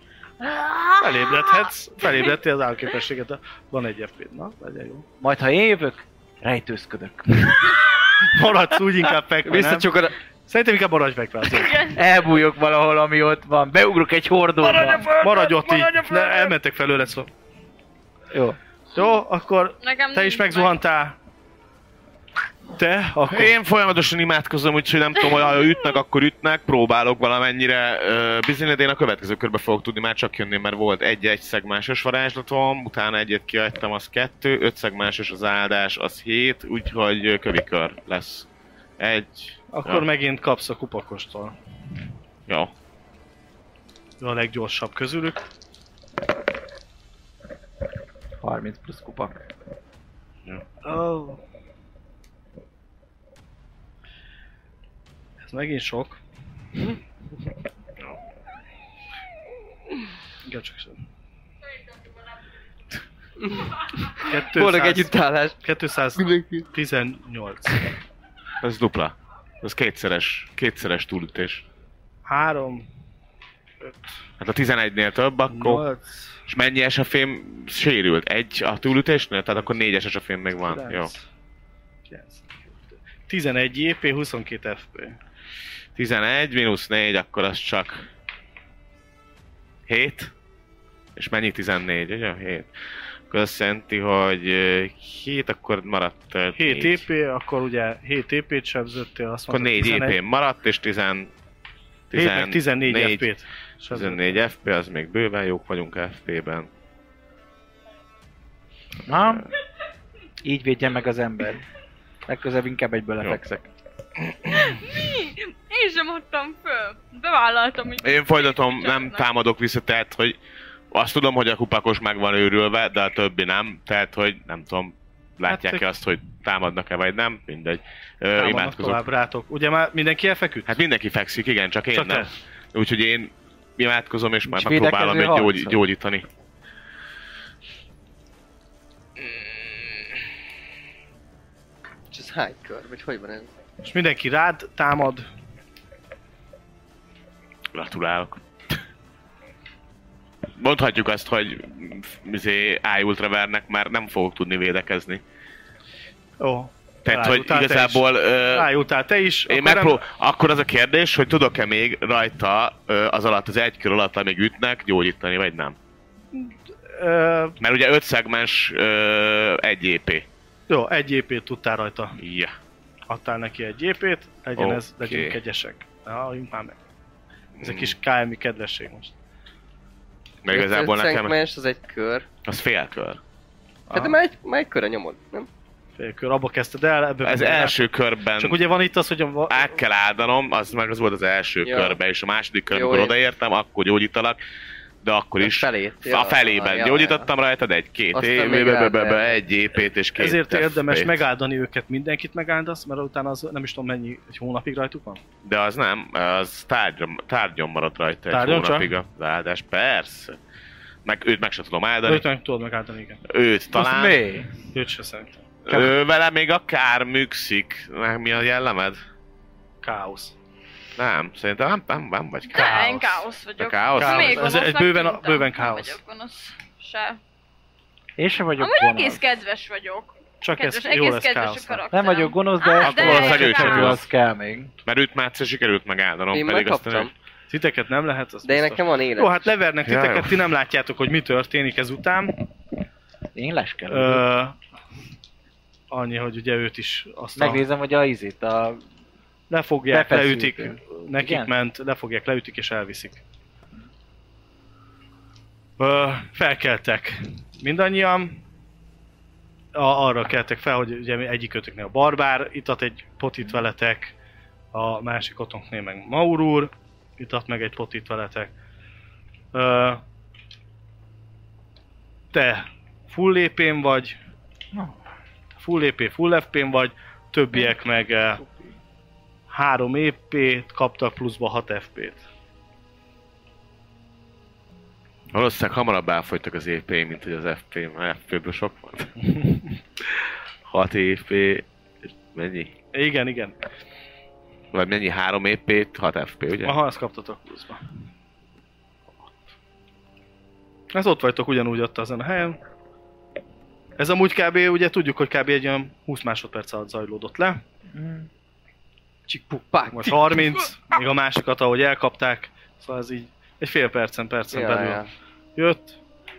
Felébredtél az állóképességet, van egy FP-d, na, legyen jó. Majd ha én jövök, rejtőzködök. Maradsz úgy inkább fekve, nem? Visszacsukod a... Szerintem inkább maradj fekve azért. Elbújok valahol, ami ott van. Beugrok egy hordóba. Maradj ott így, ne, elmentek felőle szó. Jó. Jó, akkor Nekem te is nincs megzuhantál. Te? Akkor... Én folyamatosan imádkozom, úgyhogy nem tudom, hogy ha ütnek, akkor ütnek, próbálok valamennyire bizonyítani, de én a következő körbe fogok tudni már csak jönni, mert volt egy szegmenses varázslatom, utána egyet kiadtam, az 2, 5 szegmenses az áldás, az 7, úgyhogy kövikör lesz. Akkor Ja. megint kapsz a kupakostól. Jó. Ő a leggyorsabb közülük. 30 plusz kupak. Oh. Ez megint sok. Igen, csak sem. Boldog együttállás. 218. Ez dupla. Ez kétszeres túlütés. 3, Hát a 11-nél több, akkor... 8, És mennyi esafém sérült? Egy a túlütésnél? Tehát akkor 4-es esafém még van. Jó. 11 EP, 22 FP. 11 mínusz 4, akkor az csak 7. És mennyi 14, ugye? 7. Akkor azt jelenti, hogy 7, akkor maradt 7 4. EP, akkor ugye 7 EP-t sebződtél, azt Akkor mondtad 4 EP maradt, és 7 meg 14 FP-t. 14 FP, az még bőven jók vagyunk FP-ben. Na? Így védjen meg az ember. Legközelebb inkább egyből Jó. lefekszek. Én sem adtam föl. Bevállaltam, hogy... Én folytatom, nem támadok vissza, tehát hogy azt tudom, hogy a kupakos meg van őrülve, de a többi nem, tehát hogy nem tudom, látják-e azt, hogy támadnak-e vagy nem, mindegy. Támadnak Imádkozok. tovább rátok. Ugye már mindenki elfeküdt? Hát mindenki fekszik, igen, csak én Csak nem. te. Úgyhogy én imádkozom, és már Nincs megpróbálom védekező őt harcod? gyógyítani. És ez hány kör? Vagy hogy van ez? És mindenki rád támad. Gratulálok. Mondhatjuk azt, hogy ájultra vernek, mert nem fogok tudni védekezni. Ó. Tehát, hogy Rájutál te igazából... Rájutál te is. Én akkor akkor az a kérdés, hogy tudok-e még rajta az alatt, az 1 kör alatt, amíg ütnek, gyógyítani, vagy nem? Mert ugye 5 szegmens 1 EP. Jó, 1 EP-t tudtál rajta. Ja. Adtál neki 1 EP-t, legyen ez, legyünk kegyesek. Álljunk már meg. Ez egy kis KM-i kedvesség most. Mert igazából nekem... az egy kör. Az félkör. Hát de már egy körre nyomod, nem? Félkör, abba kezdted el, ebből Ez első körben... Csak ugye van itt az, hogy át kell áldanom, az meg az volt az első körben, és a második körben, Jó, amikor odaértem, akkor gyógyítalak. De akkor is a felében gyógyítottam rajta, de egy EP-t és 2 ezért FP-t. érdemes megáldani őket, mindenkit megáldasz, mert utána az nem is tudom mennyi, egy hónapig rajtuk van? De az nem, az tárgyon maradt rajta egy Tárgyon hónapig az áldás, persze. Meg őt meg se tudom áldani. Őt meg tudod megáldani, igen. Őt talán. Mi? Őt se szerintem. Vele még akár műkszik. Meg mi a jellemed? Káosz. Nem, szerintem nem vagy De én káosz vagyok. káosz? Még Ez gonosznak bőven tűntem. káosz. Nem vagyok gonosz. Se. Én sem vagyok Amúgy gonosz. egész kedves vagyok. Csak ez Kedves, jó egész lesz kedves a káosznak. karakterem. Nem vagyok gonosz, de Á, de valószínűleg ő sem csak gonosz. az kell még. Mert őt már egyszer sikerült megáldanom, Én pedig azt megkaptam. Titeket nem lehet, az De én biztos. nekem van élet. Jó, hát levernek Ja, titeket, jó. ti nem látjátok, hogy mi történik ezután. Én leskelődök. Annyi, hogy ugye őt is azt a... Megnézem, hogy a izét, a... Lefogják, befeszültünk. leütik, nekik Igen? ment, lefogják, leütik és elviszik. Felkeltek mindannyian. Arra keltek fel, hogy ugye egyikötöknél a barbár itat egy potit veletek, a másik otthonoknél meg Maur úr itat meg egy potit veletek. Te full lépén vagy, full EP, full FP-n vagy, többiek meg 3 EP-t kaptak pluszba 6 FP-t. Valószínűleg hamarabb elfogytak az EP, mint hogy az FP, mert FP-ből sok volt. 6 EP, mennyi? Igen. Vagy mennyi? 3 EP-t, 6 FP, ugye? Aha, ezt kaptatok pluszba. Ez ott vagytok ugyanúgy ott ezen a helyen. Ez amúgy kb. Ugye tudjuk, hogy kb. Egy olyan 20 másodperc alatt zajlódott le. Csik-puk-pák. Most 30, még a másikat ahogy elkapták. Szóval ez így egy fél percen belül jött.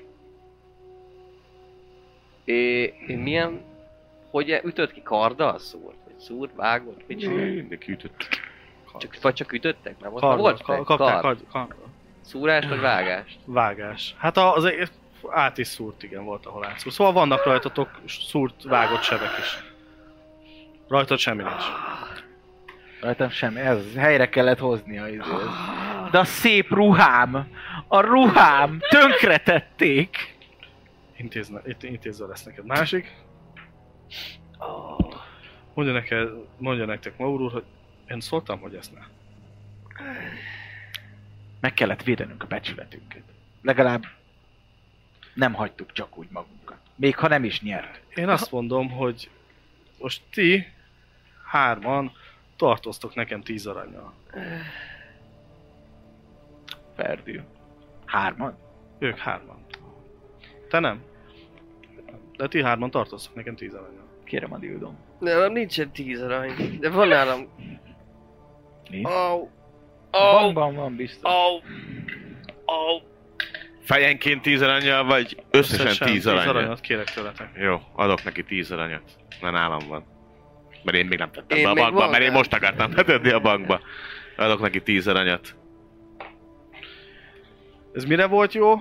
Milyen... Hogy ütött ki? Karddal szólt? Vagy szúrt, vágott? Mit csinál? Mindenki ütött. Csak ütöttek? Nem volt? Kard, Volt kapták kard. kard. Szúrást vagy vágást? Vágás. Hát az át is szúrt, igen, volt ahol átszúrt. Szóval vannak rajtatok szúrt, vágott sebek is. Rajtad semmi nincs. Rajtam semmi, ez helyre kellett hozni a izét. De a szép ruhám, a ruhám tönkretették. Intézve lesz neked másik. Mondja nektek Maur úr, hogy én szóltam, hogy ezt ne. Meg kellett védenünk a becsületünket. Legalább nem hagytuk csak úgy magunkat. Még ha nem is nyert. Én azt mondom, hogy most ti 3-an tartoztok nekem 10 arannyal. Ferdül. 3-an? Ők 3-an. Te nem? De ti 3-an tartoztok nekem 10 arannyal. Kérem a dildom. Nálam nincsen 10 arany, de van nálam... Nincs? Au! Van, biztos. Fejenként 10 aranyjal, vagy összesen 10 10 aranyjal? aranyat kérek tőletek. Jó, adok neki 10 aranyat. Mert nálam van. Mert én még nem tettem Én be a még bankba, van mert én rá. most akartam betenni a bankba. Adok neki 10 aranyat. Ez mire volt jó?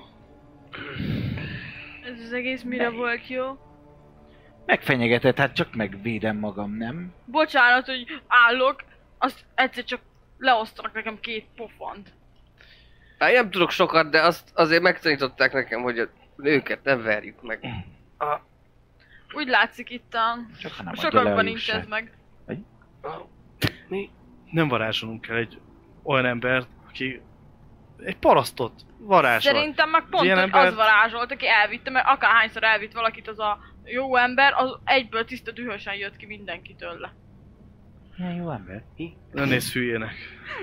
Ez az egész mire volt jó? Megfenyegetett, hát csak megvédem magam, nem? Bocsánat, hogy állok, azt egyszer csak leosztanak nekem 2 pofont. Hát nem tudok sokat, de azt azért megtanították nekem, hogy a nőket nem verjük meg. Úgy látszik itt a... Csak ha nem adja le a Sokakban nincs jusság. ez meg. Nem varázsolunk el egy olyan embert, aki egy parasztot varázsol. Szerintem meg pont, Ilyen hogy embert- az varázsolt, aki elvitte, mert akárhányszor elvitt valakit az a jó ember, az egyből tiszta dühösen jött ki mindenki tőle. Milyen jó ember. Ne nézz hülyének.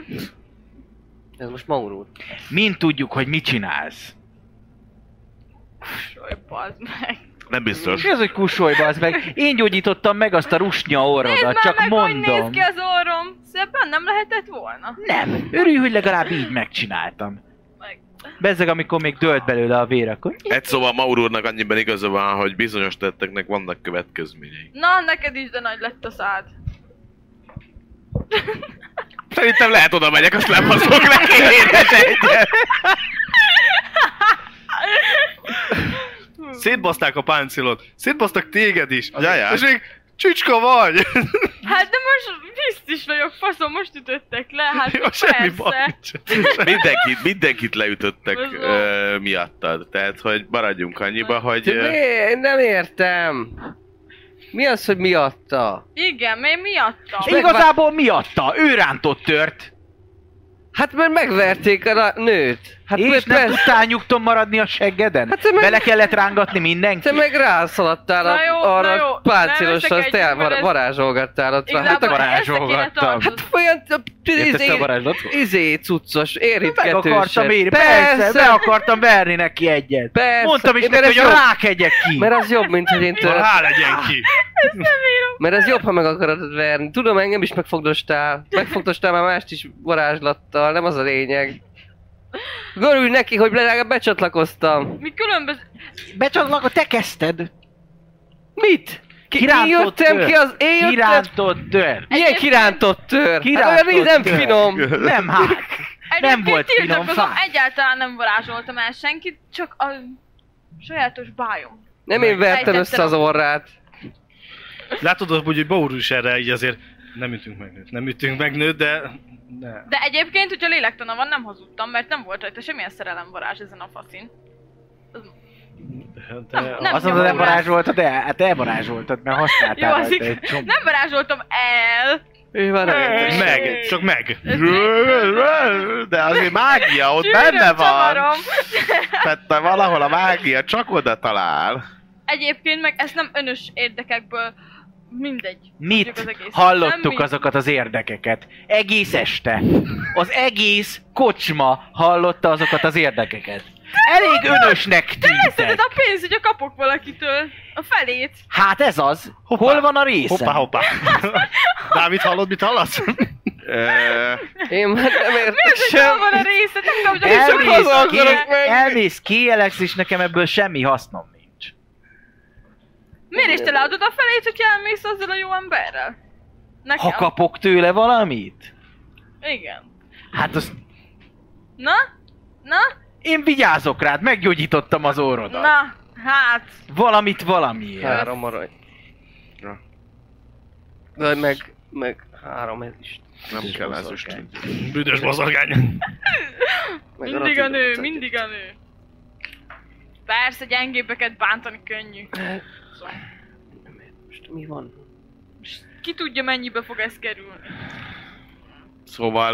Ez most Maur úr. Mind tudjuk, hogy mit csinálsz. Saj, bazd meg. Nem biztos. Mi az, hogy kusolj, az meg? Én gyógyítottam meg azt a rusnya orrodat, Nézd csak már meg, hogy mondom. néz ki az orrom. Szebben nem lehetett volna. Nem, örülj, hogy legalább így megcsináltam. Meg. Bezzeg, amikor még dőlt belőle a vér, akkor... Egy szóval Maur úrnak annyiban igaza van, hogy bizonyos tetteknek vannak következményei. Na, neked is de nagy lett a szád. Szerintem lehet oda megyek, azt lebaszok neki édes egyet. Szétbaszták a páncélot, szétbasztak téged is. Jajjá. És még csücska vagy! Hát de most biztos vagyok, faszom, most ütöttek le, hát Jó, semmi baj persze. nincs. Mindenkit leütöttek miattad. Tehát, hogy maradjunk annyiba, hogy... Nem értem. Mi az, hogy miatta? Igen, mi miattam? Igazából miatta? Ő rántott tört. Hát mert megverték a nőt. Hát És nem tudtál nyugton maradni a seggeden? Hát te meg- Bele kellett rángatni mindenkit? te meg rászaladtál Na jó, arra na jó, a páncélosra, nem azt veszekedjünk, mert ez- varázsolgattál ott. Hát Igazából a ezt kéne varázsolgattam. tartod. olyan Értesz a varázslatot? cuccos, Meg érintgetősebb. akartam érni, persze, be akartam verni neki egyet. Persze. Mondtam is Mert neki, ez hogy a jobb. rák egyek ki. Mert az jobb, mint hogy én tőled. Hál' legyen ki! Mert ez jobb, ha meg akarod verni. Tudom, engem is megfogdostál. Megfogdostál már mást is varázslattal, nem az a lényeg. Görülj neki, hogy legalább becsatlakoztam. Mi különböző... Becsatlak, te kezdted. Mit? Én Kirántott jöttem tör. ki az... Én jöttem... Kirántott tör. Milyen kirántott tör? Kirántott Hát olyan nem tör. finom. Nem, hát. Nem volt finom, tiltakozom, fáj. egyáltalán nem varázsoltam el senkit, csak a sajátos bájom. Nem én vertem Ejtettem össze az a- orrát. Látod, hogy Baur is erre így azért nem ütünk meg nőt, de... Ne. De egyébként, hogyha lélektana van, nem hazudtam, mert nem volt rajta semmilyen szerelemvarázs ezen a faszin. De Nem Azt mondod, nyomom nem rá. varázsoltad, de hát elvarázsoltad, mert Jó, használtál az rajta igaz. egy csomó. Nem varázsoltam el! Ő van meg, csak meg. De azért mágia ott Csűröm, benne van. csavarom. Tehát valahol a mágia csak oda talál. Egyébként meg ezt nem önös érdekekből mindegy. Mit Tudjuk az egészet. hallottuk Semmi. azokat az érdekeket? Egész este. Az egész kocsma hallotta azokat az érdekeket. Elég önösnek Leszeded tűntek. a pénzt, hogyha kapok valakitől. A felét. Hát ez az. Hol van a része? Hoppá. Dávid, hallod, mit hallasz? Én már nem értek Mi az, hogy hol sem. van a része? Nem tudom, hogy csak Elmész, haza ki, akarok menni. elmész, kieleksz, és nekem ebből semmi hasznom nincs. Miért is te leadod a felét, hogy elmész azzal a jó emberrel? Nekem? Ha kapok tőle valamit? Igen. Hát azt Na? Na? én vigyázok rád, meggyógyítottam az orrodat. Na? Hát. Valamit valamiért. 3 arany. Ja. De meg 3 ezüst. Nem kell ez is. Büdös bozorgány. Meg Mindig a ratit- nő, mindig a nő. Persze, gyengébbeket bántani könnyű. Most mi van? Ki tudja, mennyibe fog ez kerülni. Szóval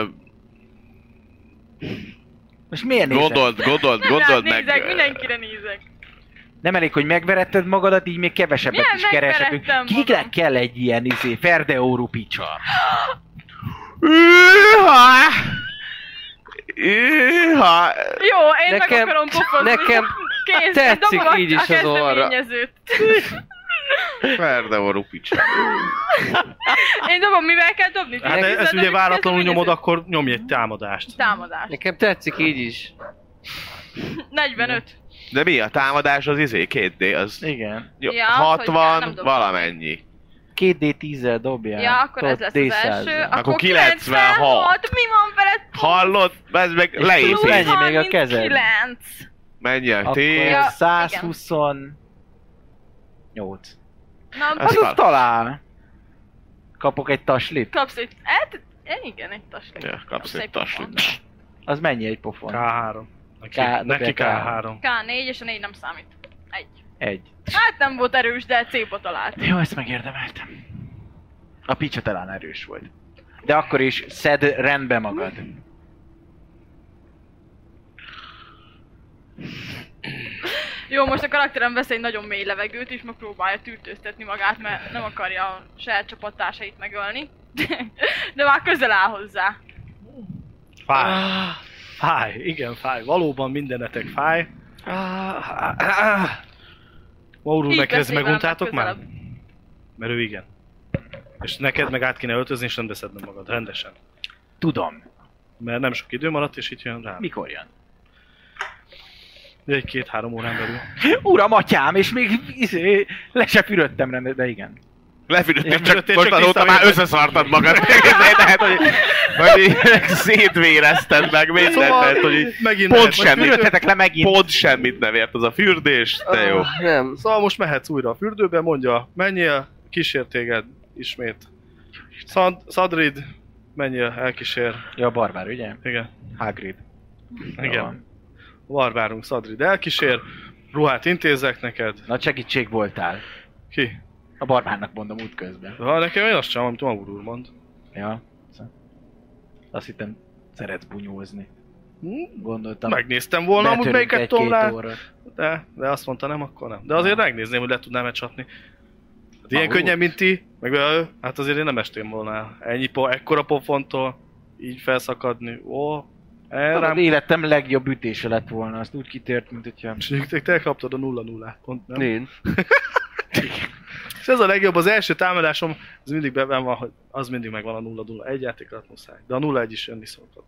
Most miért nézed? gondold meg. Nézek, mindenkire nézek. Nem elég, hogy megveretted magadat, így még kevesebbet Milyen is kereshetünk. megverettem Kiknek magam? kell egy ilyen Ferdeóru picsa? Jó, én meg Nekem- akarom pofozni. nekem Kész, tetszik dobom így is az orra. kezdeményezőt. Ferdeorú picsa. Én dobom, mivel kell dobni? Hát Kézzel ezt ugye dobjuk váratlanul nyomod, kezdeményezőt? akkor nyomj egy támadást. Támadás. Nekem tetszik így is. 45. De mi a támadás az 2D, az Igen. jó, Ja, hogy nem 60 dobom. valamennyi. 2D10-zel dobjál. Ja, akkor ez Tudod, lesz az D100-zal. első. Akkor 96. Mi van veled? Hallod? Ez meg plusz leépít. mennyi még a kezed? 39. Mennyi a Akkor 10? Ja, 128. Na, Ez Az szar. ott talál. Kapok egy taslit? kapsz egy... igen, egy taslit. Ja, kapsz egy taslit. Az mennyi egy pofon? K3. Neki K3. K4 és a 4 nem számít. Egy. Egy. Hát nem volt erős, de C-ba talált. Jó, ezt megérdemeltem. A picsa talán erős volt. De akkor is szed rendbe magad. Jó, most a karakterem vesz egy nagyon mély levegőt, és megpróbálja tűrtőztetni magát, mert nem akarja a saját csapattársait megölni. De már közel áll hozzá. Fáj. Fáj, igen fáj. Valóban mindenetek fáj. Maurul, Így neked beszélj meguntátok már? velem Mert ő igen. És neked meg át kéne öltözni, és rendbe szedned magad, rendesen. Tudom. Mert nem sok idő maradt, és itt jön rá. Mikor jön? Egy 2-3 órán belül. Uram, atyám, és még le se fürödtem rendet, de igen. Lefürödtél, csak fürödtél, most csak azóta már visszavédett. összeszartad magad. Tehát, hogy így szétvérezted meg mindent, tehát, hogy így megint pont mehet, semmit. Fürödhetek le megint. pont semmit nem ért az a fürdés, de jó. Nem. Szóval most mehetsz újra a fürdőbe, mondja, menjél, kísér téged ismét. Sadrid, menjél, elkísér. Ja, a barbár, ugye? Igen, Hagrid. igen. Barbárunk Sadrid elkísér, ruhát intézek neked. Nagy segítség voltál. Ki? A barbárnak mondom útközben. Ha nekem én azt sem, amit Maur úr mond. Ja. Azt hittem, szeretsz bunyózni. Gondoltam. Megnéztem volna amúgy betörünk melyiket egy-két tomlál. órat. De azt mondta nem, akkor nem. De azért megnézném, hogy le tudnám-e csapni. Hát ilyen Maur? könnyen, mint ti, meg hát azért én nem estém volna el. Ekkora pofontól így felszakadni. Ó, Az életem legjobb ütése lett volna, azt úgy kitért, mint hogyha... És te kaptad a 0-0-át, pont nem? Én. És ez a legjobb, az első támadásom, az mindig benn van, hogy az mindig megvan a 0-0. Egy játék alatt muszáj. De a 0-1 is jönni szokott.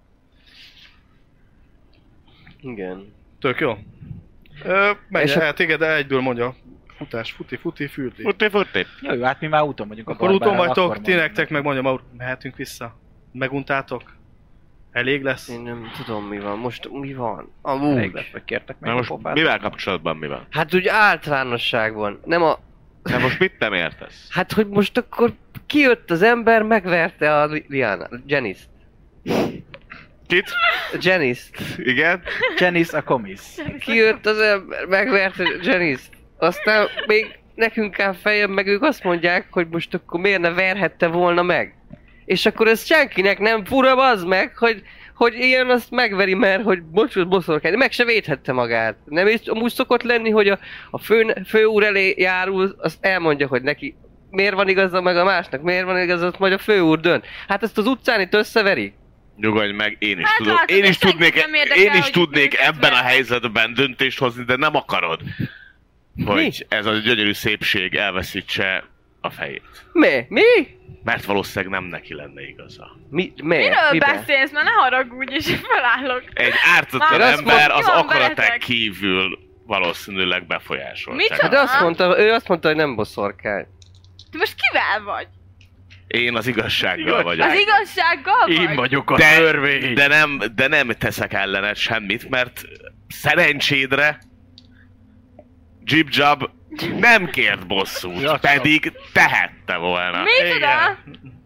Igen. Tök jó. Menj És el, téged egyből mondja. Futás, futi, fürdi. Futti. Jó, hát mi már úton vagyunk Akkor a úton barbárral, vagytok, akkor ti mondom nektek neki. meg mondja, Maur, mehetünk vissza? Meguntátok? Elég lesz? Én nem tudom mi van. Most mi van? Elég Amúgy. lett, vagy kértek meg Na a most pofát? mivel kapcsolatban mi van? Hát úgy általánosságban. Nem a... Te most mit nem értesz? Hát hogy most akkor kijött az ember, megverte a Liana, Janice-t. Kit? Janice-t. Igen? Janice a komisz. Kijött az ember, megverte Janice-t. Aztán még nekünk áll fejem, meg ők azt mondják, hogy most akkor miért ne verhette volna meg. És akkor ez senkinek nem fura az meg, hogy ilyen azt megveri, mert hogy boszorkány, meg se védhette magát. Nem is amúgy szokott lenni, hogy a főúr elé járul, azt elmondja, hogy neki miért van igaza, meg a másnak miért van igaza, azt majd a főúr dönt. Hát ezt az utcán itt összeverik. Nyugodj meg, én is Hát tudom. látod, Én is ez senkit tudnék, nem érdekel, én is hogy tudnék őket ebben a ver. helyzetben döntést hozni, de nem akarod. Hogy ez a gyönyörű szépség elveszítse a fejét. Mi? Mert valószínűleg nem neki lenne igaza. Miért? Miről Miben? beszélsz? Már ne haragudj, és felállok. Egy ártatlan Már azt ember mondom, az ki van akaratán veletek? kívül valószínűleg befolyásolhatja. Micsoda? Hát azt mondta, ő azt mondta, hogy nem boszorkány. Te most kivel vagy? Én az igazsággal vagyok. Az igazsággal vagy? Én vagyok a De, törvény. de nem teszek ellened semmit, mert szerencsédre Jib-Jab nem kért bosszút, Ja, pedig tehette volna. Micsoda?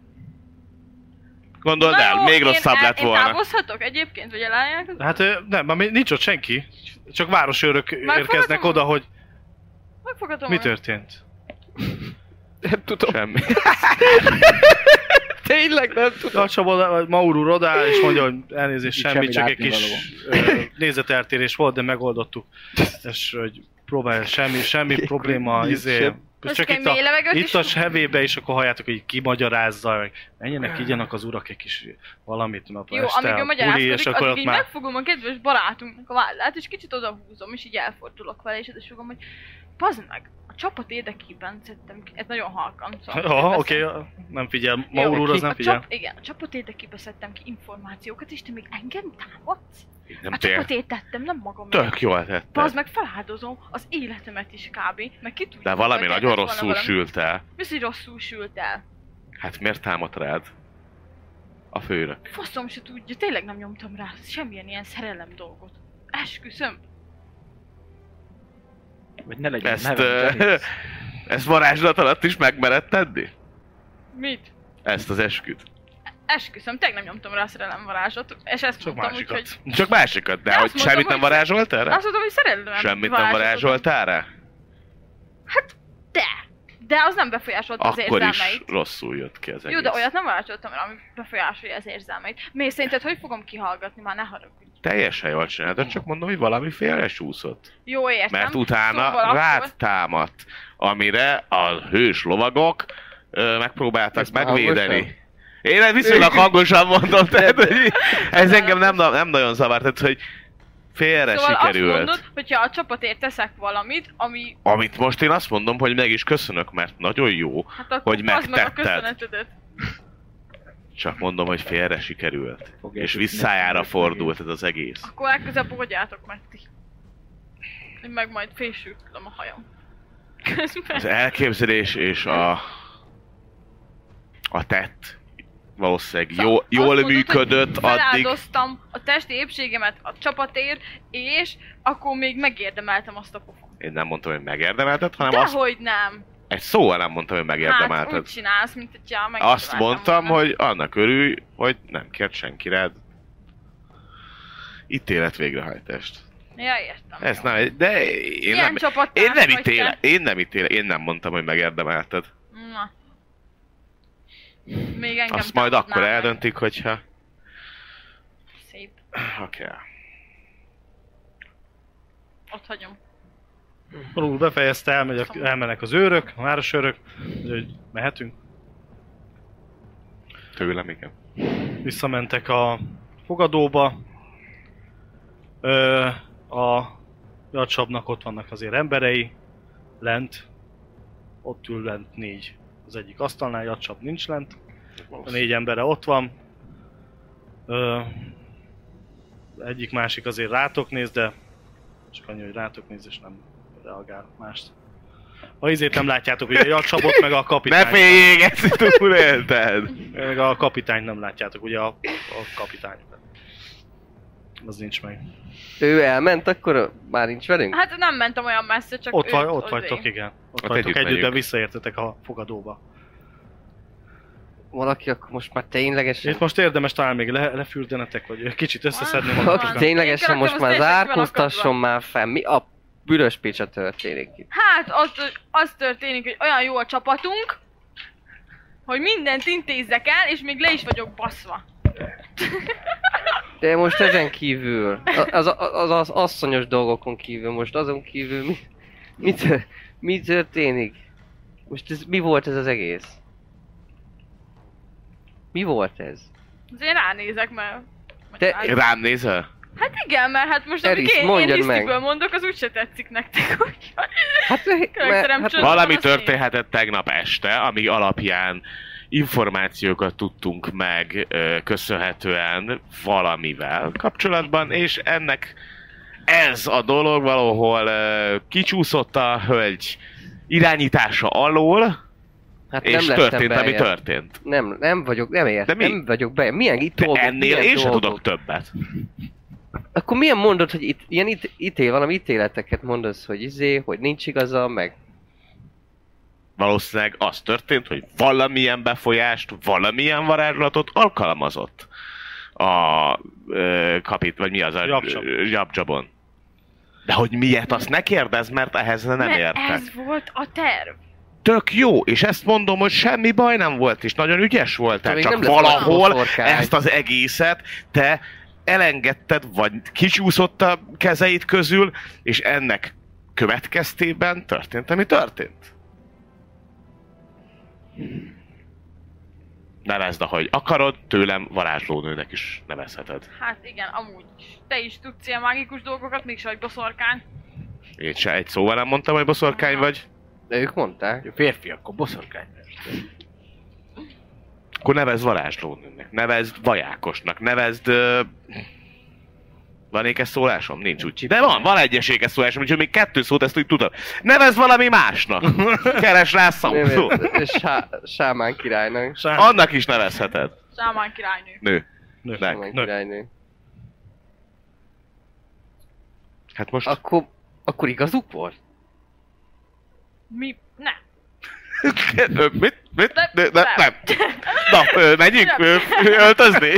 Gondold Na el, jó, még rosszabb lett Én volna. távozhatok egyébként, vagy elállják? Hát nem, már még nincs ott senki. Csak városőrök érkeznek fogadom? oda, hogy Megfogadom. mi történt. Nem tudom. Semmi. Tényleg nem tudom. A Csaba, Maur úr odáll, és mondja, hogy elnézést, Itt semmi, semmi csak egy kis nézeteltérés volt, de megoldottuk. És hogy próbálj, semmi probléma, Most csak kell itt a, mély levegőt itt is? a hevébe, és akkor halljátok, hogy kimagyarázza, hogy menjenek, igyanak az urak egy kis valamit nap Jó, este amíg ő a buli, magyarázkodik, és akkor addig ott így már... megfogom a kedves barátunknak a vállát, és kicsit odahúzom, és így elfordulok vele, és oda fogom, hogy pazd meg, a csapat érdekében szedtem ki, ez nagyon halkan, szóval... Ja, beszélni. oké, nem figyel, Jó, Maur úr az nem figyel. Igen, a csapat érdekében szedtem ki információkat, és te még engem támadsz? Nem A csapatét tettem, nem magam. Tök jól Bazd tetted. meg, feláldozom az életemet is kb. Meg ki tudja, De valami hogy nagyon lehetett rosszul volna valami. sült el. Mi az, hogy rosszul sült el? Hát miért támadt rád? A főnök. Faszom se tudja, tényleg nem nyomtam rá semmilyen ilyen szerelem dolgot. Esküszöm. Vagy ne legyen Ezt, nevem, Janice. ezt varázslat alatt is megmered tenni? Mit? Ezt az esküt. Esküszöm, tényleg nem nyomtam rá szerelem varázslatot, és ezt Csak mondtam, másikat. úgyhogy... Csak másikat, de De hogy azt mondtam, semmit nem hogy- varázsoltál rá? Azt mondom, hogy szerelem Semmit nem varázsoltál rá? De az nem befolyásolta az Akkor is érzelmeit. rosszul jött ki az egész. Jó, de olyat nem varázsoltam rá, ami befolyásolja az érzelmeit. Miért szerinted hogy fogom kihallgatni? Már ne haragudj. Teljesen jól csináltad, csak mondom, hogy valami félresúszott. Jó, értem. Mert utána Szóval rád akkor- támadt, amire a hős lovagok megpróbáltak Ezt már megvédeni. hangosan? Én viszonylag hangosan mondom, tehát hogy ez engem nem nagyon zavar, tehát hogy Félre Szóval sikerült. azt mondod, hogyha a csapatért teszek valamit, ami... Amit most én azt mondom, hogy meg is köszönök, mert nagyon jó, Hát akkor hogy hozd meg a megtetted. köszönetedet. Csak mondom, hogy félre sikerült. Fogják És ütni visszájára ezt a fordult ez az egész. Akkor legközelebb fogadjátok meg ti. Én meg majd fésültöm a hajam. Közben. Az elképzelés és a tett valószínűleg Szóval azt jól mondod, működött hogy addig. feláldoztam a testi épségemet a csapatért, és akkor még megérdemeltem azt a pofont. Én nem mondtam, hogy megérdemelted, hanem azt, Dehogy nem! egy szóval nem mondtam, hogy Hát megérdemelted. úgy csinálsz, mint hogyha megérdemeltem Azt mondtam, volna. hogy annak örülj, hogy nem kért senki rád ítélet végrehajtást. Ja, értem. Ez jó. nem, de Ilyen csapattárs én nem vagy ítélem, te. én nem mondtam, hogy megérdemelted. Na. Még engem Azt majd támadnál akkor meg. eldöntik, hogyha... Szép. Ha kell. Ott hagyom. Alul befejezte, elmennek az őrök, a városőrök, hogy mehetünk. Tőlem, igen. Visszamentek a fogadóba. A Jacsabnak ott vannak azért emberei, lent. Ott ül lent 4 az egyik asztalnál, Jacsab nincs lent. A 4 embere ott van. Egyik másik azért rátok néz, de csak annyi, hogy rátok néz és nem reagál mást. Ha izét nem látjátok, hogy a Jacsabot meg a Ne kapitányt. féljék, ezt túlélted! Meg a kapitányt nem látjátok, ugye a kapitány. Az nincs meg. Ő elment, akkor már nincs velünk? Hát nem mentem olyan messze, csak Ott, őt ott vagytok, azért. igen. Ott Ott vagytok együtt együtt, de megyünk. visszaértetek a fogadóba. Valaki akkor most már ténylegesen... Itt most érdemes talán még lefürdenetek, vagy kicsit összeszedni Aki magatokat. ténylegesen Én most már karakterom, az zárkóztasson már fel. Mi a büdös picsa történik itt? Hát az történik, hogy olyan jó a csapatunk, hogy mindent intézzek el, és még le is vagyok baszva. De most ezen kívül, az asszonyos dolgokon kívül, most azon kívül mi történik? Most mi volt ez az egész? Mi volt ez? Azért ránézek, mert... Te- Rám nézel? Hát igen, mert hát most Eris, amit én mondjad hisztiből meg. mondok, az úgyse tetszik nektek, úgyhogy... Hát, Karakterem hát csönd. Valami az én. történhetett tegnap este, ami alapján információkat tudtunk meg köszönhetően valamivel kapcsolatban, és ennek ez a dolog valahol kicsúszott a hölgy irányítása alól, hát és lettem történt, ami beljebb. történt. Nem vagyok, nem értem, De mi? nem vagyok be. Milyen itt De dolgok, ennél milyen én sem dolgok? tudok többet. Akkor milyen mondod, hogy itt valami ítéleteket mondasz, hogy hogy nincs igaza, meg... Valószínűleg az történt, hogy valamilyen befolyást, valamilyen varázslatot alkalmazott a vagy mi az a Jabjabon. De hogy miért, azt ne kérdezz, mert ehhez nem Mert értek. ez volt a terv. Tök jó, és ezt mondom, hogy semmi baj nem volt, és nagyon ügyes voltál, még csak nem lesz valahol boszorkány. ezt az egészet te elengedted, vagy kicsúszott a kezeid közül, és ennek következtében történt, ami történt. Nevezd, ahogy akarod, tőlem varázslónőnek is nevezheted. Hát igen, amúgy is. Te is tudsz ilyen mágikus dolgokat, mégse vagy boszorkány. Én se egy szóval nem mondtam, hogy boszorkány vagy. De ők mondták. Férfi, akkor boszorkány. Akkor nevezd varázslónőnek, nevezd vajákosnak, nevezd... Van ékes szólásom? Nincs úgy. De van egyes ékes szólásom, úgyhogy még 2 szót ezt úgy tudom. Nevezd valami másnak! Keres rá szót! Sámán királynak. Annak is nevezheted. Sámán királynő. Nő. Sámán Nő. királynő. Hát most... Akkor igazuk volt? Mi? Ne. Mit? Nem. Nem. Na, menjünk öltözni.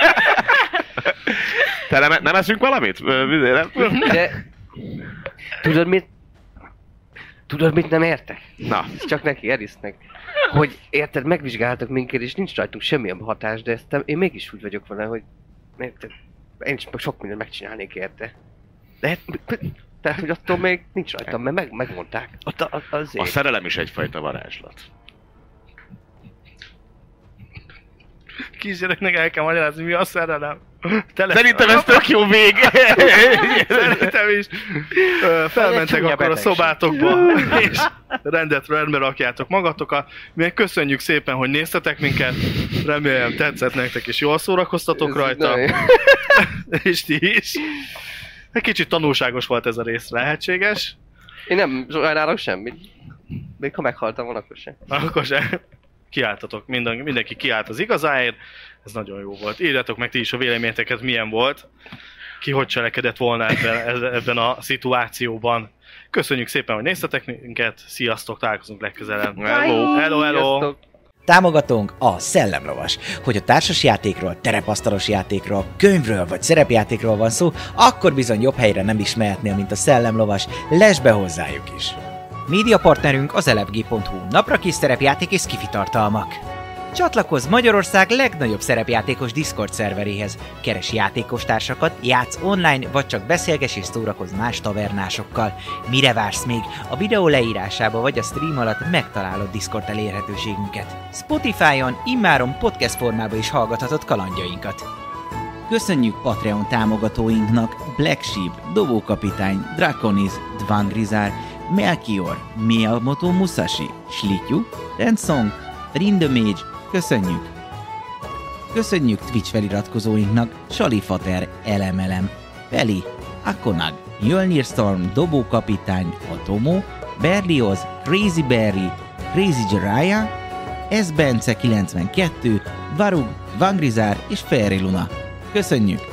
Te nem eszünk valamit? De... Tudod mit nem értek? Na, Ez csak neki, Erisnek. Hogy érted, megvizsgáltak minket, és nincs rajtunk semmilyen hatás, de ezt én mégis úgy vagyok vele, hogy... Érted, én is sok mindent megcsinálnék érte. De hát, tehát, hogy attól még nincs rajtam, mert megmondták. a Azért. szerelem is egyfajta varázslat. Kisgyereknek el kell magyarázni, mi a szerelem. Szerintem ez tök jó vég. Szerintem is. Felmentek akkor a szobátokba, és rendbe rakjátok magatokat. Mi köszönjük szépen, hogy néztetek minket. Remélem tetszett nektek, és jól szórakoztatok rajta. És ti is. Egy kicsit tanulságos volt ez a rész, lehetséges. Én nem sajnálok semmit. Még ha meghaltam volna, akkor sem. Akkor sem. Kiálltatok, mindenki kiállt az igazáért. Ez nagyon jó volt. Írjatok meg ti is a véleményeteket, milyen volt. Ki hogy cselekedett volna ebben a szituációban. Köszönjük szépen, hogy néztetek minket. Sziasztok, találkozunk legközelebb. Hello. Támogatónk a Szellemlovas. Hogy a társasjátékról, terepasztalos játékról, könyvről vagy szerepjátékról van szó, akkor bizony jobb helyre nem is mehetnél, mint a Szellemlovas. Lesz be hozzájuk is! Média partnerünk az elefg.hu, napra kis szerepjáték és skifi tartalmak. Csatlakozz Magyarország legnagyobb szerepjátékos Discord szerveréhez. Keres játékostársakat, játsz online, vagy csak beszélges és szórakozz más tavernásokkal. Mire vársz még? A videó leírásába vagy a stream alatt megtalálod Discord elérhetőségünket. Spotify-on immáron podcast formában is hallgathatod kalandjainkat. Köszönjük Patreon támogatóinknak Black Sheep, Dobókapitány, Draconis, Dvangrizár, Melchior, Miyamoto Musashi, Slityu, Rensong, Rindemage, köszönjük! Köszönjük Twitch feliratkozóinknak Salifater, Elemelem, Peli, Akonag, Mjölnir Storm, Dobókapitány, Atomo, Berlioz, Crazy Berry, Crazy Jiraiya, S. Bence 92, Varug, Vangrizár és Fairy Luna. Köszönjük!